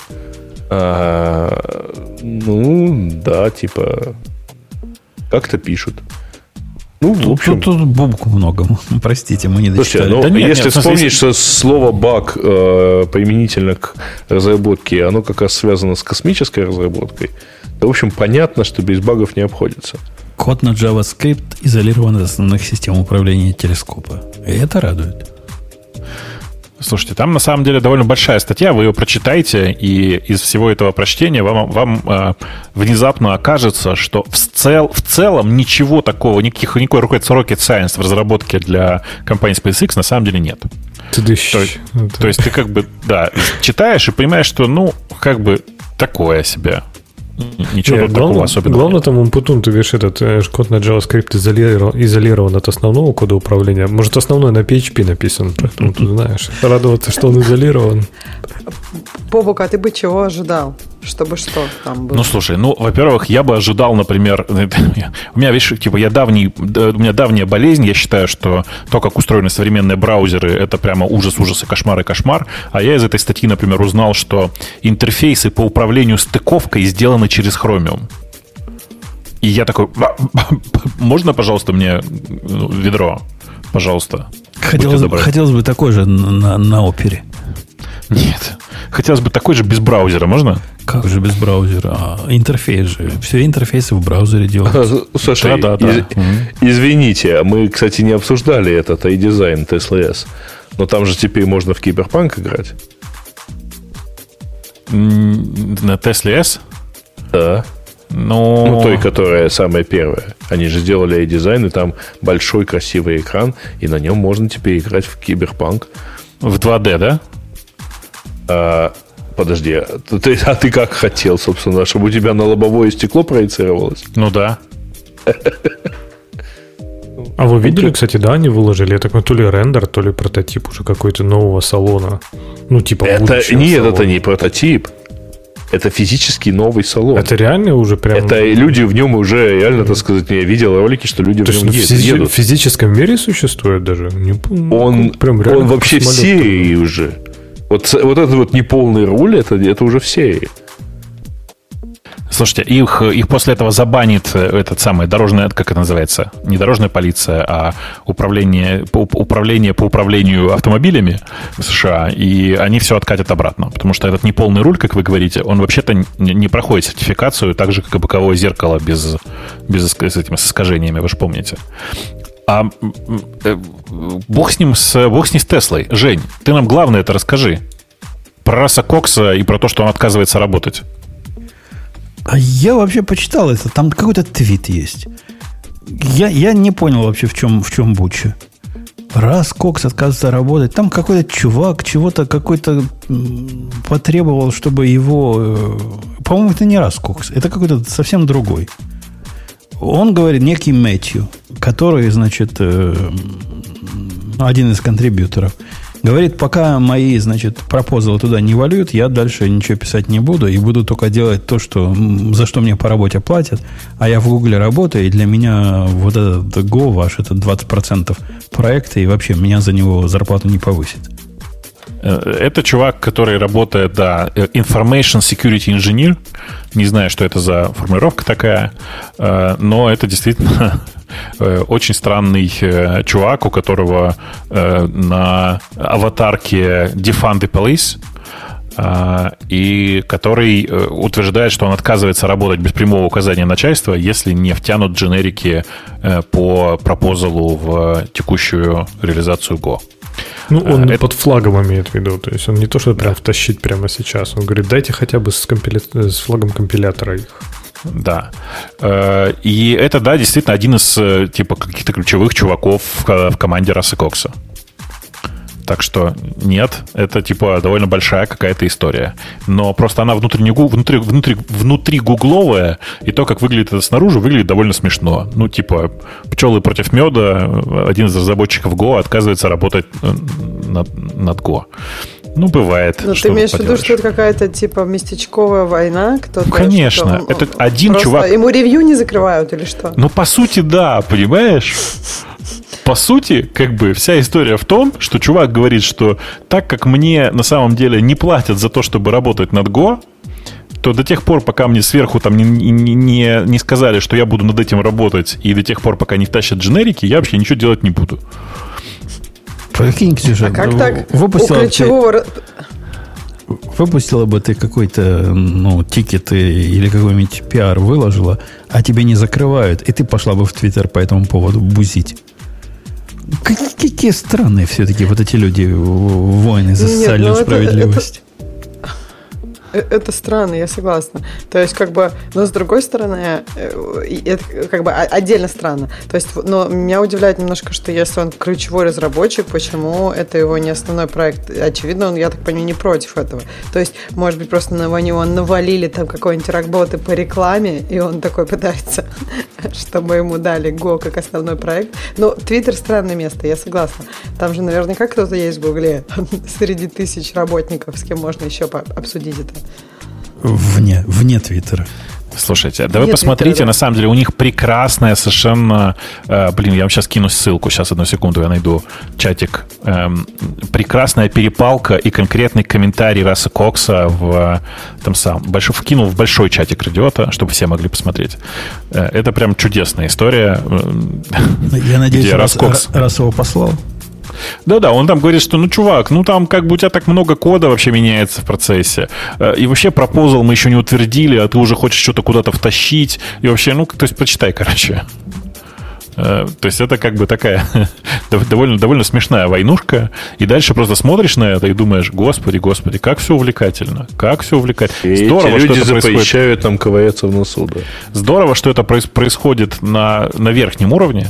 А, ну, да, типа, как-то пишут. Ну, в общем... Тут, тут бубку много. Простите, мы не дочитали. Слушайте, ну, да нет, если нет, вспомнить, смысле... что слово баг э, применительно к разработке, оно как раз связано с космической разработкой, то, в общем, понятно, что без багов не обходится. Код на JavaScript изолирован от основных систем управления телескопа. И это радует. Слушайте, там на самом деле довольно большая статья, вы ее прочитаете, и из всего этого прочтения вам, вам э, внезапно окажется, что в, цел, в целом ничего такого, никаких, никакой rocket science в разработке для компании SpaceX на самом деле нет. То, то есть ты как бы, да, читаешь и понимаешь, что, ну, как бы такое себе. Ничего Нет, тут главное, такого особенного. Главное, там Умпутун, ты говоришь, этот э, код на JavaScript изолирован, изолирован от основного кода управления. Может, основной на пи эйч пи написан, поэтому ты знаешь. Радоваться, что он изолирован. Бобук, а ты бы чего ожидал? Чтобы что там было? Ну, слушай, ну, во-первых, я бы ожидал, например, у меня, видишь, типа, я давний, у меня давняя болезнь, я считаю, что то, как устроены современные браузеры, это прямо ужас, ужас и кошмар и кошмар. А я из этой статьи, например, узнал, что интерфейсы по управлению стыковкой сделаны через Chromium. И я такой, можно, пожалуйста, мне ведро? Пожалуйста. Хотелось, хотелось бы такой же на, на опере. Нет. Хотелось бы такой же без браузера, можно? Как же без браузера? А, интерфейс же. Все интерфейсы в браузере делают. Слушай, да, да, из, да. извините, мы, кстати, не обсуждали этот iDesign Tesla S. Но там же теперь можно в Киберпанк играть. На Tesla S? Да. Но... Ну, той, которая самая первая. Они же сделали iDesign, и там большой красивый экран, и на нем можно теперь играть в Киберпанк. В два дэ, да? А, подожди, а ты, а ты как хотел, собственно, чтобы у тебя на лобовое стекло проецировалось? Ну да. А вы видели, кстати, да, они выложили, я такой, то ли рендер, то ли прототип уже какой-то нового салона. Ну, типа это, нет, салона. Это не прототип. Это физический новый салон. Это реально уже прям... Это люди в нем уже, реально, так сказать, я видел ролики, что люди то в нем есть, едут. физи- в физическом мире существует даже? Не, он прям он вообще в серии уже. Вот, вот этот вот неполный руль, это, это уже в серии. Слушайте, их, их после этого забанит этот самый дорожная, как это называется, не дорожная полиция, а управление, управление по управлению автомобилями в США, и они все откатят обратно, потому что этот неполный руль, как вы говорите, он вообще-то не проходит сертификацию, так же, как и боковое зеркало без, без с этими с искажениями, вы же помните. А бог с ним, с, бог с ним с Теслой. Жень, ты нам главное это расскажи. Про Раса Кокса и про то, что он отказывается работать. А я вообще почитал это. Там какой-то твит есть. Я, я не понял вообще, в чем, в чем буча. Раз Кокс отказывается работать, там какой-то чувак чего-то какой-то потребовал, чтобы его... По-моему, это не Раз Кокс. Это какой-то совсем другой. Он говорит, некий Мэтью, который, значит, один из контрибьюторов, говорит, пока мои, значит, пропозалы туда не валют, я дальше ничего писать не буду и буду только делать то, что, за что мне по работе платят. А я в Гугле работаю, и для меня вот этот Go ваш, это двадцать процентов проекта, и вообще меня за него зарплату не повысит. Это чувак, который работает, да, Information Security Engineer. Не знаю, что это за формулировка такая, но это действительно очень странный чувак, у которого на аватарке Defund the Police, и который утверждает, что он отказывается работать без прямого указания начальства, если не втянут дженерики по пропозалу в текущую реализацию Go. Ну, он это... под флагом имеет в виду. То есть он не то, что прям втащить прямо сейчас. Он говорит, дайте хотя бы с, компиля... с флагом компилятора их. Да. И это, да, действительно один из типа каких-то ключевых чуваков в команде Раса Кокса. Так что нет, это типа довольно большая какая-то история. Но просто она внутренне, внутри, внутри, внутри гугловая, и то, как выглядит это снаружи, выглядит довольно смешно. Ну, типа, пчелы против меда, один из разработчиков Go отказывается работать над, над Go. Ну, бывает. Но ты имеешь в виду, что это какая-то типа местечковая война? Кто-то, конечно. Что, это один чувак. Ему ревью не закрывают или что? Ну, по сути, да, понимаешь? По сути, как бы вся история в том, что чувак говорит, что так как мне на самом деле не платят за то, чтобы работать над Go, то до тех пор, пока мне сверху там не, не, не, не сказали, что я буду над этим работать, и до тех пор, пока не втащат дженерики, я вообще ничего делать не буду. Прикинь, Ксюша, а как так? Выпустила, у ключевого... ты, выпустила бы ты какой-то ну, тикет или какой-нибудь пиар выложила, а тебе не закрывают, и ты пошла бы в Твиттер по этому поводу бузить. Какие, какие странные все-таки вот эти люди, воины за социальную Нет, ну справедливость. Это, это странно, я согласна. То есть, как бы, но с другой стороны, это как бы отдельно странно. То есть, но меня удивляет немножко, что если он ключевой разработчик, почему это его не основной проект? Очевидно, он, я так понимаю, не против этого. То есть, может быть, просто на него навалили там какой-нибудь ракботы по рекламе, и он такой пытается, чтобы ему дали Go как основной проект. Но Твиттер странное место, я согласна. Там же наверняка кто-то есть в Гугле среди тысяч работников, с кем можно еще обсудить это. Вне, вне Твиттера. Слушайте, да вы посмотрите, Твиттера, да. На самом деле у них прекрасная совершенно... Э, блин, я вам сейчас кину ссылку, сейчас одну секунду я найду чатик. Э, прекрасная перепалка и конкретный комментарий Раса Кокса в там сам, большой, вкинул в большой чатик Радиота, чтобы все могли посмотреть. Э, это прям чудесная история. Я надеюсь, Рас, Кокс... Рас его послал. Да-да, он там говорит, что, ну, чувак, ну, там как бы у тебя так много кода вообще меняется в процессе. И вообще пропозал мы еще не утвердили, а ты уже хочешь что-то куда-то втащить. И вообще, ну, то есть, почитай, короче. То есть, это как бы такая довольно, довольно смешная войнушка. И дальше просто смотришь на это и думаешь, господи, господи, как все увлекательно. Как все увлекательно. И здорово, эти люди что это запрещают нам ковыряться в носу. Да. Здорово, что это происходит на, на верхнем уровне.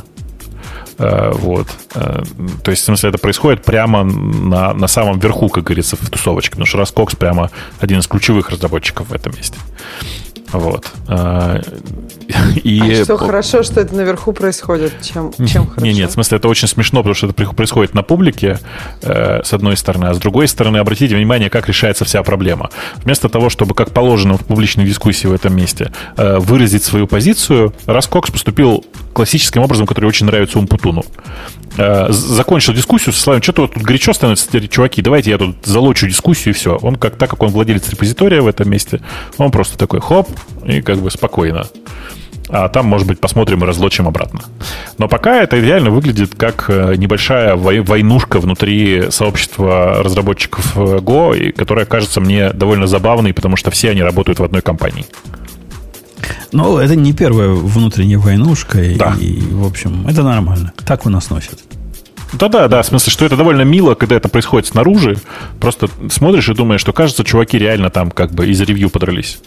Вот. То есть, в смысле, это происходит прямо на, на самом верху, как говорится, в тусовочке. Потому что Рас Кокс прямо один из ключевых разработчиков в этом месте. Вот. И... А что хорошо, что это наверху происходит? Чем, чем хорошо? Нет, нет, в смысле, это очень смешно, потому что это происходит на публике, э, с одной стороны, а с другой стороны, обратите внимание, как решается вся проблема. Вместо того, чтобы, как положено в публичной дискуссии в этом месте, э, выразить свою позицию, Рас Кокс поступил классическим образом, который очень нравится Умпутуну. Э, закончил дискуссию со словами, что-то вот тут горячо становится, чуваки, давайте я тут залочу дискуссию, и все. Он, как, так как он владелец репозитория в этом месте, он просто такой, хоп, и как бы спокойно. А там, может быть, посмотрим и разлочим обратно. Но пока это идеально выглядит как небольшая войнушка внутри сообщества разработчиков Go, которая кажется мне довольно забавной, потому что все они работают в одной компании. Ну, это не первая внутренняя войнушка. Да. И, в общем, это нормально. Так у нас носят. Да-да, да, в смысле, что это довольно мило, когда это происходит снаружи. Просто смотришь и думаешь, что, кажется, чуваки реально там как бы из ревью подрались.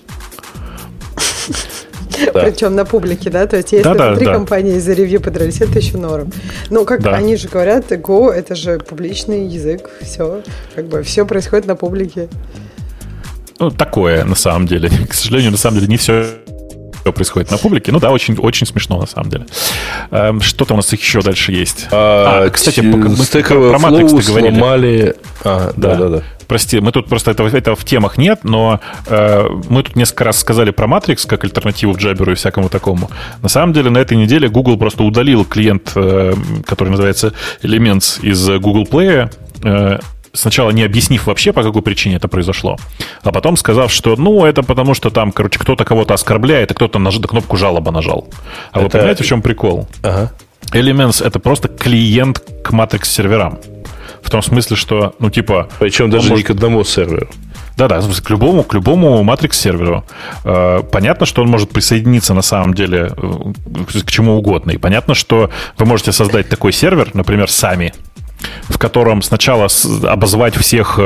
Да. Причем на публике, да? То есть, если да, внутри да, компании да. из-за ревью подрались, это еще норм. Ну, как да. они же говорят, Go — это же публичный язык, все, как бы все происходит на публике. Ну, такое, на самом деле. К сожалению, на самом деле, не все происходит на публике. Ну да, очень, очень смешно, на самом деле. Эм, что-то у нас еще дальше есть. А, а кстати, мы про Matrix говорили. Сломали... А, да, да, да. да. Прости, мы тут просто этого, этого в темах нет, но э, мы тут несколько раз сказали про Matrix как альтернативу в Jabber и всякому такому. На самом деле, на этой неделе Google просто удалил клиент, э, который называется Elements из Google Play. Э, сначала не объяснив вообще, по какой причине это произошло, а потом сказав, что, ну, это потому, что там, короче, кто-то кого-то оскорбляет, и кто-то наж... кнопку жалоба нажал. А это... вы понимаете, в чем прикол? Ага. Elements — это просто клиент к Matrix-серверам. В том смысле, что, ну, типа... Причем даже может... не к одному серверу. Да-да, к любому, к любому Matrix-серверу. Понятно, что он может присоединиться на самом деле к чему угодно. И понятно, что вы можете создать такой сервер, например, сами, в котором сначала обозвать всех,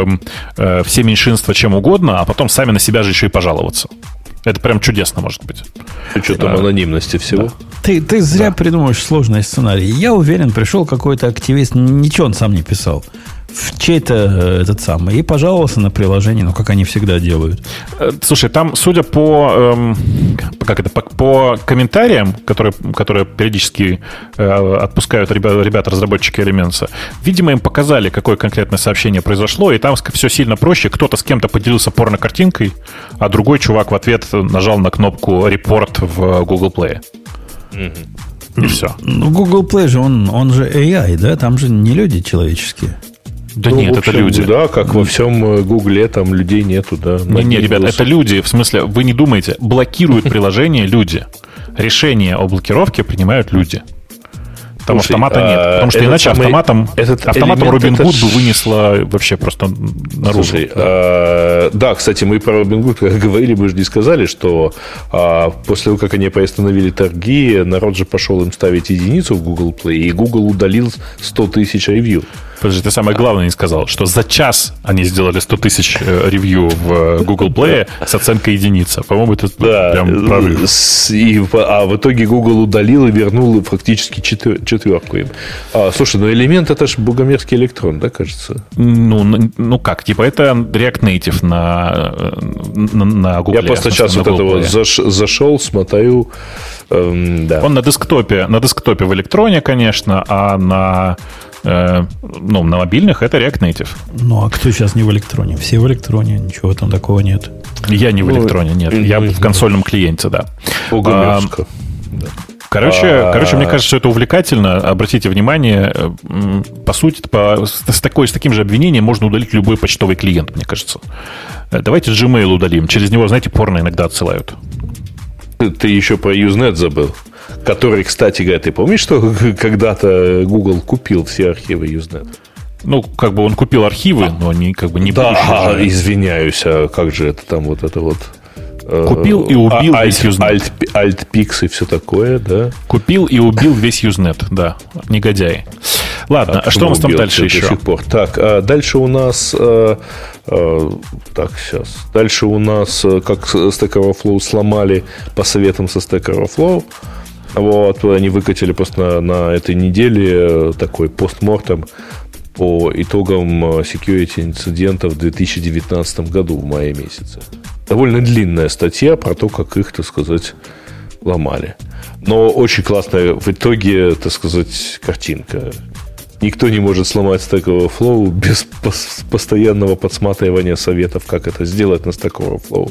все меньшинства чем угодно, а потом сами на себя же еще и пожаловаться. Это прям чудесно может быть. С учетом а, анонимности всего. Да. Ты, ты зря да. придумываешь сложные сценарии. Я уверен, пришел какой-то активист, ничего он сам не писал, в чей-то этот самый, и пожаловался на приложение, ну, как они всегда делают. Слушай, там, судя по, эм, как это, по, по комментариям, которые, которые периодически э, отпускают ребята, ребята-разработчики Elements, видимо, им показали, какое конкретное сообщение произошло, и там все сильно проще. Кто-то с кем-то поделился порно-картинкой, а другой чувак в ответ нажал на кнопку «Репорт» в Google Play. Mm-hmm. И все. Ну, Google Play же, он, он же эй ай, да? Там же не люди человеческие. Да ну, нет, общем, это люди. Да, как mm. во всем Гугле, там людей нету, да. Не, не, ребят, это люди, в смысле, вы не думаете, блокируют приложение люди. Решение о блокировке принимают люди. Там Слушай, автомата а, нет. Потому что иначе самый, автоматом, автоматом Робин Гуд бы вынесла вообще просто наружу. Слушай, да. А, да, кстати, мы про Робин Гуд говорили, мы же не сказали, что а, после того, как они приостановили торги, народ же пошел им ставить единицу в Google Play, и Google удалил сто тысяч ревью. Подожди, ты самое главное не сказал, что за час они сделали сто тысяч ревью в Google Play с оценкой единица. По-моему, это да, прям прорыв. И, а в итоге Google удалил и вернул фактически четвер, четверку им. А, слушай, ну элемент это же богомерзкий электрон, да, кажется? Ну, ну как, типа это React Native на, на, на Google. Я просто сейчас вот это вот заш, зашел, смотрю. Эм, да. Он на десктопе, на десктопе в электроне, конечно, а на... ну, на мобильных это React Native. Ну, а кто сейчас не в электроне? Все в электроне, ничего там такого нет. Я не в электроне, нет. Я в консольном клиенте, да. А, короче, а... короче, мне кажется, что это увлекательно. Обратите внимание, по сути, по, с, такой, с таким же обвинением можно удалить любой почтовый клиент, мне кажется. Давайте Gmail удалим. Через него, знаете, порно иногда отсылают. Ты еще про Usenet забыл. Который, кстати говоря, ты помнишь, что когда-то Google купил все архивы Usenet? Ну, как бы он купил архивы, но они как бы не да, а, извиняюсь, а как же это там вот это вот... Купил и убил а, весь Usenet. Alt-Pix и все такое, да? Купил и убил весь Usenet, да. Негодяй. Ладно, а, а что у нас там дальше еще? До сих пор. Так, а дальше у нас... А, а, так, сейчас. Дальше у нас, как Stack Overflow сломали по советам со Stack Overflow. Вот, они выкатили просто на, на этой неделе такой постмортем по итогам security инцидентов в две тысячи девятнадцатом году в мае месяце. Довольно длинная статья про то, как их, так сказать, ломали. Но очень классная в итоге, так сказать, картинка. Никто не может сломать Stack Overflow без постоянного подсматривания советов, как это сделать на Stack Overflow.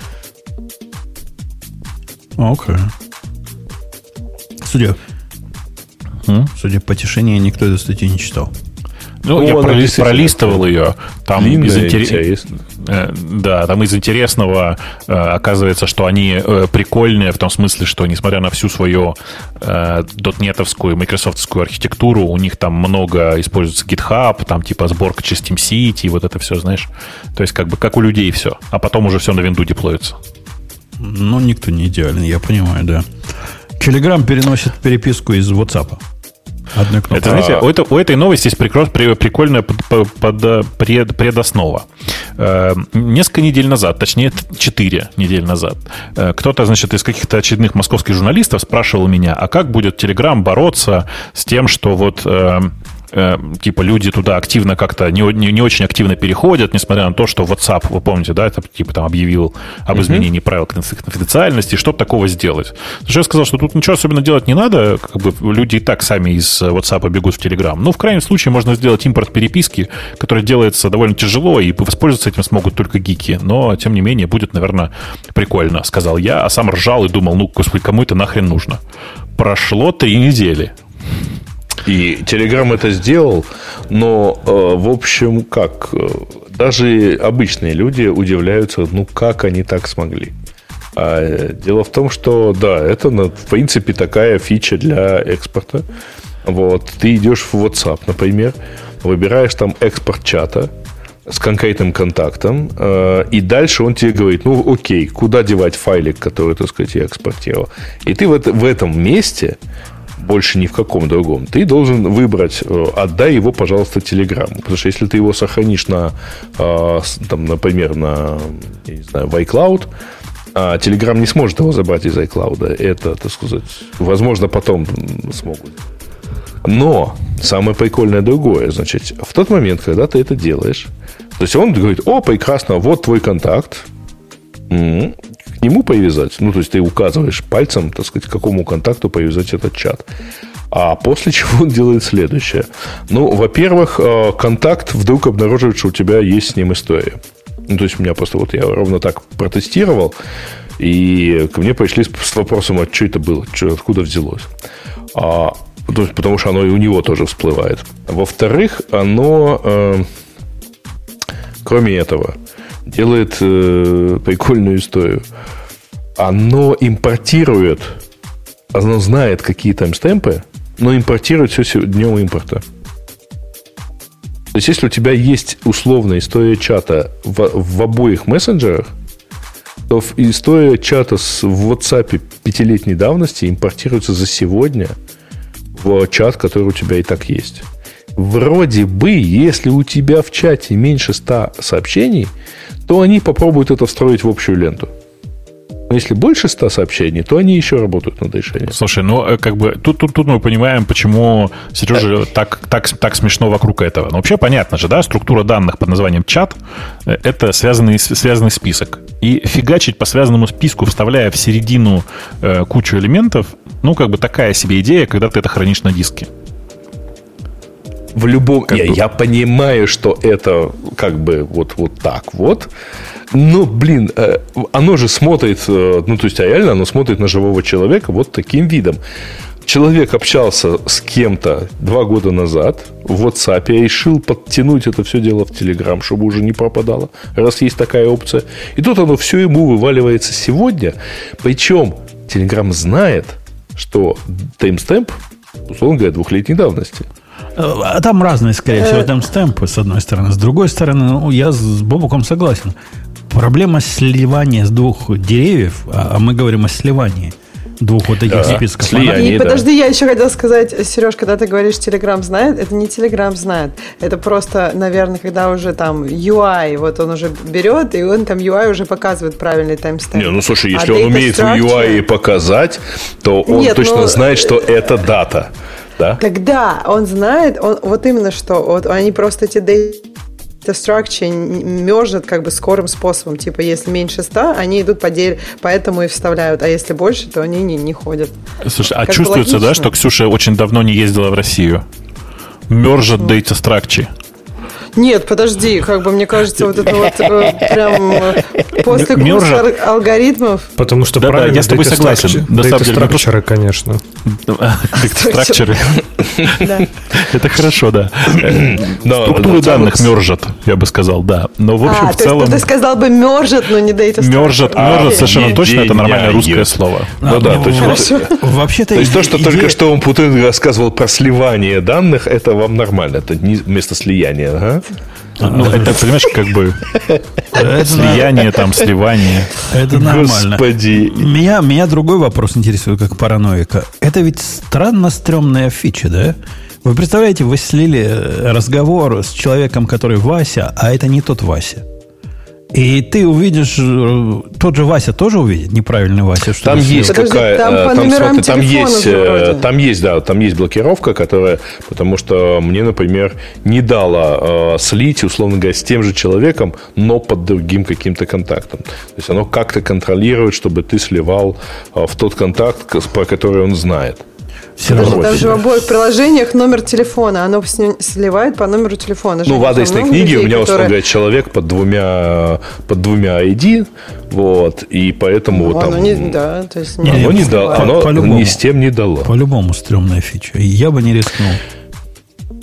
Окей. Okay. Судя, mm? судя по тишине, никто эту статью не читал. Ну, ну я пролист, пролистывал ее. Там из интерес... Да, там из интересного оказывается, что они прикольные в том смысле, что несмотря на всю свою дотнетовскую, майкрософтовскую архитектуру, у них там много используется GitHub, там типа сборка через TeamCity, и вот это все, знаешь. То есть как бы как у людей все. А потом уже все на винду деплоится. Ну, никто не идеальный, я понимаю, да. Telegram переносит переписку из WhatsApp. Одной кнопкой. Это, знаете, у, это, у этой новости есть прикольная под, под, пред, предоснова. Э, несколько недель назад, точнее, четыре недели назад, э, кто-то, значит, из каких-то очередных московских журналистов спрашивал меня, а как будет Telegram бороться с тем, что вот... Э, типа люди туда активно как-то не, не, не очень активно переходят, несмотря на то, что WhatsApp, вы помните, да, это типа там объявил об изменении uh-huh. правил конфиденциальности, что такого сделать. Я сказал, что тут ничего особенно делать не надо, как бы люди и так сами из WhatsApp бегут в Telegram. Ну, в крайнем случае можно сделать импорт переписки, который делается довольно тяжело, и воспользоваться этим смогут только гики, но, тем не менее, будет, наверное, прикольно, сказал я, а сам ржал и думал, ну, господи, кому это нахрен нужно? Прошло три недели. И Telegram это сделал, но, в общем, как... Даже обычные люди удивляются, ну, как они так смогли. А дело в том, что, да, это, в принципе, такая фича для экспорта. Вот. Ты идешь в WhatsApp, например, выбираешь там экспорт чата с конкретным контактом, э, и дальше он тебе говорит, ну, окей, куда девать файлик, который, так сказать, я экспортировал. И ты в, это, в этом месте, больше ни в каком другом, ты должен выбрать, э, отдай его, пожалуйста, Телеграму. Потому что если ты его сохранишь на, э, там, например, на, я не знаю, в iCloud, а Telegram не сможет его забрать из iCloud. Это, так сказать, возможно, потом смогут. Но самое прикольное другое. Значит, в тот момент, когда ты это делаешь, то есть он говорит, о, прекрасно, вот твой контакт. М-м, к нему привязать. Ну, то есть ты указываешь пальцем, так сказать, к какому контакту привязать этот чат. А после чего он делает следующее. Ну, во-первых, контакт вдруг обнаруживает, что у тебя есть с ним история. Ну, то есть, у меня просто вот я ровно так протестировал, и ко мне пришли с вопросом, а что это было, что, откуда взялось. А, то есть, потому что оно и у него тоже всплывает. Во-вторых, оно, э, кроме этого, делает э, прикольную историю. Оно импортирует, оно знает, какие там темпы, но импортирует все днем импорта. То есть, если у тебя есть условная история чата в, в обоих мессенджерах, то история чата с, в WhatsApp пятилетней давности импортируется за сегодня в чат, который у тебя и так есть. Вроде бы, если у тебя в чате меньше ста сообщений, то они попробуют это встроить в общую ленту. Но если больше ста сообщений, то они еще работают над решением. Слушай, ну, как бы, тут, тут, тут мы понимаем, почему Сережа так, так, так смешно вокруг этого. Но вообще понятно же, да, структура данных под названием чат – это связанный, связанный список. И фигачить по связанному списку, вставляя в середину э, кучу элементов, ну, как бы такая себе идея, когда ты это хранишь на диске. В любом... Я, я понимаю, что это как бы вот, вот так вот. Но, блин, оно же смотрит... Ну, то есть, а реально оно смотрит на живого человека вот таким видом. Человек общался с кем-то два года назад в WhatsApp и решил подтянуть это все дело в Telegram, чтобы уже не пропадало, раз есть такая опция. И тут оно все ему вываливается сегодня. Причем Telegram знает, что таймстемп, условно говоря, двухлетней давности. А там разные, скорее всего, таймстемпы, с одной стороны. С другой стороны, ну, я с Бобуком согласен. Проблема сливания с двух деревьев, а мы говорим о сливании двух вот этих да, списков. Слияние, и да. Подожди, я еще хотела сказать, Сереж, когда ты говоришь, Telegram знает, это не Telegram знает. Это просто, наверное, когда уже там ю ай, вот он уже берет, и он там ю ай уже показывает правильный таймстемп. Не, ну слушай, если а он умеет в ю ай показать, то он Нет, точно ну, знает, что это дата. Да? Тогда он знает, он, вот именно что, вот они просто эти data structure мержат как бы скорым способом. Типа, если меньше ста, они идут по деле, поэтому и вставляют. А если больше, то они не, не ходят. Слушай, а как чувствуется, да, что Ксюша очень давно не ездила в Россию? Мержат data structure. Нет, подожди, как бы мне кажется, вот это вот прям после курса алгоритмов. Потому что да, правильно, да, я с тобой согласен. Дейта-структуры, конечно. Дейта-структуры. Это хорошо, да. Структуры данных мержат, я бы сказал, да. Но в общем, в целом... Ты сказал бы мержат, но не дейта-структуры. Мержат, мержат совершенно точно, это нормальное русское слово. Ну да, то есть вообще-то... То есть то, что только что он Путин рассказывал про сливание данных, это вам нормально, это не вместо слияния, ага. Ну, это, понимаешь, как бы слияние, там, сливание. Это нормально. Господи. Меня, меня другой вопрос интересует, как параноика. Это ведь странно стрёмная фича, да? Вы представляете, вы слили разговор с человеком, который Вася, а это не тот Вася. И ты увидишь, тот же Вася тоже увидит, неправильный Вася. Что там есть Подожди, какая, там, по там, смотри, там есть, вроде. там есть, да, там есть блокировка, которая, потому что мне, например, не дала э, слить, условно говоря, с тем же человеком, но под другим каким-то контактом. То есть оно как-то контролирует, чтобы ты сливал э, в тот контакт, про который он знает. Подожди, там же в обоих приложениях номер телефона. Оно сливает по номеру телефона. Ну, в адресной книге людей, у меня, условно говоря, человек под двумя, под двумя ай ди. Вот, и поэтому ну, вот оно там... Не, да, то есть не, оно не, дало, оно ни с тем не дало. По-любому стрёмная фича. Я бы не рискнул.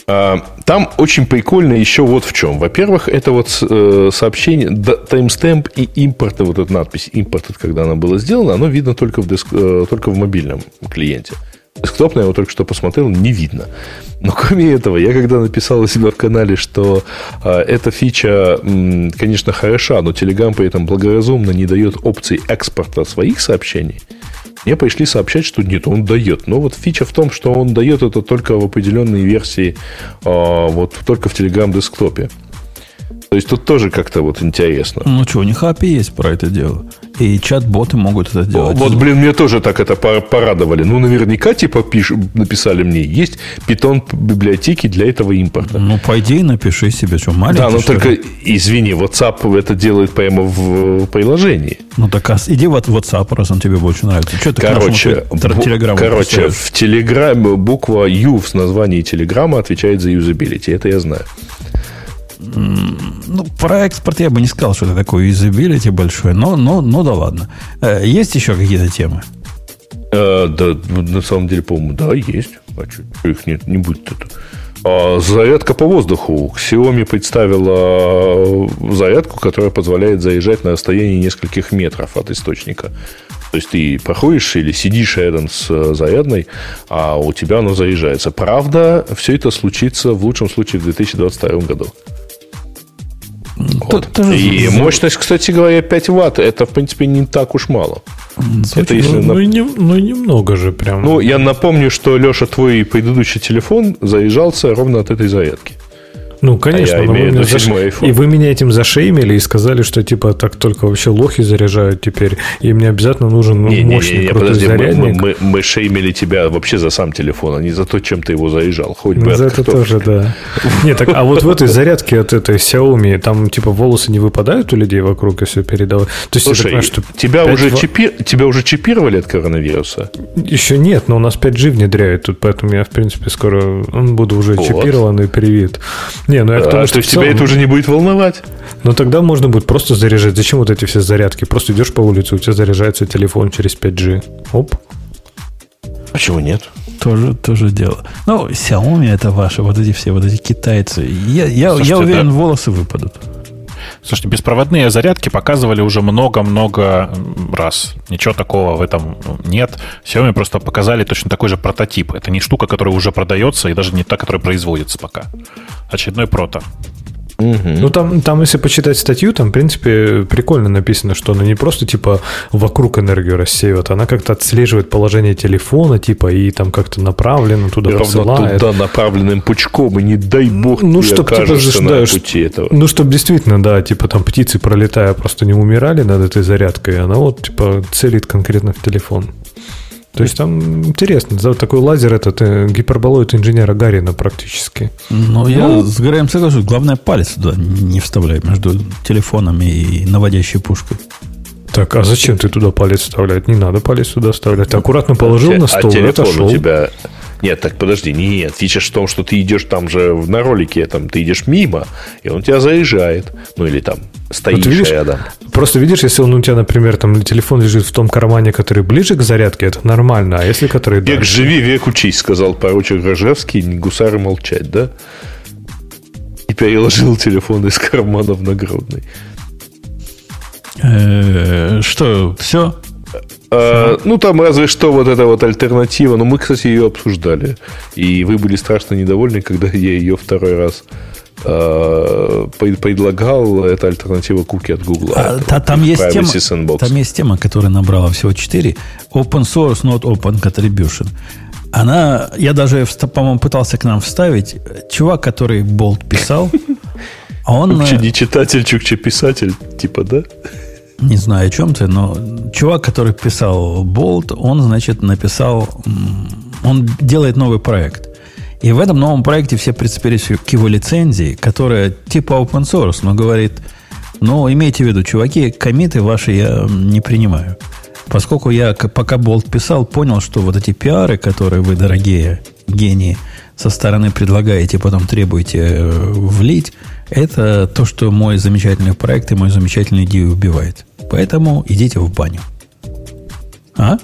Там очень прикольно еще вот в чем. Во-первых, это вот сообщение, таймстемп и импорт, вот эта надпись импорт, когда она была сделана, оно видно только в, деск, только в мобильном клиенте. Десктопно я его только что посмотрел, не видно. Но кроме этого, я когда написал у себя в канале, что а, эта фича, м, конечно, хороша, но Telegram при этом благоразумно не дает опции экспорта своих сообщений, мне пришли сообщать, что нет, он дает. Но вот фича в том, что он дает это только в определенной версии, а, вот только в Telegram десктопе. То есть тут тоже как-то вот интересно. Ну что, у них эй пи ай есть про это дело. И чат-боты могут это делать. Вот, блин, мне тоже так это порадовали. Ну, наверняка, типа, пиш... написали мне, есть Python библиотеки для этого импорта. Ну, по идее, напиши себе, что маленький. Да, но только, ли? извини, WhatsApp это делает прямо в приложении. Ну, так а иди в WhatsApp, раз он тебе больше нравится. Что ты короче, к нашему Телеграмму короче в Телеграме буква U в названии Телеграма отвечает за юзабилити. Это я знаю. Ну, про экспорт я бы не сказал, что это такое юзабилити большое, но, но, но да ладно. Есть еще какие-то темы? Э, да, на самом деле, по-моему, да, есть. А что их нет, не будет тут. А, зарядка по воздуху. Xiaomi представила зарядку, которая позволяет заезжать на расстоянии нескольких метров от источника. То есть ты проходишь или сидишь рядом с зарядной, а у тебя оно заряжается. Правда, все это случится в лучшем случае в две тысячи двадцать втором году. Вот. И мощность, кстати говоря, пять ватт. Это, в принципе, не так уж мало. Звучит, это если ну, на... ну, не, ну, немного же прям. Ну, я напомню, что, Леша, твой предыдущий телефон заряжался ровно от этой зарядки. Ну, конечно. А я имею в виду седьмой iPhone. И вы меня этим зашеймили и сказали, что типа так только вообще лохи заряжают теперь, и мне обязательно нужен ну, не, мощный не, не, крутой подожди, зарядник. Мы, мы, мы шеймили тебя вообще за сам телефон, а не за то, чем ты его заряжал. Хоть бы за это тоже, да. Нет, так, а вот в этой зарядке от этой Xiaomi там типа волосы не выпадают у людей вокруг, если передавать? То есть, слушай, понимаю, что тебя, уже в... чипи... тебя уже чипировали от коронавируса? Еще нет, но у нас пять джи внедряют тут, поэтому я, в принципе, скоро буду уже вот. чипирован и привит. Не, ну я к тому, а, что тебя это уже не будет волновать. Но тогда можно будет просто заряжать. Зачем вот эти все зарядки? Просто идешь по улице, у тебя заряжается телефон через пять джи. Оп. Почему нет? Тоже, тоже дело. Ну, Xiaomi это ваши, вот эти все, вот эти китайцы. Я, я, Слушайте, я уверен, да. волосы выпадут. Слушайте, беспроводные зарядки показывали уже много-много раз. Ничего такого в этом нет. Xiaomi просто показали точно такой же прототип. Это не штука, которая уже продается, и даже не та, которая производится пока. Очередной прото. Угу. Ну, там, там, если почитать статью, там, в принципе, прикольно написано, что она не просто, типа, вокруг энергию рассеивает, она как-то отслеживает положение телефона, типа, и там как-то направленно туда и посылает. Туда направленным пучком, и не дай бог ну, ты чтоб, окажешься типа, на да, пути этого. Ну, чтобы действительно, да, типа, там птицы, пролетая, просто не умирали над этой зарядкой, и она вот, типа, целит конкретно в телефон. То есть там интересно. За такой лазер этот гиперболоид инженера Гарина практически. Ну, ну, я с Гаррием соглашусь. Главное, палец туда не вставляй между телефоном и наводящей пушкой. Так, а зачем ты туда палец вставлять? Не надо палец туда вставлять. Ты аккуратно положил а на стол, а и отошел. У тебя... Нет, так подожди, нет. Фича в том, что ты идешь там же на ролике, там, ты идешь мимо, и он тебя заезжает. Ну, или там стоишь вот видишь, рядом. Просто видишь, если он у тебя, например, там телефон лежит в том кармане, который ближе к зарядке, это нормально. А если который век дальше... живи, век учись, сказал поручик Рожевский, гусары молчать, да? И переложил телефон из кармана в нагрудный. Что, все? А, ну, там разве что вот эта вот альтернатива. Но мы, кстати, ее обсуждали. И вы были страшно недовольны, когда я ее второй раз а, предлагал. Это альтернатива куки от Google. А, та, там, есть тема, там есть тема, которая набрала всего четыре. Open source, not open contribution. Она, я даже, по-моему, пытался к нам вставить. Чувак, который болт писал, он... Чукче не читатель, чукче писатель, типа, да? Не знаю, о чем ты, но чувак, который писал болт, он, значит, написал... Он делает новый проект. И в этом новом проекте все прицепились к его лицензии, которая типа open source, но говорит, ну, имейте в виду, чуваки, коммиты ваши я не принимаю. Поскольку я, пока болт писал, понял, что вот эти пиары, которые вы, дорогие гении, со стороны предлагаете, потом требуете влить, это то, что мой замечательный проект и мою замечательную идею убивает. Поэтому идите в баню. А?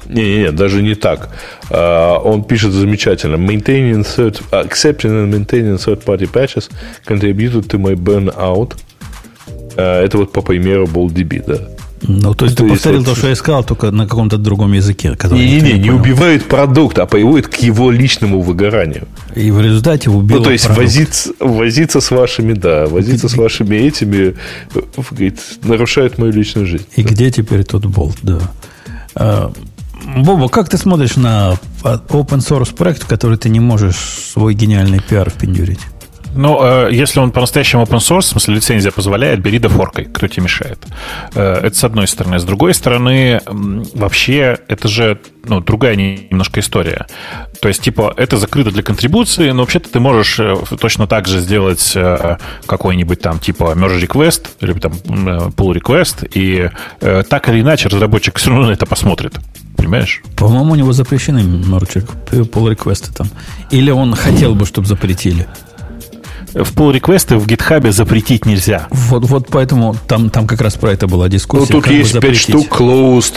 Не-не-не, даже не так. Uh, он пишет замечательно. Maintaining third, accepting and maintaining third-party patches contributed to my burnout. Uh, это вот по примеру BoltDB, да. Ну, то есть то ты повторил вот... то, что я сказал, только на каком-то другом языке. Не-не-не, не, не убивает продукт, а приводит к его личному выгоранию. И в результате убил Ну, то есть возиться, возиться с вашими, да, возиться с вашими этими, говорит, нарушает мою личную жизнь. И где теперь тот болт, да. А, Боба, как ты смотришь на open source проект, в который ты не можешь свой гениальный пиар впендюрить? Ну, э, если он по-настоящему open source, в смысле лицензия позволяет, бери да форкай, кто тебе мешает. Э, это с одной стороны. С другой стороны, вообще, это же ну, другая немножко история. То есть, типа, это закрыто для контрибуции, но вообще-то ты можешь точно так же сделать э, какой-нибудь там, типа, merge request или там pull request, и э, так или иначе разработчик все равно на это посмотрит. Понимаешь? По-моему, у него запрещены merge pull request там. Или он хотел бы, чтобы запретили. В pull-реквесты в GitHub запретить нельзя. Вот, вот поэтому там, там как раз про это была дискуссия. Ну, тут есть пять штук closed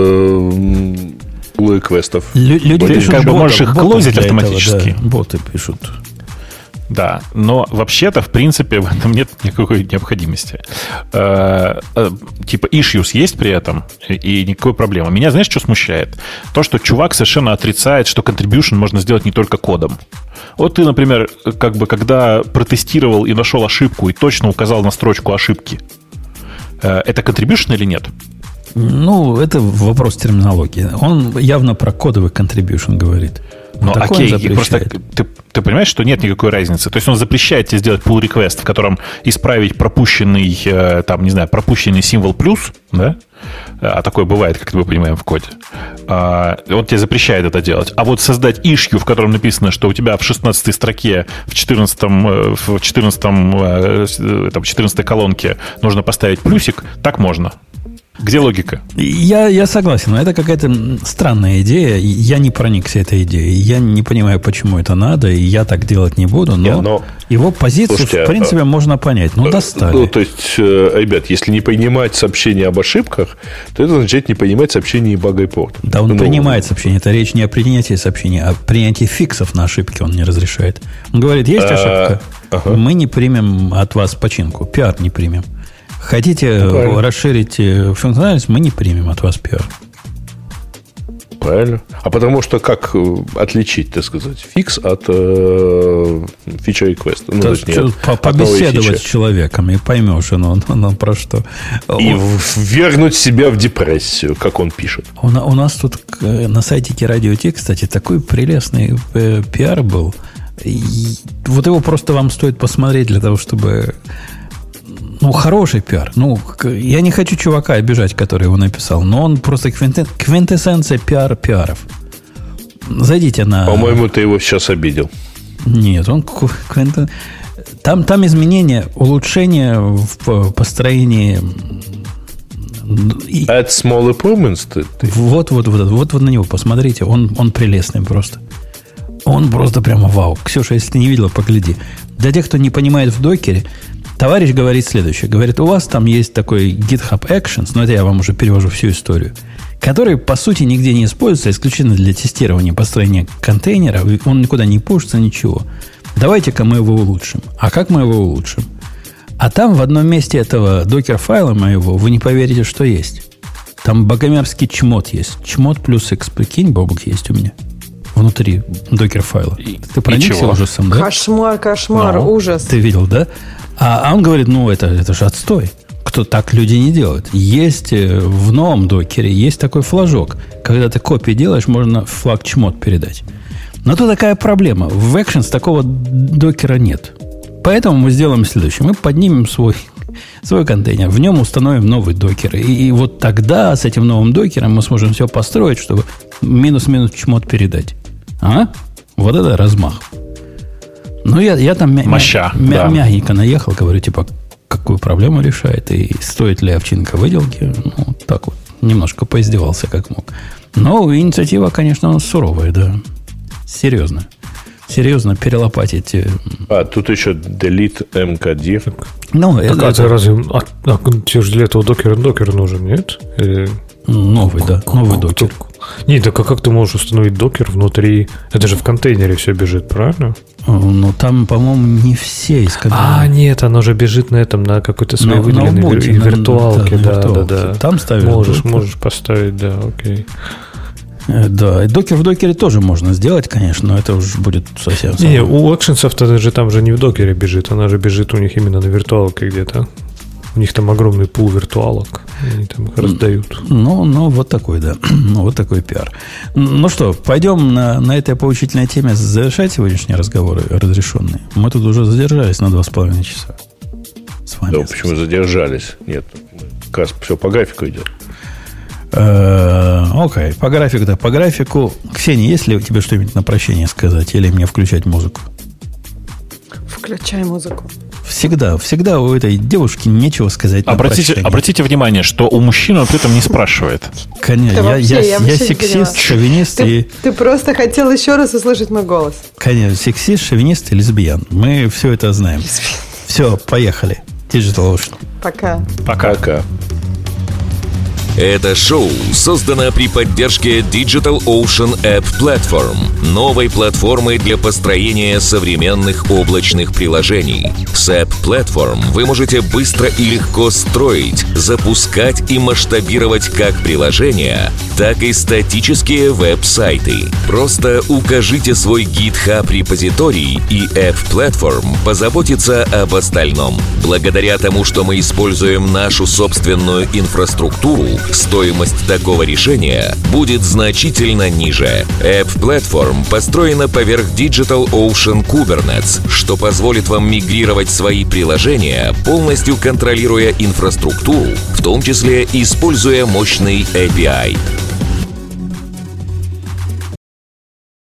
э, pull-реквестов. Люди Ты пишут, как бы боты, можешь их клозить автоматически. Этого, да, боты пишут. Да, но вообще-то, в принципе, в этом нет никакой необходимости. Э, э, типа issues есть при этом, и, и никакой проблемы. Меня, знаешь, что смущает? То, что чувак совершенно отрицает, что contribution можно сделать не только кодом. Вот ты, например, как бы, когда протестировал и нашел ошибку, и точно указал на строчку ошибки, э, это contribution или нет? Ну, это вопрос терминологии. Он явно про кодовый contribution говорит. Ну, окей, просто ты, ты понимаешь, что нет никакой разницы. То есть он запрещает тебе сделать pull request, в котором исправить пропущенный, там, не знаю, пропущенный символ плюс, да? А такое бывает, как мы понимаем, в коде. Он тебе запрещает это делать. А вот создать issue, в котором написано, что у тебя в шестнадцатой строке, в четырнадцатом, в четырнадцатом, там, четырнадцатой колонке нужно поставить плюсик, так можно. Где логика? Я, я согласен, но это какая-то странная идея. Я не проникся этой идеей. Я не понимаю, почему это надо, и я так делать не буду, но, yeah, но... его позицию, слушайте, в принципе, а... можно понять. Ну, достали. Ну, то есть, ребят, если не принимать сообщения об ошибках, то это означает не принимать сообщения и баг-репорт. Да, он ну, принимает сообщения. Это речь не о принятии сообщений, а о принятии фиксов на ошибки он не разрешает. Он говорит, есть ошибка, ага. мы не примем от вас починку, пиар не примем. Хотите ну, расширить функциональность, мы не примем от вас пиар. Правильно. А потому что как отличить, так сказать, фикс от э, feature request? Ну, то, точнее, от, по, побеседовать с человеком, и поймешь, он, он, он про что. И ввергнуть себя в депрессию, как он пишет. У, у нас тут на сайте Радио Ти, кстати, такой прелестный э, пиар был. И вот его просто вам стоит посмотреть для того, чтобы... Ну, хороший пиар. Ну, я не хочу чувака обижать, который его написал, но он просто квинтэссенция пиар пиаров. Зайдите на... По-моему, ты его сейчас обидел. Нет, он квинтэ... Там, там изменения, улучшения в построении... Add small improvements? Ты, ты. Вот, вот, вот, вот, вот на него посмотрите. Он, он прелестный просто. Он просто прямо вау. Ксюша, если ты не видела, погляди. Для тех, кто не понимает в докере, товарищ говорит следующее. Говорит, у вас там есть такой GitHub Actions, но это я вам уже перевожу всю историю, который, по сути, нигде не используется, исключительно для тестирования построения контейнера. Он никуда не пушится, ничего. Давайте-ка мы его улучшим. А как мы его улучшим? А там в одном месте этого докер-файла моего вы не поверите, что есть. Там богомерзкий чмот есть. Чмот плюс X, прикинь, Бобук, есть у меня. Внутри докер-файла. Ты проникся ужасом, да? Кошмар, кошмар, ну, ужас. Ты видел, да? А, а он говорит, ну, это, это же отстой. Кто так люди не делают. Есть в новом докере, есть такой флажок. Когда ты копии делаешь, можно флаг чмот передать. Но тут такая проблема. В Actions такого докера нет. Поэтому мы сделаем следующее. Мы поднимем свой, свой контейнер, в нем установим новый докер. И, и вот тогда с этим новым докером мы сможем все построить, чтобы минус-минус чмот передать. А? Вот это размах. Ну, я, я там мя- Моща, мя- да. мягенько наехал, говорю, типа, какую проблему решает, и стоит ли овчинка выделки. Ну, так вот, немножко поиздевался, как мог. Но инициатива, конечно, суровая, да. Серьезно. Серьезно перелопатить. А, тут еще delete эм ка ди. Ну, так, это, а это разве... А, а, тебе же для этого докер докер нужен, нет? Или... Новый, да, новый докер. Не, так а как ты можешь установить докер внутри? Это же в контейнере все бежит, правильно? Ну, там, по-моему, не все из контейнера. А, нет, оно же бежит на этом, на какой-то своей на, выделенной на вир- виртуалке. Да, да, да, да. Там ставишь Можешь, докер. можешь поставить, да, окей. Да, и докер в докере тоже можно сделать, конечно, но это уже будет совсем... Не, у Actionsoft же там же не в докере бежит, она же бежит у них именно на виртуалке где-то. У них там огромный пул виртуалок, они там их раздают. Ну, ну, вот такой, да. Ну, вот такой пиар. Ну что, пойдем на, на этой поучительной теме завершать сегодняшние разговоры разрешенные. Мы тут уже задержались на два с половиной часа. С вами. Да, почему задержались? Нет, как раз все по графику идет. Окей, okay. По графику-то, по графику. Ксения, есть ли у тебя что-нибудь на прощение сказать? Или мне включать музыку? Включай музыку. Всегда, всегда у этой девушки нечего сказать на обратите, прощание. Обратите внимание, что у мужчин он при этом не спрашивает. Конечно, я, вообще, я, я, я сексист, шовинист ты, и... Ты просто хотел еще раз услышать мой голос. Конечно, сексист, шовинист и лесбиян. Мы все это знаем. Все, поехали. Digital Ocean. Пока. Пока. Пока. Это шоу создано при поддержке Digital Ocean App Platform, новой платформы для построения современных облачных приложений. С App Platform вы можете быстро и легко строить, запускать и масштабировать как приложения, так и статические веб-сайты. Просто укажите свой GitHub-репозиторий, и App Platform позаботится об остальном. Благодаря тому, что мы используем нашу собственную инфраструктуру, стоимость такого решения будет значительно ниже. App Platform построена поверх Digital Ocean Kubernetes, что позволит вам мигрировать свои приложения, полностью контролируя инфраструктуру, в том числе используя мощный эй пи ай.